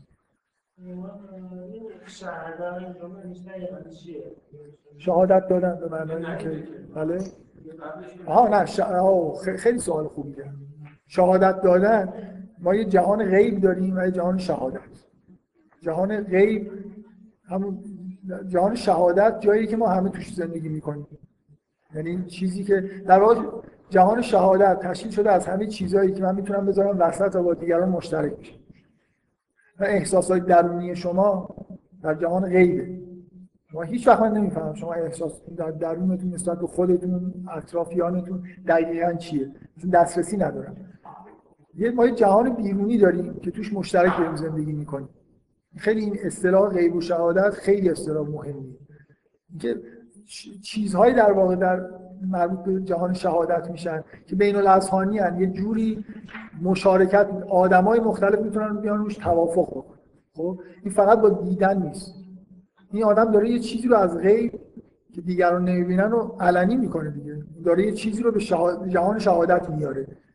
شهادت دادن به معنای اینکه بله آها نه ش... آه خیلی سوال خوبیه. شهادت دادن ما یه جهان غیب داریم و یه جهان شهادت. جهان غیب همون جهان شهادت جایی که ما همه توش زندگی میکنیم یعنی چیزی که در واقع جهان شهادت تشکیل شده از همه چیزایی که من میتونم بذارم وسط و با دیگران مشترک بشه و احساسات درونی شما در جهان غیبه. شما هیچ وقت من نمیفهمم شما احساس در درونتون نسبت به خودتون اطرافیانتون دقیقاً چیه دسترسی ندارم. یه ما یه جهان بیرونی داریم که توش مشترک داریم زندگی میکنیم. خیلی این اصطلاح غیب و شهادت خیلی اصطلاح مهمیه که چیزهایی در واقع در مربوط به جهان شهادت میشن که بین الاذهانی ان یه جوری مشارکت آدمای مختلف میتونن بیان روش توافق بکنن. خب این فقط با دیدن نیست. این آدم داره یه چیزی رو از غیب که دیگران نمیبینن رو علنی میکنه دیگه داره یه چیزی رو به شهاد... جهان شهادت میاره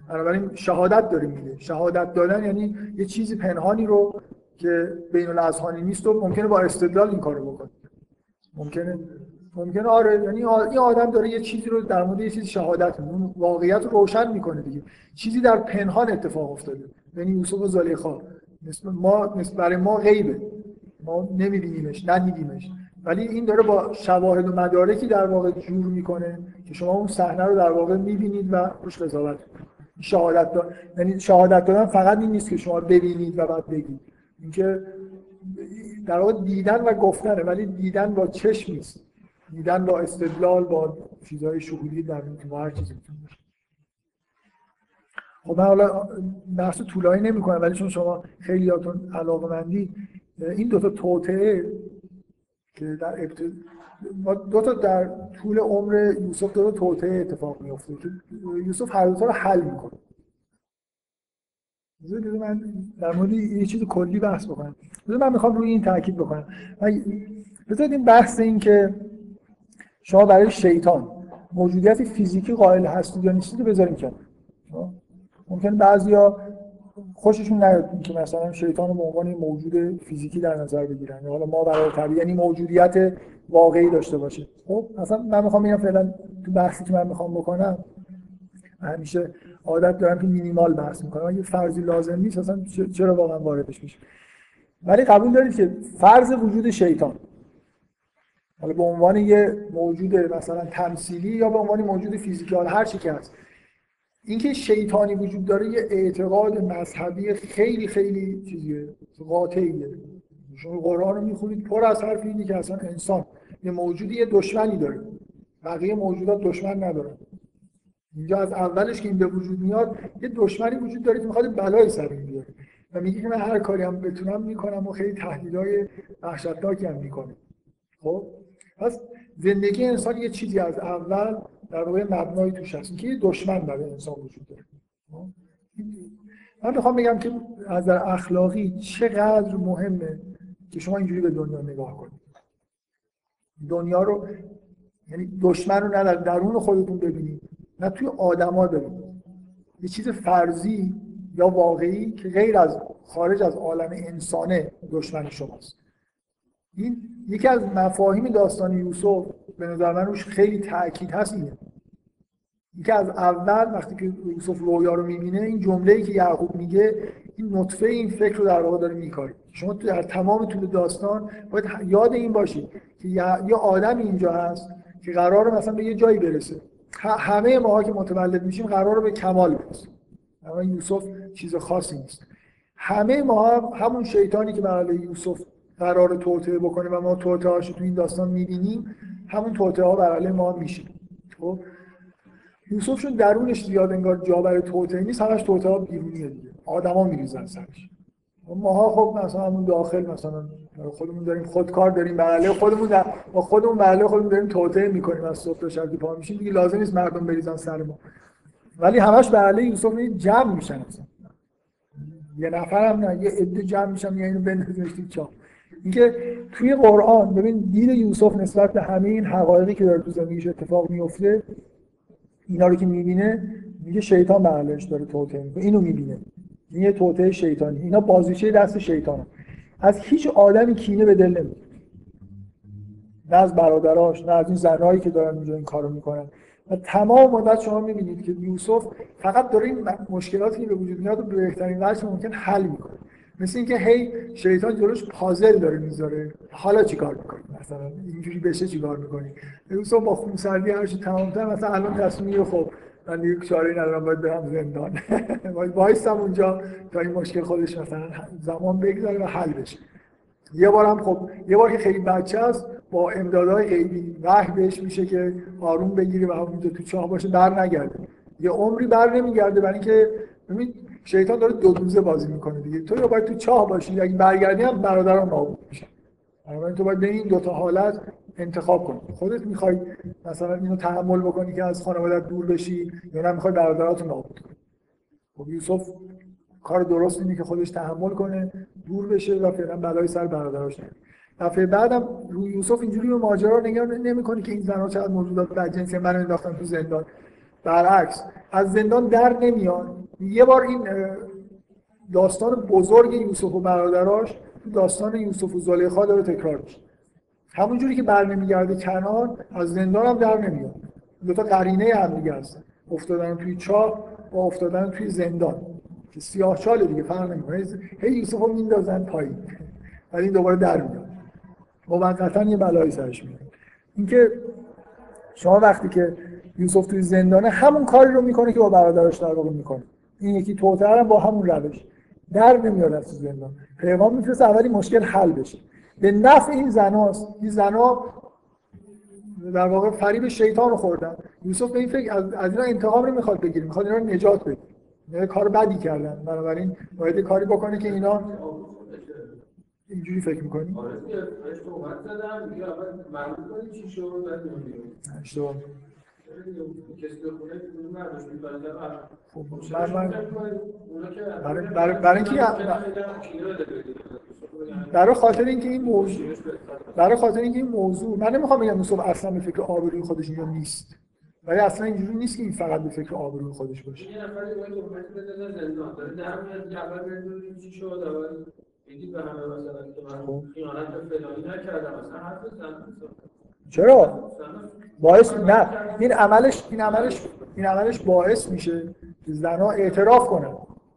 بنابراین شهادت داریم میگه. شهادت دادن یعنی یه چیزی پنهانی رو که بین الاذهانی نیست و ممکنه با استدلال این کارو بکنه. ممکنه ممکنه آره، یعنی این آدم داره یه چیزی رو در مورد یه چیزی شهادت میکنه، اون واقعیت رو روشن میکنه دیگه. چیزی در پنهان اتفاق افتاده. یعنی یوسف و زلیخا مثل ما مثل برای ما غیبه. ما نمیبینیمش، ندیدیمش. ولی این داره با شواهد و مدارکی در واقع جور میکنه که شما اون صحنه رو در واقع میبینید و روش قضاوت میکنید. شهادت دادن یعنی شهادت دادن فقط این نیست که شما ببینید و بعد بگید. اینکه در واقع دیدن و گفتنه، ولی دیدن با چشم نیست. دیدن با استدلال، با چیزهای شهودی در با هر چیزی میتونه باشه. خب من حالا بحث طولانی نمی‌کنم، ولی چون شما خیلیاتون علاقه‌مندی این دو تا توطئه که در ابتدا دو تا در طول عمر یوسف دو تا توطئه اتفاق میفته که یوسف هر دو تا رو حل میکنه. بذارید من در مورد یه چیز کلی بحث بکنم. بذارید من میخوام روی این تاکید بکنم. بذارید این بحث این که شما برای شیطان موجودیت فیزیکی قائل هستید یا نیستید رو بذاریم کنار. ممکنه بعضیا خوششون نیاد که مثلا شیطان رو به عنوان موجود فیزیکی در نظر بگیرن، یا حالا ما برای طبیعی یعنی موجودیت واقعی داشته باشه. خب مثلا من میخوام بگم فعلا تو بحثی که من میخوام بکنم همیشه عادت دارم که مینیمال بحث میکنم. اگه فرضی لازم نیست اصلا چرا واقعا واردش میشه. ولی قبول دارید که فرض وجود شیطان حالا به عنوان یه موجود مثلا تمثیلی یا به عنوان موجود فیزیکی، حالا هر چی که هست، اینکه شیطانی وجود داره یه اعتقاد مذهبی خیلی خیلی چیزیه قاطعیه. شما قرآن رو میخونید پر از حرف اینه که اصلا انسان یه موجودی یه دشمنی داره، بقیه موجودات دشمن ندارن. اینجا از اولش که این به وجود میاد یه دشمنی وجود داره که میخواد بلای سر این بیاره و میگه که من هر کاری هم بتونم میکنم و خیلی تهدیدهای وحشتناکی هم میکنه. خب پس زندگی انسان یه چیزی از اول در واقع مبنایی توش هست که یه دشمن برای انسان وجود داره. من میخوام بگم که از نظر اخلاقی چقدر مهمه که شما اینجوری به دنیا نگاه کنید. دنیا رو یعنی دشمن رو نه در درون خودتون ببینید، نه توی آدما ببینید. یه چیز فرضی یا واقعی که غیر از خارج از عالم انسانه دشمن شماست. این یکی از مفاهیم داستان یوسف به نظر من روش خیلی تأکید هست اینه. اینکه از اول وقتی که یوسف رویا رو میبینه این جمله‌ای که یعقوب میگه این نطفه این فکر رو در واقع داره میکاره. شما در تمام طول داستان باید یاد این باشید که یه آدمی اینجا هست که قراره مثلا به یه جایی برسه. همه ماها که متولد میشیم قراره به کمال برسیم. اما یوسف چیز خاصی نیست. همه ما همون شیطانی که برای یوسف قرار توطئه بکنه و ما توطئه هاشو تو این داستان میبینیم همون توطئه ها برای ما میشه. خب یوسف چون درونش زیاد انگار جا برای توطئه نیست، همش توطئه ها بیرونیه دیگه. آدما میریزن سرش. ماها خب مثلا همون داخل مثلا خودمون داریم خودکار داریم بله خودمون در با خودمون بله خودمون داریم توطئه میکنیم از صبح تا شب که پا میشیم دیگه لازم نیست مردم بریزن سر ما. ولی همش بله یوسف جمع میشن مثلا. یه نفر هم نه یه عده جمع میشن یا اینو بندازیمش تو چاه. اینکه توی قرآن ببین دید یوسف نسبت به همه این حقایقی که داره تو زندگیش اتفاق میفته اینا رو که میبینه میگه شیطان بغلش داره توطئه میکنه. اینو میبینه این یه توطئه شیطانی، اینا بازیچه دست شیطانه. از هیچ آدمی کینه به دل نمیگیره، نه از برادراش نه از این زنایی که دارن اینجا این کارو میکنن. و تمام مدت شما میبینید که یوسف فقط داره این مشکلاتی که به وجود میاد رو به بهترین وجه ممکن حل میکنه. مثل اینکه هی شیطان جلوش پازل داره میذاره، حالا چیکار میکنی؟ مثلا اینجوری بشه چیکار میکنی؟ یوسف با خونسردی هرچی تمام‌تر مثلا الان تصمیم میگیره خب من دیگه چاره‌ای ندارم باید برم زندان. باید وایسم اونجا تا این مشکل خودش مثلا زمان بگذره و حل بشه. یه بارم خب یه بار که خیلی بچه است با امدادهای غیبی وحی بهش میشه که آروم بگیره و اونجا تو چاه باشه بر نگرده. یه عمری بر نمیگرده برای اینکه ببین شیطان داره دو روزه بازی میکنه دیگه. تو یا باید تو چاه باشی اگه برگردی هم برادران نابود میشن. بنابراین تو باید بین این دو تا حالت انتخاب کنی. خودت میخوای مثلا اینو تحمل بکنی که از خانواده‌ات دور بشی یا نه میخوای برادراتو نابود کنی. خب یوسف کار درست اینه که خودش تحمل کنه دور بشه و فعلا بلای سر برادراش نیاره. دفعه بعدم روی یوسف اینجوری به ماجرا نگاه نمی‌کنی که این زن‌ها چقدر موجودات بدجنسی منو انداختن تو زندان. برعکس از زندان در نمیان یه بار این داستان بزرگ یوسف و برادراش تو داستان یوسف و زلیخا داره تکرار میشه. همونجوری که برنمیگرده کنعان از زندان هم در نمیاد. دو تا قرینه هم دیگه هستن. افتادن توی چاه و افتادن توی زندان. که سیاه‌چاله دیگه فرق نمی‌کنه. هی یوسفو میندازن پایین. ولی این دوباره در میاد. موقتا یه بلایی سرش میاد. اینکه شما وقتی که یوسف توی زندانه همون کاری رو میکنه که با برادرش در واقع میکنه. این یکی توطئه هم با همون روش در نمیاد از زندان. پیغام میفرسته اولی مشکل حل بشه. به نفع این زناست. این زنا در واقع فریب شیطان رو خوردن. یوسف به این فکر از, از اینا انتقام رو میخواد بگیره، میخواد اینا رو نجات بده. اینا کار بدی کردن، بنابراین باید کاری بکنه که اینا اینجوری فکر می‌کنی؟ آره دیگه صحبت زدم دیگه اول معلوم کنید چی شد بعد می‌بینیم. اشتباه. کسی به خونه اون مردش می‌بره. خب من من برای برای برای اینکه برای خاطر اینکه این موضوع برای خاطر اینکه این موضوع من نمیخوام بگم یوسف اصلا به فکر آبروی خودش اینجا نیست. ولی اصلا اینجوری نیست که این فقط به فکر آبروی خودش باشه. یه نفری باید صحبت بزنه زندان داره در میاد اول ببینیم چی شد اول بگید به همه مثلا که من خیانت به فلانی نکردم مثلا حرف بزنم. چرا؟ باعث نه این عملش این عملش این عملش باعث میشه که زنها اعتراف کنن.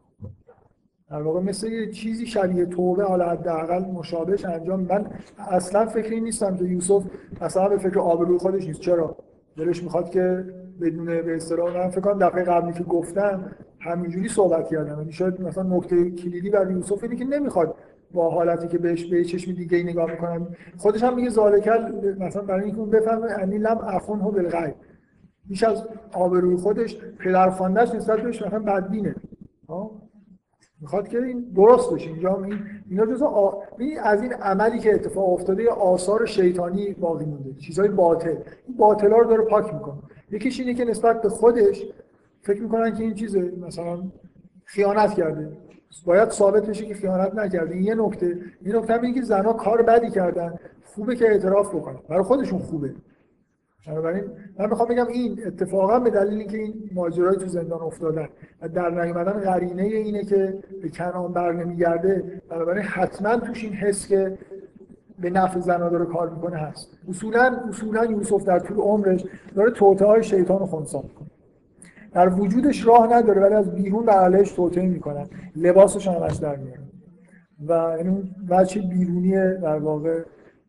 در واقع مثل یه چیزی شبیه توبه حالا حداقل مشابهش انجام. من اصلا فکری نیستم که یوسف اصلا به فکر آبروی خودش نیست. چرا؟ دلش میخواد که بدون به اصطلاح من فکر کنم دفعه قبلی که گفتم همینجوری صحبت کردم. یعنی شاید مثلا نکته کلیدی برای یوسف اینه که نمیخواد با حالتی که بهش به چشم دیگه‌ای نگاه میکنن. خودش هم میگه ذالکل مثلا برای اینکه اون بفهمه انی لم اخونه بالغیب. بیش از آبروی خودش پدرخوانده‌اش نسبت بهش مثلا بدبینه. ها میخواد که این درست بشه. اینجا این اینا جزء آ... از این عملی که اتفاق افتاده آثار شیطانی باقی مونده، چیزای باطل. این باطلا رو داره پاک میکنه. یکیش اینه که نسبت به خودش فکر میکنن که این چیزه مثلا خیانت کرده. باید ثابت بشه که خیانت نکرده. این یه نکته. این نکته اینه که زنا کار بدی کردن. خوبه که اعتراف بکنن. برای خودشون خوبه. بنابراین من میخوام بگم این اتفاقا به دلیل اینکه این ماجرای تو زندان افتادن و در نیومدن قرینه اینه که به کنعان برنمیگرده، بنابراین حتما توش این حس که به نفع زنا داره کار میکنه هست. اصولا اصولا یوسف در طول عمرش داره توطئه‌های شیطان رو خنثی میکنه. در وجودش راه نداره ولی از بیرون بر علیهش توطئه میکنن. لباسش هم ازش در میارن. و یعنی اون بچه بیرونی در واقع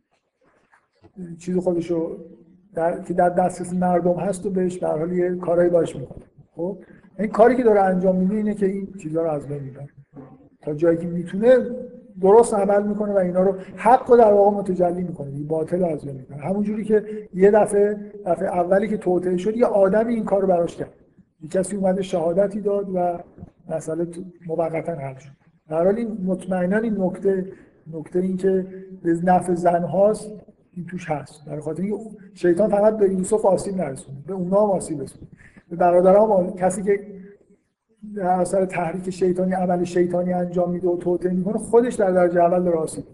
چیز خودشو در که در دسترس مردم هست و بهش به هر حال یه کارایی باش میکنه. خب این کاری که داره انجام میده اینه که این چیزا رو از بین میبره. تا جایی که میتونه درست عمل میکنه و اینا رو حق رو در واقع متجلی میکنه. این باطل رو از بین میبره. همون جوری که یه دفعه دفعه اولی که توطئه شد یه آدمی این کارو براش کرد. یه کسی اومده شهادتی داد و مسئله موقتا حل شد. در حال این مطمئنا این نکته نکته این که به نفع زن هاست این توش هست. در خاطر اینکه شیطان فقط به یوسف آسیب نرسونه، به اونها هم آسیب رسونه. به برادرام کسی که در اثر تحریک شیطانی عمل شیطانی انجام میده و توطئه میکنه خودش در درجه اول داره آسیب.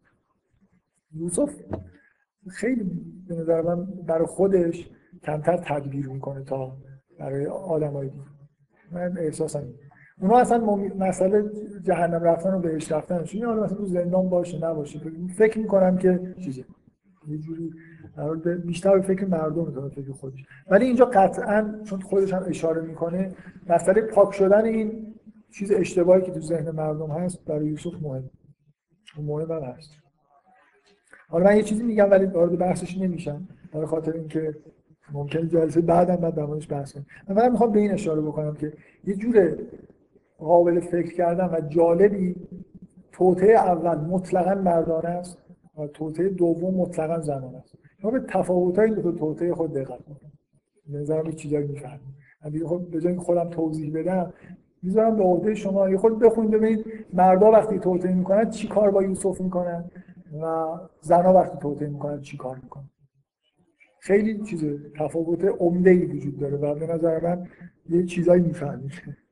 یوسف خیلی به نظر من برای خودش کمتر تدبیر میکنه تا برای آدمای دیگه. من احساسم اینه. اونا اصلا مسئله جهنم رفتن و بهشت رفتن چون حالا مثلا تو زندان باشه نباشه فکر میکنم که چیزه یه جوری بیشتر به فکر مردم تا فکر خودش. ولی اینجا قطعاً چون خودش هم اشاره میکنه مسئله پاک شدن این چیز اشتباهی که تو ذهن مردم هست برای یوسف مهم مهم هم هست. حالا من یه چیزی میگم ولی وارد بحثش نمیشم برای خاطر اینکه ممکنه جلسه بعدم بعد در موردش بحث کنم. من فقط میخوام به این اشاره بکنم که یه جور قابل فکر کردن و جالبی توطئه اول مطلقاً مردانه است و توطئه دوم مطلقاً زنانه است. ما به تفاوت‌های این دو تا توطئه خود دقت کنیم. به نظرم یه چیزایی می‌فهمیم. من دیگه خود به جای اینکه خودم توضیح بدم میذارم به عهده شما یه خود بخونید ببینید مردا وقتی توطئه می‌کنن چی کار با یوسف می‌کنن و زن‌ها وقتی توطئه می‌کنن چی کار می‌کنن. خیلی چیز تفاوت عمده‌ای وجود داره و به نظر من یه چیزایی می‌فهمید.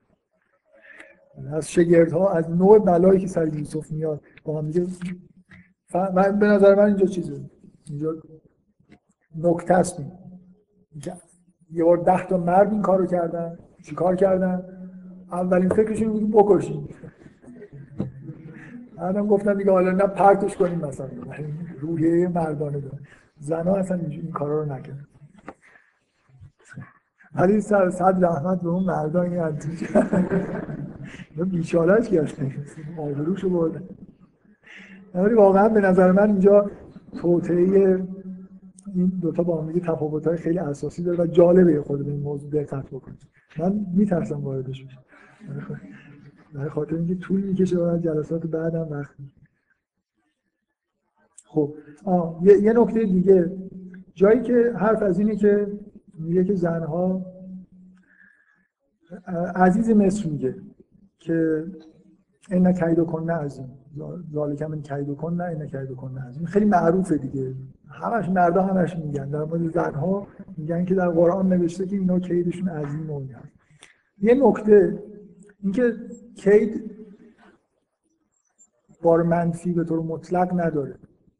از شگردها از نوع بلایی که سر یوسف میاد با هم دیگه من به نظر من اینجا چیزه اینجا نکته است. یه بار ده تا مرد این کارو کردن چی کار کردن؟ اولین فکرشون میگه بکشیم. بعدم گفتن دیگه حالا نه پرتش کنیم مثلا، روحیه مردانه داره. زن‌ها اصلا این کارا رو نکنن. ولی صد صد رحمت به اون مردان این انتیج بیچاره‌اش کردن، آبروشو بردن. ولی واقعا به نظر من اینجا توطئه این دوتا با هم دیگه تفاوت‌های خیلی اساسی داره و جالبه خود به این موضوع دقت بکنید. من میترسم واردش بشم برای خاطر اینکه طول میکشه و جلسات بعدم وقت. خب آه یه, یه نکته دیگه، جایی که حرف از اینه که میگه که زنها عزیز مصر میگه که این کیدکن عظیم، ذالک من کیدکن نه این کیدکن عظیم، خیلی معروفه دیگه، همش مردا همش میگن در مورد زنها، میگن که در قرآن نوشته که اینا کیدشون عظیمه. و یه نکته اینکه کید بار منفی به طور مطلق نداره.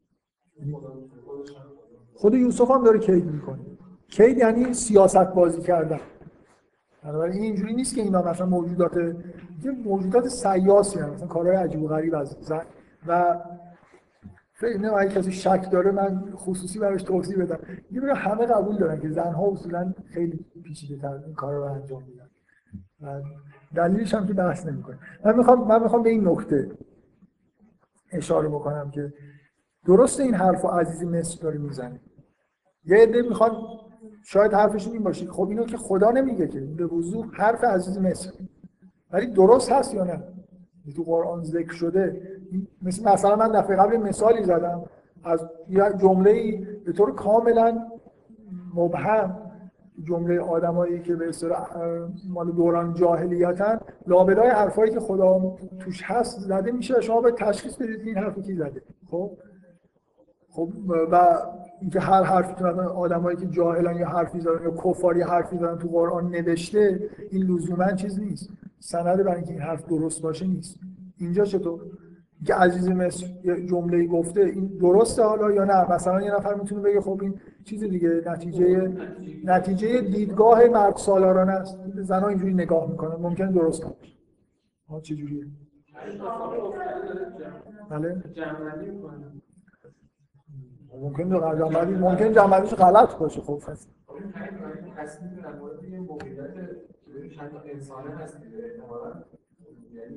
خود یوسف هم داره کید میکنه. کید یعنی سیاست بازی کردن. بنابراین این اینجوری نیست که اینا مثلا موجودات موجودات سیاسی هستن، مثلا کارهای عجیب و غریب از زن و فکر نمی‌کنم اگه کسی شک داره من خصوصی براش توضیح بدم. میگم همه قبول دارن که زن‌ها اصولاً خیلی پیچیده‌تر این کارا رو انجام میدن. و دلیلش هم که بحث نمی‌کنم. من می‌خوام من می‌خوام به این نکته اشاره بکنم که درست این حرفو عزیز مصر داره میزنه. یه عده میخوان شاید حرفشون این باشه خب اینو که خدا نمیگه که به وضوح حرف عزیز مصر، ولی درست هست یا نه؟ تو قرآن ذکر شده. مثل مثلا من دفعه قبل مثالی زدم از یه جمله‌ای به طور کاملا مبهم، جمله آدمایی که به اصطلاح مال دوران جاهلیتن، لابلای حرفایی که خدا توش هست زده میشه، شما باید تشخیص بدید این حرفی کی زده. خب خب و اینکه هر حرفی تو آدمایی که جاهلن یا حرفی زدن یا کفاری حرفی زدن تو قرآن نوشته، این لزوما چیز نیست، سند برای اینکه این حرف درست باشه نیست. اینجا چطور که عزیز مصر یه جمله‌ای گفته این درسته حالا یا نه؟ مثلا یه نفر میتونه بگه خب این چیز دیگه نتیجه نتیجه دیدگاه مرد سالارانه است، زن‌ها اینجوری نگاه میکنن، ممکنه درست باشه. ها چه جوریه؟ بله جمع‌بندی می‌کنن. ممکن جمع‌بندی ممکن جمع‌بندیش غلط باشه. خب پس تصمیم در مورد این موقعیت که چند تا انسانه هست دیگه احتمالاً یعنی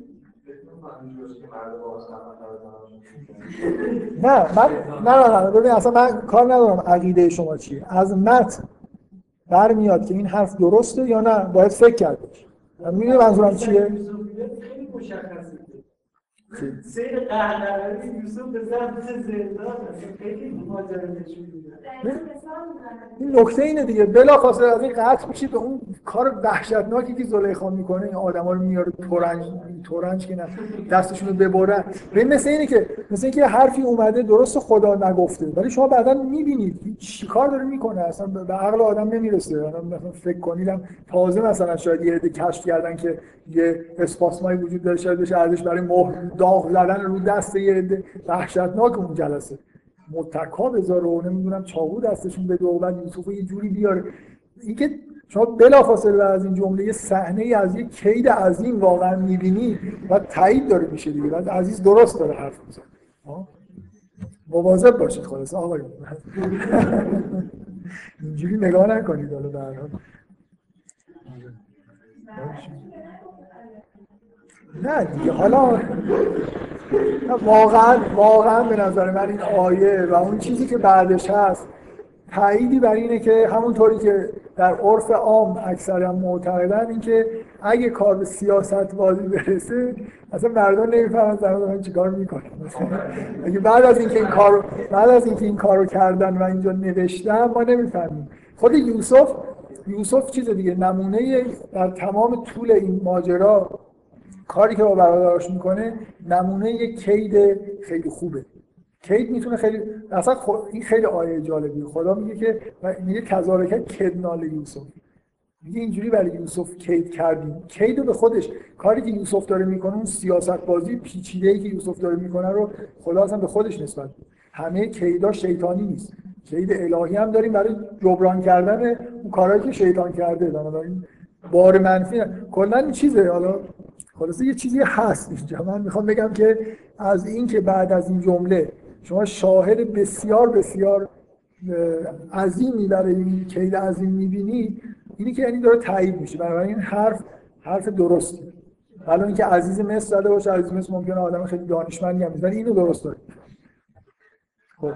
نه من نه نه نه ببین اصلا من کار ندارم عقیده شما چیه، از متن برمیاد که این حرف درسته یا نه، باید فکر کرد باشه. میدونی منظورم چیه؟ خیلی مشخصه. سیر قهرمانی یوسف به ضبط زندان خیلی ماجرا نشون میده. این نکته اینه دیگه، بلافاصله از این قطع میشید به اون کار وحشتناکی که زلیخا میکنه، این آدما رو میاره تورنج تورنج که نه دستشون رو ببرن. ببین مثل اینه که مثل اینکه یه حرفی اومده درست خدا نگفته، ولی شما بعداً میبینید چیکار داره میکنه، اصلا به عقل آدم نمیرسه. مثلا فکر کنیدم تازه مثلا شاید یه عده کشف کردن که یه اسپاسمایی وجود داره، شاید بشه ارزش برای مهر داغ زدن رو دست یه عده. وحشتناک اون جلسه متکا بذاره و نمیدونم چاقو دستشون بده و بعد یوسف یه جوری بیاره. اینکه شما بلافاصله از این جمله یه صحنه‌ای از یک کید عظیم واقعا می‌بینی و تایید داره میشه دیگه. بعد عزیز درست داره حرف میزنه. مواظب باشید خلاص آقایون. اینجوری نگاه نکنید حالا به هر حال. نه دیگه حالا واقعا واقعا به نظر من این آیه و اون چیزی که بعدش هست تأییدی بر اینه که همونطوری که در عرف عام اکثرا معتقدن این که اگه کار به سیاست بازی برسه اصلا مردان نمیفهمن زنان دارن چیکار میکنن. اگه بعد از اینکه این کارو بعد از اینکه این کارو کردن و اینجا نوشتن ما نمیفهمیم. خود یوسف یوسف چیز دیگه نمونه در تمام طول این ماجرا کاری که با برادراش میکنه نمونه یک کید خیلی خوبه. کید میتونه خیلی اصلا خ... این خیلی آیه جالبیه. خدا میگه که میگه کذالک کدنا لیوسف، میگه اینجوری برای یوسف کید کردیم. کیدو به خودش کاری که یوسف داره میکنه اون سیاست بازی پیچیده‌ای که یوسف داره میکنه رو خدا اصلا به خودش نسبت میده. همه کیدا شیطانی نیست، کید الهی هم داریم برای جبران کردن اون کارهایی که شیطان کرده. بنابراین بار منفی کلا این چیزه. حالا خلاصه یه چیزی هست اینجا. من میخوام بگم که از این که بعد از این جمله شما شاهد بسیار بسیار عظیمی برای این کید عظیم میبینید، اینی که یعنی داره تایید میشه. بنابراین این حرف حرف درستی. حالا اینکه عزیز مصر زده باشه، عزیز مصر ممکنه آدم خیلی دانشمندی هم ولی اینو درست داره. خب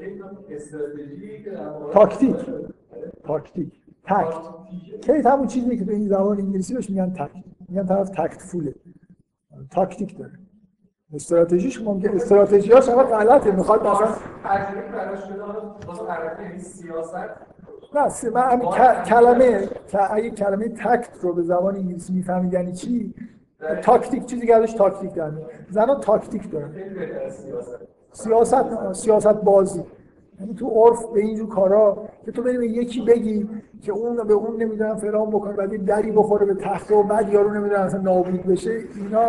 تاکتیک تاکتیک تاکت کید همون چیزی که به این زبان انگلیسی بهش میگن تاکت، میگن طرف تاکتفوله، تاکتیک داره. استراتژیش ممکن استراتژیاش هم غلطه، میخواد مثلا ترجمه براش شده واسه حرکت سیاست. نه من همین کلمه اگه کلمه تاکت رو به زبان انگلیسی میفهمید یعنی چی، تاکتیک چیزی که ازش تاکتیک در میاد. زنا تاکتیک دارن. سیاست سیاست بازی، یعنی تو عرف به اینجور کارا که تو بریم یکی بگی که اون به اون نمیدونم فلان بکنه، بعد دری بخوره به تخته و بعد یارو نمیدونم اصلا نابود بشه، اینا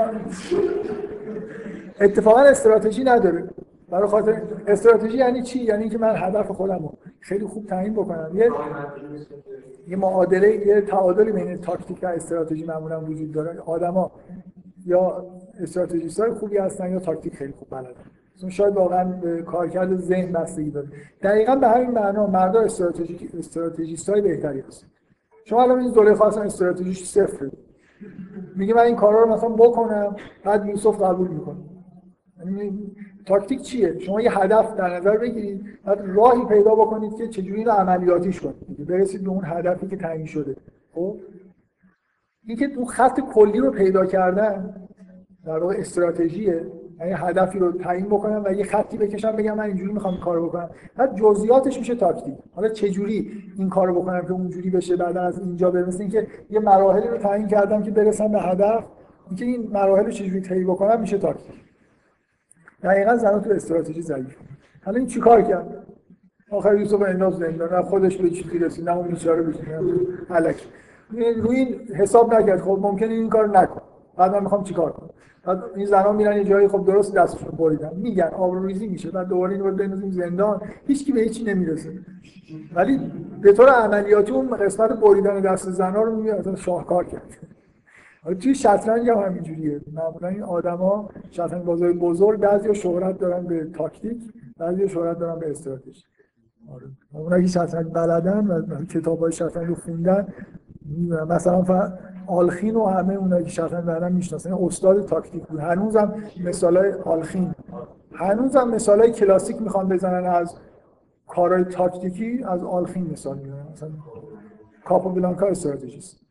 اتفاقا استراتژی نداره. برای خاطر استراتژی یعنی چی؟ یعنی اینکه من هدف خودم رو خیلی خوب تعیین بکنم. یه یه معادله، یه تعادلی بین تاکتیک و استراتژی معمولا وجود داره. آدما یا استراتژیستای خوبی هستن یا تاکتیک خیلی خوب بلدن. مثلا شاید واقعا به کارکرد ذهن بستگی داره. دقیقاً به همین معنا مردا استراتژی استراتژیستای بهتری هستن. شما الان این زلیخا اصلا استراتژیش صفره. میگه من این کارا رو مثلا بکنم، بعد یوسف قبول میکنه. یعنی تاکتیک چیه؟ شما یه هدف در نظر بگیرید، بعد راهی پیدا بکنید که چجوری اینو عملیاتیش کنید، برسید به اون هدفی که تعیین شده. خب اینکه اون خط کلی رو پیدا کردن در واقع استراتژیه. یعنی هدفی رو تعیین بکنم و یه خطی بکشم بگم من اینجوری میخوام این کارو بکنم، بعد جزئیاتش میشه تاکتیک. حالا چه جوری این کارو بکنم که اونجوری بشه، بعد از اینجا برسم، اینکه یه مراحلی رو تعیین کردم که برسم به هدف، اینکه این مراحل رو چجوری طی بکنم میشه تاکتیک. دقیقاً زنا تو استراتژی ضعیف. حالا این چیکار کرد؟ آخر یوسف انداز زندان، خودش به چیزی رسید، نه اون بیچاره بشه الکی. روی این حساب نکرد. خب ممکنه این کارو نکنه. بعد من میخوام چیکار کنم؟ بعد این زنا میرن یه جایی، خب درست دستشون بریدن، میگن آبروریزی میشه، بعد دوباره اینو بندازیم زندان، هیچکی به هیچی نمیرسه. ولی به طور عملیاتی اون قسمت بریدن دست زنا رو میگه مثلا شاهکار کرد. توی شطرنج هم همینجوریه. معمولا این آدما شطرنج بازای بزرگ بعضیا شهرت دارن به تاکتیک، بعضیا شهرت دارن به استراتژی. آره. اونایی که شطرنج بلدن و کتابای شطرنج رو خوندن، مثلا ف... آلخین و همه اونایی که شطرنج بلدن میشناسن، استاد تاکتیک بود. هنوزم مثالای آلخین، هنوزم مثالای کلاسیک میخوان بزنن از کارهای تاکتیکی، از آلخین مثال میزنن. مثلا کاپوبلانکا استراتژیست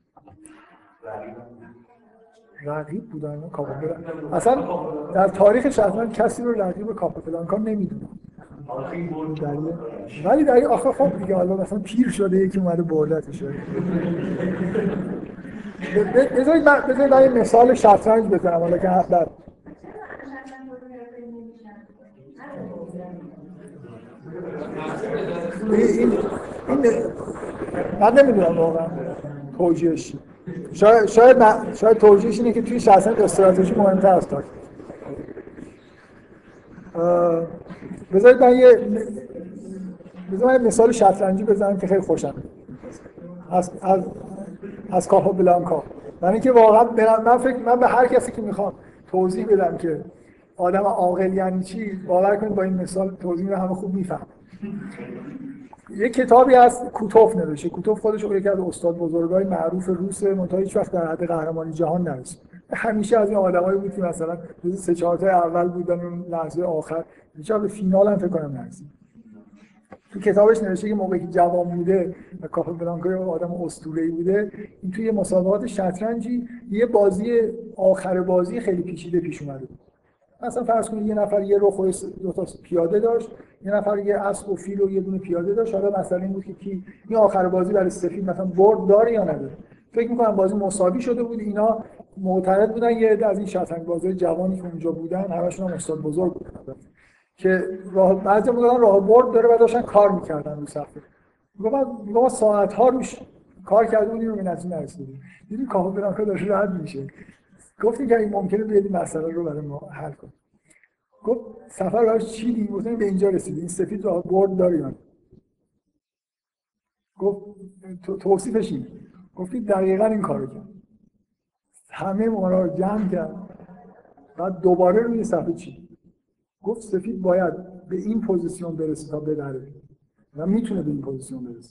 رقیب بودن. کاپوبلانکا اصلا در تاریخ شطرنج کسی رو رقیب کاپوبلانکا نمیدونه. ولی در آخر خب دیگه حالا مثلا پیر شده، یکی اومده بردتش. بذارید من بذارید من یه مثال شطرنج بزنم حالا که حد دارم. این این من نمیدونم واقعا توجیهش. شاید شاید شاید توجیهش اینه که توی شطرنج استراتژی مهمتر از تاکتیک. بذارید من یه بذارید مثال شطرنجی بزنم که خیلی خوشم از از از کاپوبلانکا. من اینکه واقعا من فکر من به هر کسی که میخوام توضیح بدم که آدم عاقل یعنی چی، باور کنید با این مثال توضیح رو همه خوب میفهمن. یه کتابی هست کوتوف نوشته. کوتوف خودش یکی از استاد بزرگای معروف روسه، منتها هیچ وقت در حد قهرمانی جهان نرسید. همیشه از این آدمایی بود که مثلا روز سه چهار تا اول بودن اون لحظه آخر هیچ به فینال هم فکر کنم نرسید. تو کتابش نوشته که موقعی که جوان بوده و کاپوبلانکا یه آدم اسطوره‌ای بوده، این توی مسابقات شطرنجی یه بازی آخر بازی خیلی پیچیده پیش اومده بود. مثلا فرض کنید یه نفر یه رخ و دو تا پیاده داشت، یه نفر یه اسب و فیل و یه دونه پیاده داشت. حالا مثلا این بود که کی این آخر بازی برای سفید مثلا برد داره یا نداره. فکر می‌کنم بازی مساوی شده بود. اینا معترض بودن. یه عده از این شطرنج بازای جوانی که اونجا بودن، همشون هم استاد بزرگ بودن که راه بعضی میگن راه برد داره و داشتن کار می‌کردن رو صفحه. میگم میگم ساعت‌ها روش کار کرده بودیم و به نتیجه نرسیدیم. دیدی کاپوبلانکا داره رد میشه. گفتیم که این ممکنه بیاد مسئله رو برای ما حل کنه. گفت سفر براش چیدیم، گفتیم به اینجا رسیدیم. این سفید راه برد داره یا نه؟ گفت توصیفش این. گفتید دقیقاً این کارو کرد. همه ما رو جمع کرد. بعد دوباره روی صفحه چی؟ گفت سفید باید به این پوزیشن برسه تا بدره. و میتونه به این پوزیشن برسه.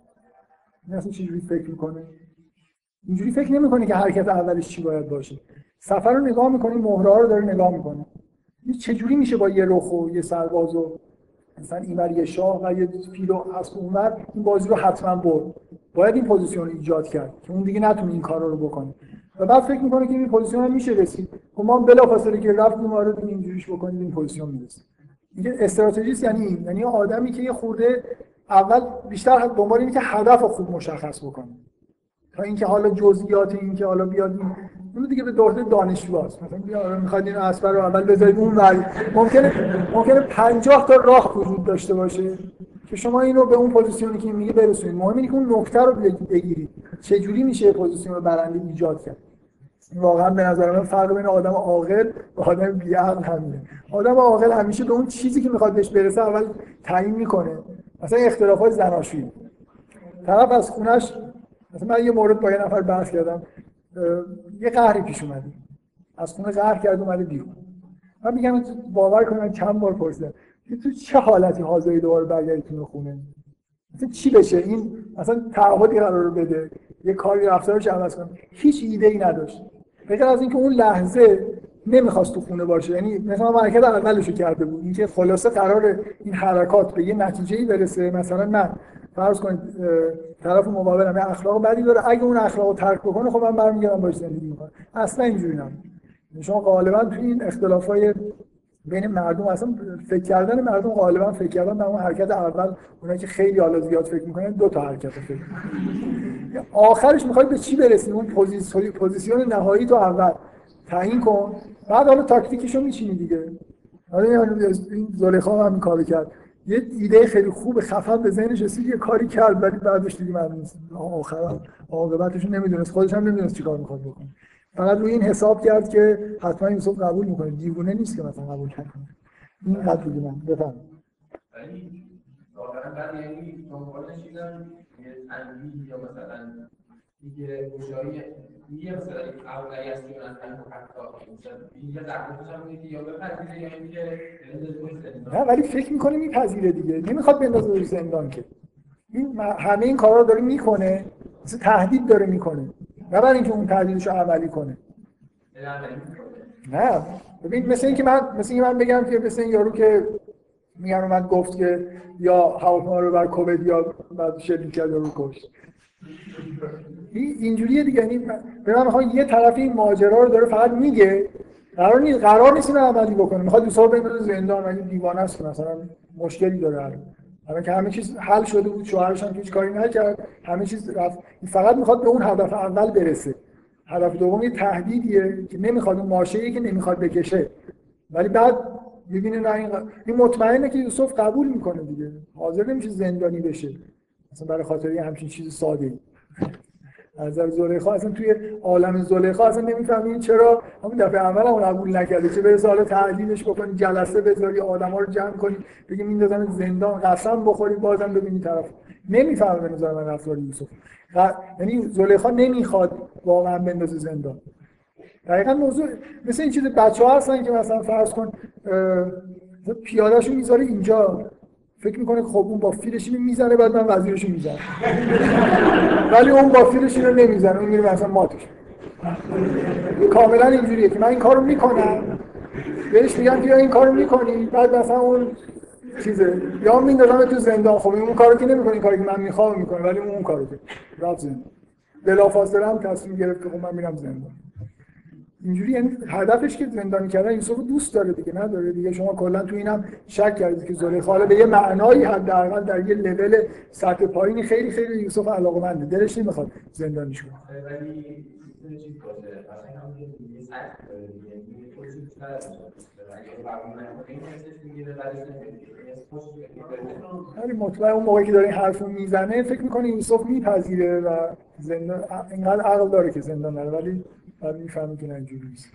این اصلا چجوری فکر میکنه؟ اینجوری فکر نمیکنه که حرکت اولش چی باید باشه. صفحه رو نگاه میکنه، مهره ها رو داره نگاه میکنه. چجوری میشه با یه رخ و یه سرباز و مثلا اینور یه شاه و یه فیل و اسب اونور این بازی رو حتما برد. باید این پوزیشن رو ایجاد کرد که اون دیگه نتونه این کارا رو بکنه. و بعد فکر میکنه که این پوزیشن هم میشه رسید. خب ما بلافاصله که رفتیم ما رو اینجوریش بکنیم این پوزیشن میرسه. میگه استراتژیست یعنی این، یعنی آدمی که یه خورده اول بیشتر دنبال اینه که هدف رو خوب مشخص بکنه. تا اینکه حالا جزئیات این که حالا بیاد این اون دیگه به دوره دانشجو است. مثلا بیا میخواد این اسبر رو اول بذارید اون ور. ممکنه ممکنه پنجاه تا راه وجود داشته باشه که شما اینو به اون پوزیشنی که میگه برسونید. مهم اینه که اون نکته رو بگیرید. چه جوری میشه پوزیشن رو برنده ایجاد کرد. واقعا به نظر من فرق بین آدم عاقل و آدم بی‌عقل همینه. آدم عاقل همیشه به اون چیزی که میخواد بهش برسه اول تعیین میکنه. مثلا اختلافات زناشویی. طرف از خونش مثلا من یه مورد با یه نفر بحث کردم، یه قهری پیش اومده، از خونه قهر کرد اومده بیرون. من میگم باور کنید من چند بار پرسیدم که تو چه حالتی حاضری دوباره برگردی تو خونه؟ مثلا چی بشه؟ این مثلا تعهدی قرار بده، یه کاری رفتارش عوض کنه. هیچ ایده ای نداشت. بغیر از اینکه اون لحظه نمیخواست تو خونه باشه. یعنی مثلا ما حرکت اولشو کرده بود، اینکه خلاصه قراره این حرکات به یه نتیجه‌ای برسه. مثلا من فرض کنید طرف مقابلم یه اخلاق بدی داره، اگه اون اخلاقو ترک بکنه خب من برمیگردم باهاش زندگی میکنم. اصلا اینجوری نمیشه. شما غالبا تو این اختلافای بین مردم اصلا فکر کردن مردم غالبا فکر کردن به اون حرکت اول، اونایی که خیلی حالا زیاد فکر میکنن دو تا حرکت فکر میکنن. آخرش میخواد به چی برسیم؟ اون پوزیسیون پوزیسیون نهایی تو اول تعیین کن، بعد حالا تاکتیکشو میچینی دیگه. حالا این زلیخا هم این کارو کرد. یه ایده خیلی خوب خفن به ذهنش رسید، یه کاری کرد ولی بعدش دیگه معلوم نیست آخر عاقبتش نمیدونست، خودش هم نمیدونست چیکار میخواد بکنه. فقط روی این حساب کرد که حتما یوسف قبول میکنه. دیوونه نیست که مثلا قبول نکنه. این حد دیگه من بفهم. ولی واقعا بعد یعنی دنبالش دیدم یه تنبیه یا مثلا دیگه گوشایی یه مثلا اولی از اون از من حتی مثلا اینجا دقیقش هم میگه یا بپذیره یا اینکه نه ولی فکر میکنه میپذیره دیگه، نمیخواد بندازه روی زندان که این همه این کارا رو داره میکنه، مثلا تهدید داره میکنه، نه برای اینکه اون تهدیدش رو عملی کنه. نه ببین مثلا اینکه من مثلا اینکه من بگم که مثلا این یارو که میگن اومد گفت که یا هواپیما رو بر کوبید یا بعد شلیک کرد رو کشت. اینجوریه دیگه. یعنی به من میخوام یه طرف این ماجرا رو داره فقط میگه، قرار نیست قرار نیست اینو عملی بکنه. میخواد یوسف بندازه زندان، ولی دیوانه است مثلا مشکلی داره الان. الان که همه چیز حل شده بود، شوهرش هم هیچ کاری نکرد، همه چیز رفت. فقط میخواد به اون هدف اول برسه. هدف دوم یه تهدیدیه که نمیخواد، اون ماشه‌ای که نمیخواد بکشه. ولی بعد میبینه نه این این مطمئنه که یوسف قبول میکنه دیگه. حاضر نمیشه زندانی بشه. مثلا برای خاطر یه همچین چیز ساده‌ای. از نظر زلیخا اصلا توی عالم زلیخا اصلا نمیفهمین چرا همون دفعه اول اون قبول نکرده، چه برسه حالا تحلیلش بکنی، جلسه بذاری، آدما رو جمع کنی، بگی میندازن زندان، قسم بخوری، بازم ببینی طرف نمیفهمه. به نظر من رفتار یوسف غ... یعنی زلیخا نمیخواد واقعا بندازه زندان. دقیقاً موضوع مثل این چیز بچه‌ها هستن که مثلا فرض کن پیاده‌شو میذاره اینجا، فکر میکنه خب اون با فیلش اینو میزنه بعد من وزیرشو میزنم، ولی اون با فیلش اینو نمیزنه، اون میره مثلا ماتش. کاملا اینجوریه که من این کارو میکنم، بهش میگم بیا این کارو میکنی، بعد مثلا اون چیزه یا میندازم تو زندان. خب اون کارو که نمیکنه، این کاری که من میخوام میکنه، ولی اون کارو که رفت زندان. بلافاصله هم تصمیم گرفت که خب من میرم زندان. اینجوری یعنی هدفش که زندانی کردن یوسف رو دوست داره دیگه، نداره دیگه. شما کلا تو اینم شک کردید که زلیخا به یه معنایی حداقل در یه لول سطح پایینی خیلی خیلی یوسف علاقه‌منده، دلش نمیخواد زندانیش کنه. ولی یه چیز باشه مثلا هم یه سطح داره دیگه، یه چیزی هست اگه قبول نکنه میشه میگیره بعدش نمیگیره. ولی مطمئن اون موقعی که داره این حرفو میزنه فکر میکنه یوسف میپذیره و زندان اینقدر عقل داره که زندان نره، ولی بعد میفهمی که اینجوری نیست.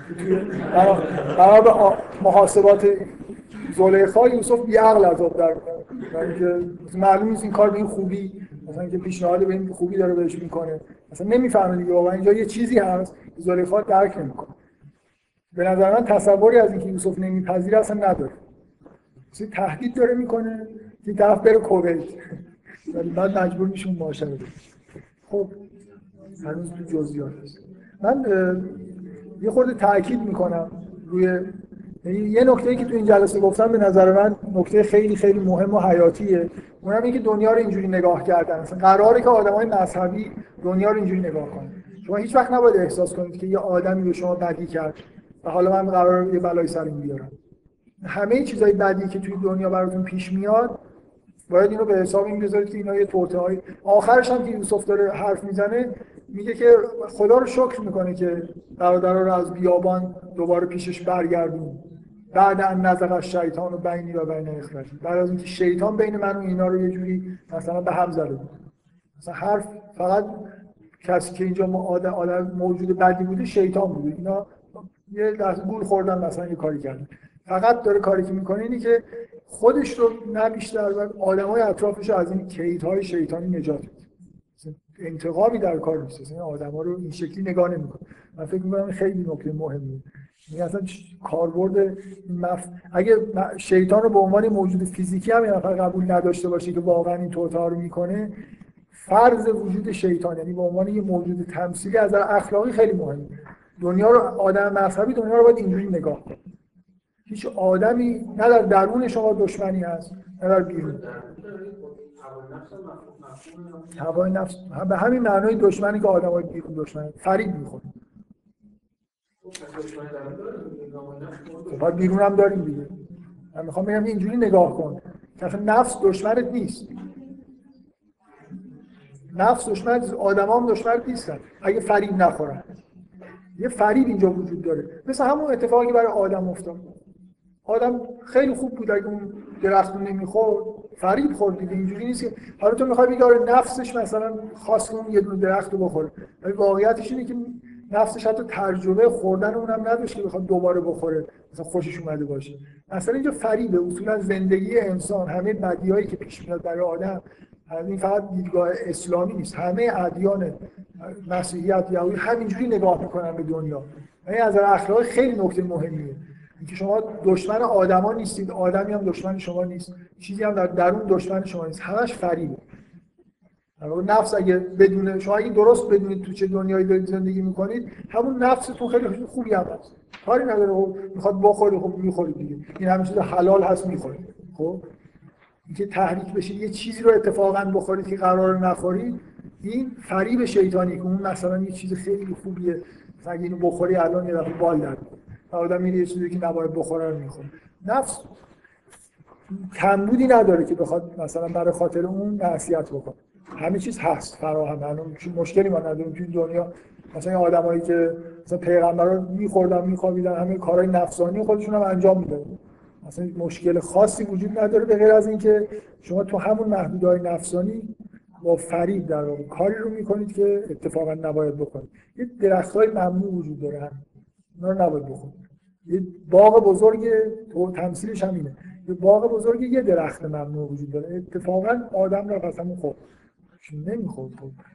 برای به محاسبات زلیخا یوسف بی‌عقل عذاب در میاد، ولی که معلوم نیست این کار به این خوبی مثلا که پیشنهاد به این خوبی داره بهش میکنه، مثلا نمیفهمه دیگه واقعا اینجا یه چیزی هست زلیخا درک نمیکنه. به نظر من تصوری از اینکه یوسف نمیپذیره اصلا نداره. مثلا تهدید داره میکنه که طرف بره کویت ولی بعد مجبور میشه اون معاشره بده. خب هنوز تو جزئیات هست. من یه خورده تاکید میکنم روی یه نکته‌ای که تو این جلسه گفتم، به نظر من نکته خیلی خیلی مهم و حیاتیه. اونم اینه که دنیا رو اینجوری نگاه کردن. مثلا قراره که آدمای مذهبی دنیا رو اینجوری نگاه کنن. شما هیچ وقت نباید احساس کنید که یه آدمی به شما بدی کرد و حالا من قراره یه بلایی سر این بیارم. همه چیزای بدی که توی دنیا براتون پیش میاد باید اینو به حساب این بذارید که اینا یه تورته‌های آخرش هم که یوسف داره حرف میزنه میگه که خدا رو شکر میکنه که برادرها رو از بیابان دوباره پیشش برگردون بعد ان نزغ الشیطان بینی و بین اخوتی، بعد از اینکه شیطان بین من و اینا رو یه جوری مثلا به هم زده بود. مثلا حرف فقط کسی که اینجا آدم موجود بدی بوده شیطان بوده، اینا یه لحظه گول خوردن مثلا یه کاری کردن. فقط داره کاری که میکنه اینی که خودش رو نه بیشتر و آدمای اطرافش رو از این کیدهای شیطانی نجات بده. انتقامی در کار نیست. این آدما رو این شکلی نگاه نمیکنه. من فکر میکنم خیلی نکته مهمیه. این اصلا کاربرد مف... اگه شیطان رو به عنوان موجود فیزیکی هم یه نفر قبول نداشته باشه که واقعا این توطئه رو میکنه، فرض وجود شیطان یعنی به عنوان یه موجود تمثیلی از نظر اخلاقی خیلی مهمه. دنیا رو آدم مذهبی دنیا رو باید اینجوری نگاه کنه. هیچ آدمی نه در درون شما دشمنی هست نه در بیرون. هوای نفس به همین معنای دشمنی که آدمای بیرون دشمنی فریب میخوره. خب بیرون هم داریم دیگه. من میخوام بگم اینجوری نگاه کن که اصلا نفس دشمنت نیست. نفس دشمنت، آدما هم دشمنت نیستن اگه فریب نخورن. یه فریب اینجا وجود داره، مثل همون اتفاقی که برای آدم افتاد. آدم خیلی خوب بود اگه اون درخت رو نمیخورد فریب خورد دیگه. اینجوری نیست که حالا تو میخوای بگی آره نفسش مثلا خواست اون یه دونه درخت رو بخوره، ولی واقعیتش اینه که نفسش حتی تجربه خوردن اونم نداشت که بخواد دوباره بخوره مثلا خوشش اومده باشه. مثلا اینجا فریبه. اصولا زندگی انسان همه بدیایی که پیش میاد برای آدم، این فقط دیدگاه اسلامی نیست، همه ادیان مسیحیت یهودی همینجوری نگاه میکنن به دنیا. این از نظر اخلاقی خیلی نکته مهمیه اینکه شما دشمن آدما نیستید، آدمی هم دشمن شما نیست، چیزی هم در درون دشمن شما نیست، همش فریبه. نفس اگه بدون شما اگه درست بدونید تو چه دنیایی دارید زندگی میکنید، همون نفستون خیلی خوبی هم هست، کاری نداره. خب میخواد بخوره خب میخورید دیگه، این همین چیز حلال هست میخورید. خب اینکه تحریک بشید یه چیزی رو اتفاقا بخورید که قرار نخورید، این فریب شیطانی که اون مثلا یه چیز خیلی خوبیه، اگه اینو بخوری الان یه دفعه بال در آدم میره یه چیزی که نباید بخوره رو میخوره. نفس کمبودی نداره که بخواد مثلا برای خاطر اون معصیت بکنه. همه چیز هست فراهم. الان مشکلی ما نداریم توی دنیا. مثلا این آدمایی که مثلا پیغمبرا میخوردن میخوابیدن، همه کارهای نفسانی خودشون هم انجام میدادن، مثلا مشکل خاصی وجود نداره به غیر از اینکه شما تو همون محدودهای نفسانی با فریب در واقع کاری رو میکنید که اتفاقا نباید بکنید. یه درختای ممنوع وجود داره، هم اونا رو نباید بخورید. یه باغ بزرگ تو تمثیلش همینه، یه باغ بزرگ یه درخت ممنوع وجود داره، اتفاقا آدم رو قسم خورد نمیخورد.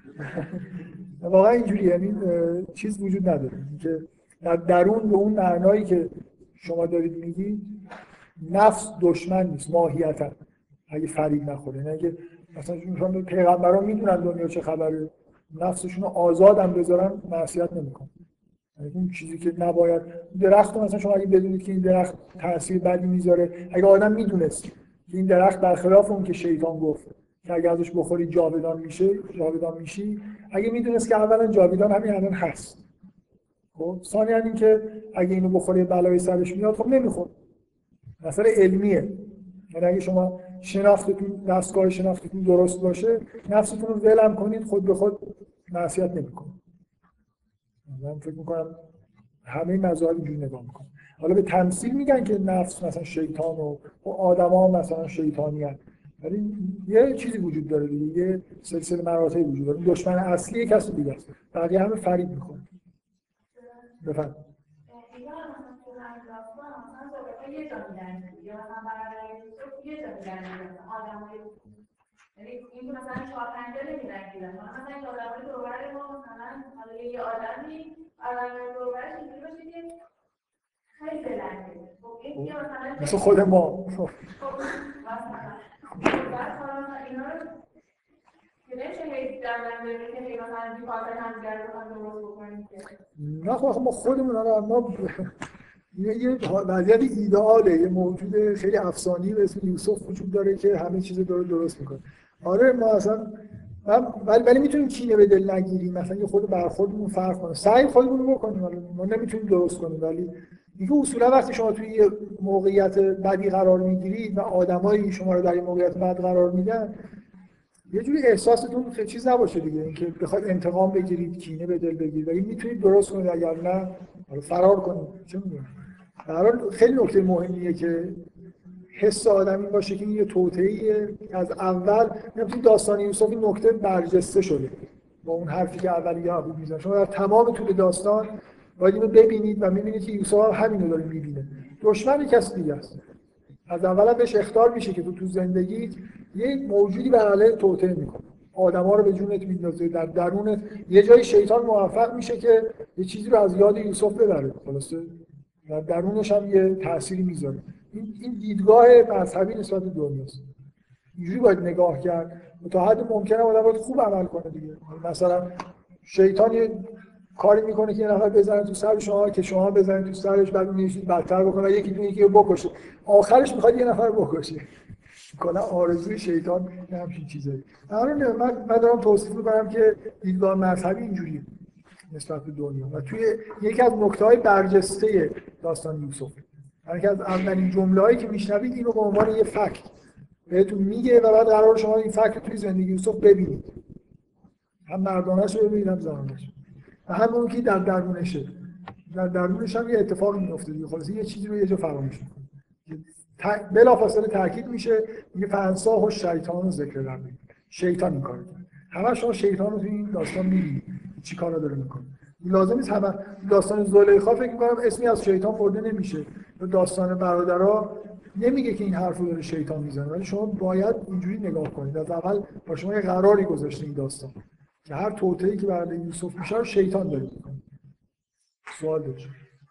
واقعا اینجوری، یعنی چیز وجود نداره که در درون به اون معنایی که شما دارید میگید نفس دشمن نیست ماهیتا اگه فریب نخوره. نه اگه مثلا شما پیغمبران میدونن دنیا چه خبره، نفسشون رو آزاد هم بذارن معصیت نمیکنن. این چیزی که نباید درخت مثلا شما اگه بدونید که این درخت تاثیر بدی میذاره، اگه آدم میدونست که این درخت برخلاف اون که شیطان گفت که اگه ازش بخوری جاودان میشه جاودان میشی، اگه میدونست که اولا جاودان همین الان هست، خب ثانیاً این که اگه اینو بخوری بلای سرش میاد خب نمیخور. مسئله علمیه. یعنی اگه شما شناختتون دستگاه شناختتون درست باشه، نفستون رو ولم کنید، خود به خود معصیت نمیکنید. من فکر میکنم همه مذاهب اینجوری نگاه میکنن. حالا به تمثیل میگن که نفس مثلا شیطان و آدما مثلا شیطانی هستن، ولی یه چیزی وجود داره دیگه، یه سلسله مراتبی وجود داره. دشمن اصلی کسی دیگه است، بقیه همه فریب میکنه. بفهم یه جا میدن یا هم برای یه جا میدن آدم های یعنی این مثلا چهار پنج تا نمی‌رنگیدن مثلا این آدمای دور و بر ما مثلا حالا یه آدمی آدمای دور و برش اینجوری باشه که خیلی دلنگه خب این که مثلا مثل خود ما خب مثلا بعد حالا اینا رو که نمیشه هیچ در نمیده که هی مثلا بی خاطر همدیگر رو هم درست بکنیم که نه خب ما خودمون حالا ما یه وضعیت ایدئاله، یه موجود خیلی افسانه‌ای به اسم یوسف وجود داره که همه چیز رو درست میکنه. آره ما اصلا ولی ولی میتونیم کینه به دل نگیریم، مثلا یه خود برخوردمون فرق کنه، سعی خودمون رو بکنیم. ما نمیتونیم درست کنیم، ولی اینکه اصولا وقتی شما توی یه موقعیت بدی قرار میگیرید و آدمایی شما رو در این موقعیت بد قرار میدن، یه جوری احساستون خیلی چیز نباشه دیگه، اینکه بخواید انتقام بگیرید، کینه به دل بگیرید، ولی میتونید درست کنید، اگر نه فرار کنید. چه میدونم، در حال خیلی نکته مهمیه که حس آدمی باشه که این یه توطئه‌ایه. از اول نمی‌تونید داستان یوسف این نکته برجسته شده با اون حرفی که اولی یعقوب میزنه. شما در تمام طول داستان باید اینو ببینید و می‌بینید که یوسف هم همینو داره می‌بینه، دشمن کسی دیگه است. از اول بهش اخطار میشه که تو تو زندگی یه موجودی به علیه توطئه میکنه، آدما رو به جونت میندازه، در درونت یه جای شیطان موفق میشه که یه چیزی رو از یاد یوسف ببره، خلاصه در درونش هم یه تأثیری میذاره. این این دیدگاه مذهبی نسبت به دنیاست. اینجوری باید نگاه کرد. تا حد ممکنه آدم باید خوب عمل کنه دیگه. مثلا شیطان یه کاری میکنه که یه نفر بزنه تو سر شما که شما بزنید تو سرش، بعد میشید بدتر بکنه، یکی دو یکی رو بکشه، آخرش میخواد یه نفر بکشه. کلا آرزوی شیطان همین چیزایی. من من دارم توصیف میکنم که دیدگاه مذهبی اینجوریه نسبت به دنیا و توی یکی از نکته‌های برجسته داستان یوسف، یکی از اولین جمله‌هایی که میشنوید اینو به عنوان یه فکت بهتون میگه و بعد قرار شما این فکت رو توی زندگی یوسف ببینید، هم مردانه‌اش رو ببینید هم زنانه‌اش و همون که در درونشه، در درونش هم یه اتفاقی میفته دیگه، خلاص یه چیزی رو یه جا فراموش می‌کنه. بلافاصله تاکید میشه میگه فانساه و شیطان ذکر ربی، شیطان این کارو کرد. همه شما شیطان رو توی این داستان می‌بینید چی کارا داره میکنه. لازم نیست همه داستان زلیخا فکر می‌کنم اسمی از شیطان برده نمیشه، داستان برادرها نمیگه که این حرفو داره شیطان میزنه، ولی شما باید اینجوری نگاه کنید. از اول با شما یه قراری گذاشته این داستان که هر توطئه‌ای که برای یوسف میشه رو شیطان داره میکنه. سوال داشت.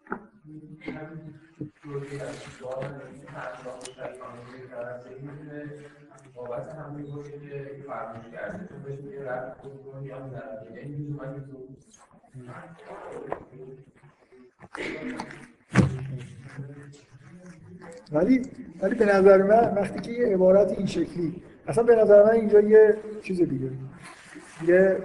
بابت همون باشه که فراموش کرده تو بهش میگه رفت کنون یا در این میگه من تو ولی ولی به نظر من وقتی که یه عبارت این شکلی، اصلا به نظر من اینجا یه چیز دیگه، یه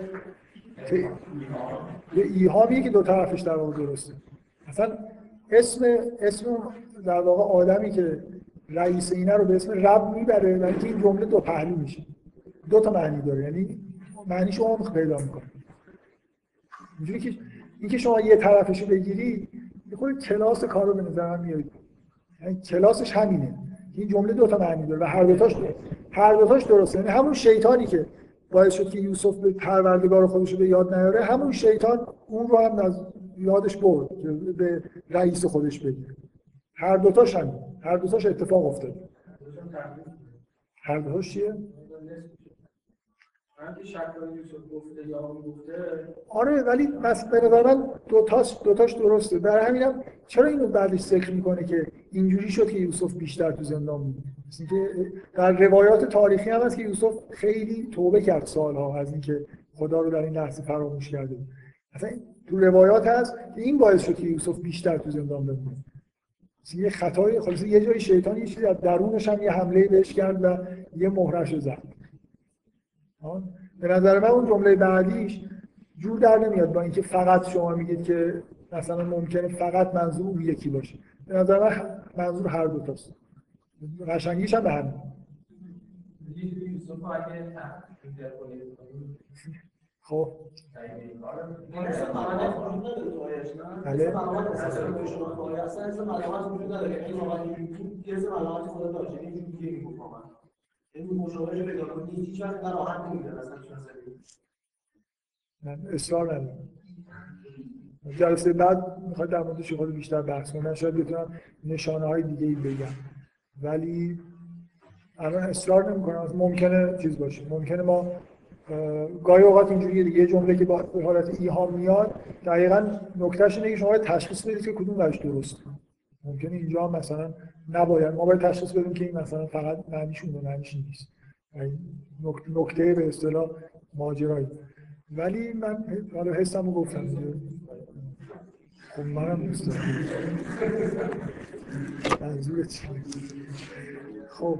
یه ایهامیه که دو طرفش در واقع درسته. اصلا اسم اسم در واقع آدمی که رئیس اینه رو به اسم رب میبره و اینکه این جمله دو پهلو میشه، دو تا معنی داره، یعنی معنیش رو عمق پیدا میکنه. اینجوری که اینکه شما یه طرفشو بگیری یه خورده کلاس کار رو به نظر من میاد، یعنی کلاسش همینه، این جمله دو تا معنی داره و هر دو تاش هر دو تاش درسته. یعنی همون شیطانی که باعث شد که یوسف به پروردگار خودش رو به یاد نیاره، همون شیطان اون رو هم از یادش برد که به رئیس خودش بگیره. هر دو تاش هم هر دو تاش اتفاق افتاد. هر دو تاش چیه؟ من که شک کنم یوسف گفته یا اون گفته. آره ولی بس به نظر من دو تاش دو تاش درسته. برای همینم چرا اینو بعدش ذکر میکنه که اینجوری شد که یوسف بیشتر تو زندان بود. مثل که در روایات تاریخی هم هست که یوسف خیلی توبه کرد سالها از اینکه خدا رو در این لحظه فراموش کرده بود. مثلا تو روایات هست که این باعث شد که یوسف بیشتر تو زندان بمونه. یه خطای خالص یه جای شیطان یه چیزی از درونش هم یه حمله بهش کرد و یه مهرش زد. به نظر من اون جمله بعدیش جور در نمیاد با اینکه فقط شما میگید که مثلا ممکنه فقط منظور اون یکی باشه. به نظر من منظور هر دو تاست. قشنگیش هم به همین. خب بله من اصرار ندارم. جلسه بعد میخواد در مورد شغل بیشتر بحث کنم. من شاید بتونم نشانه های دیگه ای بگم، ولی الان اصرار نمی‌کنم، ممکنه چیز باشه، ممکنه ما گاهی اوقات اینجوریه دیگه، یه جمله که با حالت ایهام میاد دقیقاً نکتهش اینه که شما تشخیص بدید که کدوم ورش درسته. ممکنه اینجا هم مثلا نباید، ما باید تشخیص بدیم که این مثلا فقط معنیش اون معنیش نیست، نکته به اصطلاح ماجرایی. ولی من حالا حسمو گفتم دیگه، خب منم دوست دارم. منظورت چیه؟ خب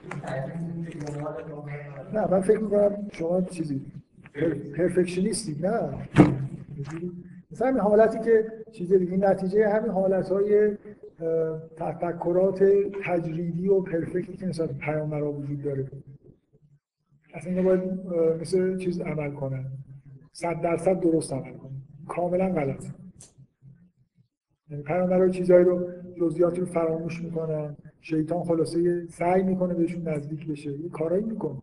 نه من فکر میکنم شما چیزی پرفکشنیستید، نه مثلا همین حالتی که چیزی دیگه، این نتیجه همین حالتهای تفکرات تجریدی و پرفکتی که نسبت پیامبرها وجود داره. اصلا اینا باید مثل چیز عمل کنن، صد درصد درست عمل کنن، کاملا غلط. یعنی پیامبرها چیزایی رو، جزئیاتی رو فراموش میکنن، شیطان خلاصه سعی میکنه بهشون نزدیک بشه، یه کارایی میکنه.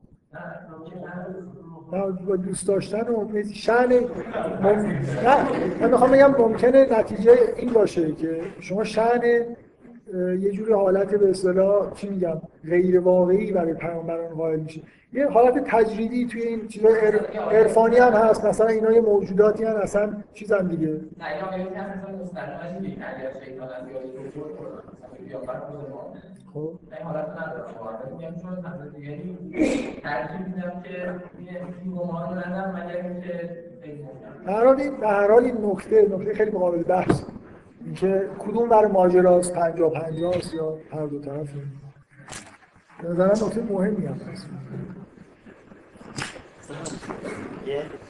نه با دوست داشتن و شأن مم... نه من میخوام بگم ممکنه نتیجه این باشه که شما شأن یه جوری حالت به اصطلاح چی میگم غیر واقعی برای پیامبران قائل میشه. یه حالت تجریدی توی این چیزای عرفانی هم هست، مثلا اینا یه موجوداتی هستن اصلا چیزن دیگه. نه اینا میگن مثلا مستقیما میگن اگر شیطان از یاری رو برد مثلا پیامبر خود خب این حالت نداره. واقعا میگم چون مثلا یعنی ترجیح میدم که این گمان رو ندم مگر اینکه به هر حال به هر حال این نکته نکته خیلی قابل بحث، اینکه کدوم بر ماجراست، پنجاه پنجاه است یا هر دو طرف. به نظرم نکته مهمی هست.